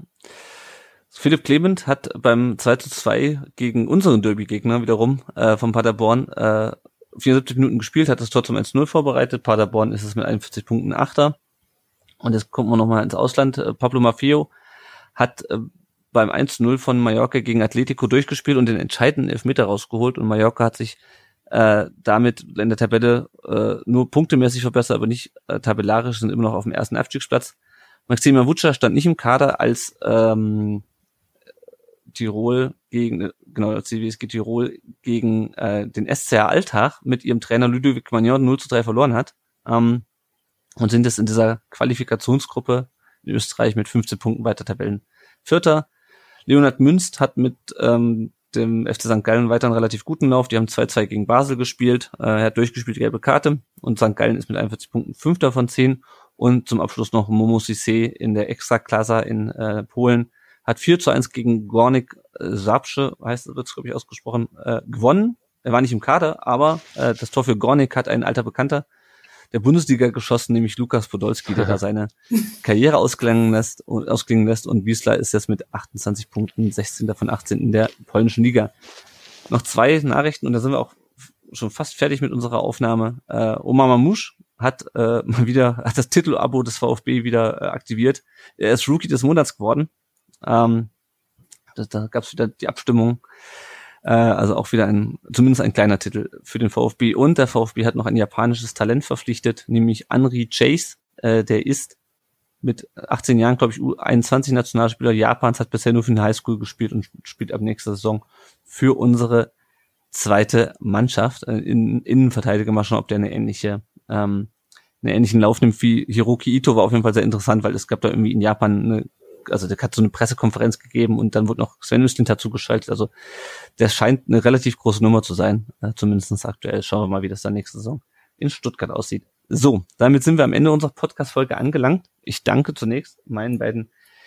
Philipp Clement hat beim zwei zu zwei gegen unseren Derby-Gegner wiederum äh, von Paderborn äh, vierundsiebzig Minuten gespielt, hat das Tor zum eins zu null vorbereitet. Paderborn ist es mit einundvierzig Punkten Achter. Und jetzt kommen wir nochmal ins Ausland. Pablo Maffeo hat äh, beim eins zu null von Mallorca gegen Atletico durchgespielt und den entscheidenden Elfmeter rausgeholt. Und Mallorca hat sich äh, damit in der Tabelle äh, nur punktemäßig verbessert, aber nicht äh, tabellarisch, sind immer noch auf dem ersten Abstiegsplatz. Maxime Wutscher stand nicht im Kader, als ähm, Tirol gegen, genau, als C W S G Tirol gegen äh, den S C R Altach mit ihrem Trainer Ludovic Magnon null zu drei verloren hat. Ähm, und sind jetzt in dieser Qualifikationsgruppe in Österreich mit fünfzehn Punkten weiter Tabellenvierter. Leonhard Münst hat mit ähm, dem F C Sankt Gallen weiter einen relativ guten Lauf. Die haben zwei zu zwei gegen Basel gespielt. Äh, er hat durchgespielt, gelbe Karte. Und Sankt Gallen ist mit einundvierzig Punkten Fünfter von zehn. Und zum Abschluss noch Momo Sissé in der Extraklasa in äh, Polen hat vier zu eins gegen Gornik Zabrze, heißt wird es glaube ich ausgesprochen, äh, gewonnen. Er war nicht im Kader, aber äh, das Tor für Gornik hat ein alter Bekannter der Bundesliga geschossen, nämlich Lukas Podolski, der da seine Karriere ausklingen lässt, ausklingen lässt und Wisla ist jetzt mit achtundzwanzig Punkten sechzehnter von achtzehn in der polnischen Liga. Noch zwei Nachrichten und da sind wir auch schon fast fertig mit unserer Aufnahme. Äh, Omar Mamouche hat äh, mal wieder hat das Titelabo des VfB wieder äh, aktiviert. Er ist Rookie des Monats geworden. Ähm, da da gab es wieder die Abstimmung. Äh, also auch wieder ein, zumindest ein kleiner Titel für den VfB. Und der VfB hat noch ein japanisches Talent verpflichtet, nämlich Henry Chase. Äh, der ist mit achtzehn Jahren, glaube ich, U einundzwanzig Nationalspieler Japans, hat bisher nur für den Highschool gespielt und spielt ab nächster Saison für unsere zweite Mannschaft. Äh, in, Innenverteidiger, mal schauen, ob der eine ähnliche, ähm, einen ähnlichen Lauf nimmt wie Hiroki Ito. War auf jeden Fall sehr interessant, weil es gab da irgendwie in Japan eine, also der hat so eine Pressekonferenz gegeben und dann wurde noch Sven Mislintat dazu geschaltet. Also der scheint eine relativ große Nummer zu sein, äh, zumindest aktuell. Schauen wir mal, wie das dann nächste Saison in Stuttgart aussieht. So, damit sind wir am Ende unserer Podcast-Folge angelangt. Ich danke zunächst meinen beiden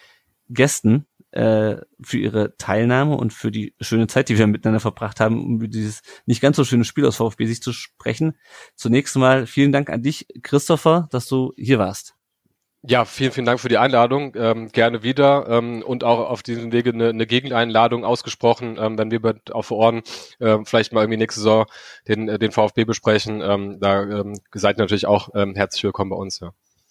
Gästen äh, für ihre Teilnahme und für die schöne Zeit, die wir miteinander verbracht haben, um über dieses nicht ganz so schöne Spiel aus VfB sich zu sprechen. Zunächst mal vielen Dank an dich, Christopher, dass du hier warst. Ja, vielen, vielen Dank für die Einladung. Ähm, gerne wieder ähm, und auch auf diesem Wege eine, eine Gegeneinladung ausgesprochen, ähm, wenn wir bei, auf Ohren ähm, vielleicht mal irgendwie nächste Saison den, den VfB besprechen. Ähm, da ähm, seid ihr natürlich auch ähm, herzlich willkommen bei uns. Ja.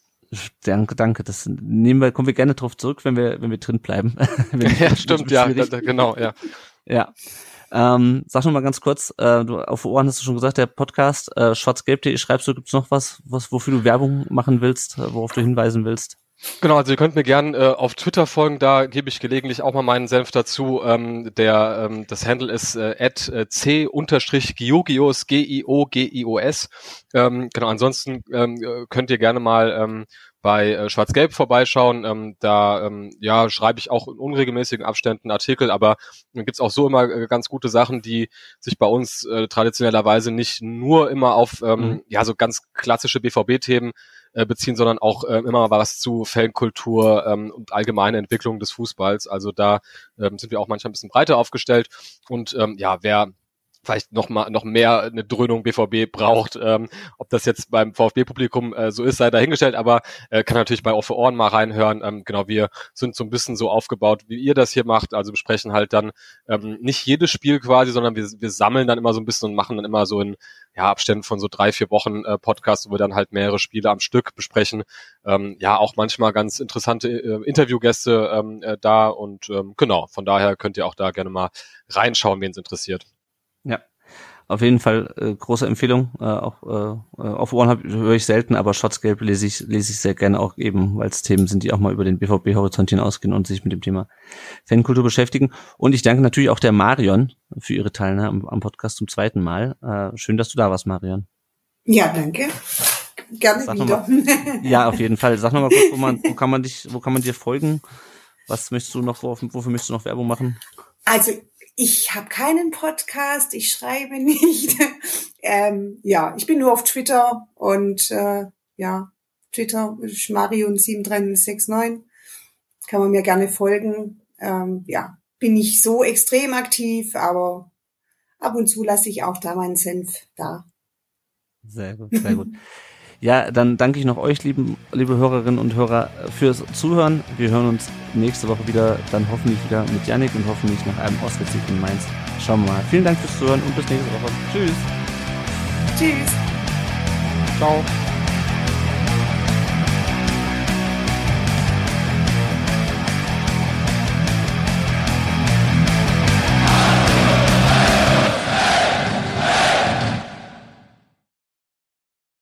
Danke, danke. Das nehmen wir, kommen wir gerne drauf zurück, wenn wir, wenn wir drin bleiben. Ja, stimmt, ja, da, genau, ja. Ja. Ähm, sag noch mal ganz kurz, äh, du auf Ohren hast du schon gesagt, der Podcast äh, schwarzgelb punkt de, schreibst du, gibt's noch was, was, wofür du Werbung machen willst, äh, worauf du hinweisen willst? Genau, also ihr könnt mir gern äh, auf Twitter folgen, da gebe ich gelegentlich auch mal meinen Senf dazu. Ähm, der ähm, das Handle ist äh, at äh, c unterstrich Giogios, G I O G I O S. Ähm, genau, ansonsten ähm, könnt ihr gerne mal ähm, bei äh, Schwarz-Gelb vorbeischauen. Ähm, da ähm, ja schreibe ich auch in unregelmäßigen Abständen Artikel, aber dann gibt's auch so immer äh, ganz gute Sachen, die sich bei uns äh, traditionellerweise nicht nur immer auf ähm, mhm. ja so ganz klassische B V B-Themen äh, beziehen, sondern auch äh, immer was zu Fankultur ähm, und allgemeine Entwicklung des Fußballs. Also da ähm, sind wir auch manchmal ein bisschen breiter aufgestellt. Und ähm, ja, wer vielleicht noch mal noch mehr eine Dröhnung B V B braucht. Ähm, ob das jetzt beim VfB-Publikum äh, so ist, sei dahingestellt, aber äh, kann natürlich bei Auf Ohren mal reinhören. Ähm, genau, wir sind so ein bisschen so aufgebaut, wie ihr das hier macht. Also besprechen halt dann ähm, nicht jedes Spiel quasi, sondern wir, wir sammeln dann immer so ein bisschen und machen dann immer so in ja, Abständen von so drei, vier Wochen äh, Podcast, wo wir dann halt mehrere Spiele am Stück besprechen. Ähm, ja, auch manchmal ganz interessante äh, Interviewgäste ähm, äh, da und ähm, genau, von daher könnt ihr auch da gerne mal reinschauen, wen es interessiert. Ja, auf jeden Fall äh, große Empfehlung. Äh, auch äh, auf Ohren höre ich selten, aber Schwarz-Gelb lese ich lese ich sehr gerne auch eben, weil es Themen sind, die auch mal über den B V B-Horizont hinausgehen und sich mit dem Thema Fankultur beschäftigen. Und ich danke natürlich auch der Marion für ihre Teilnahme am, am Podcast zum zweiten Mal. Äh, schön, dass du da warst, Marion. Ja, danke. Gerne Sag wieder. Mal, ja, auf jeden Fall. Sag noch mal kurz, wo man, wo kann man dich, wo kann man dir folgen? Was möchtest du noch, wofür, wofür möchtest du noch Werbung machen? Also ich habe keinen Podcast, ich schreibe nicht. ähm, ja, ich bin nur auf Twitter und äh, ja, Twitter ist Marion sieben drei null sechs neun. Kann man mir gerne folgen. Ähm, ja, bin nicht so extrem aktiv, aber ab und zu lasse ich auch da meinen Senf da. Sehr gut, sehr gut. Ja, dann danke ich noch euch, lieben, liebe Hörerinnen und Hörer, fürs Zuhören. Wir hören uns nächste Woche wieder, dann hoffentlich wieder mit Yannick und hoffentlich nach einem Auswärtssieg in Mainz. Schauen wir mal. Vielen Dank fürs Zuhören und bis nächste Woche. Tschüss. Tschüss. Ciao.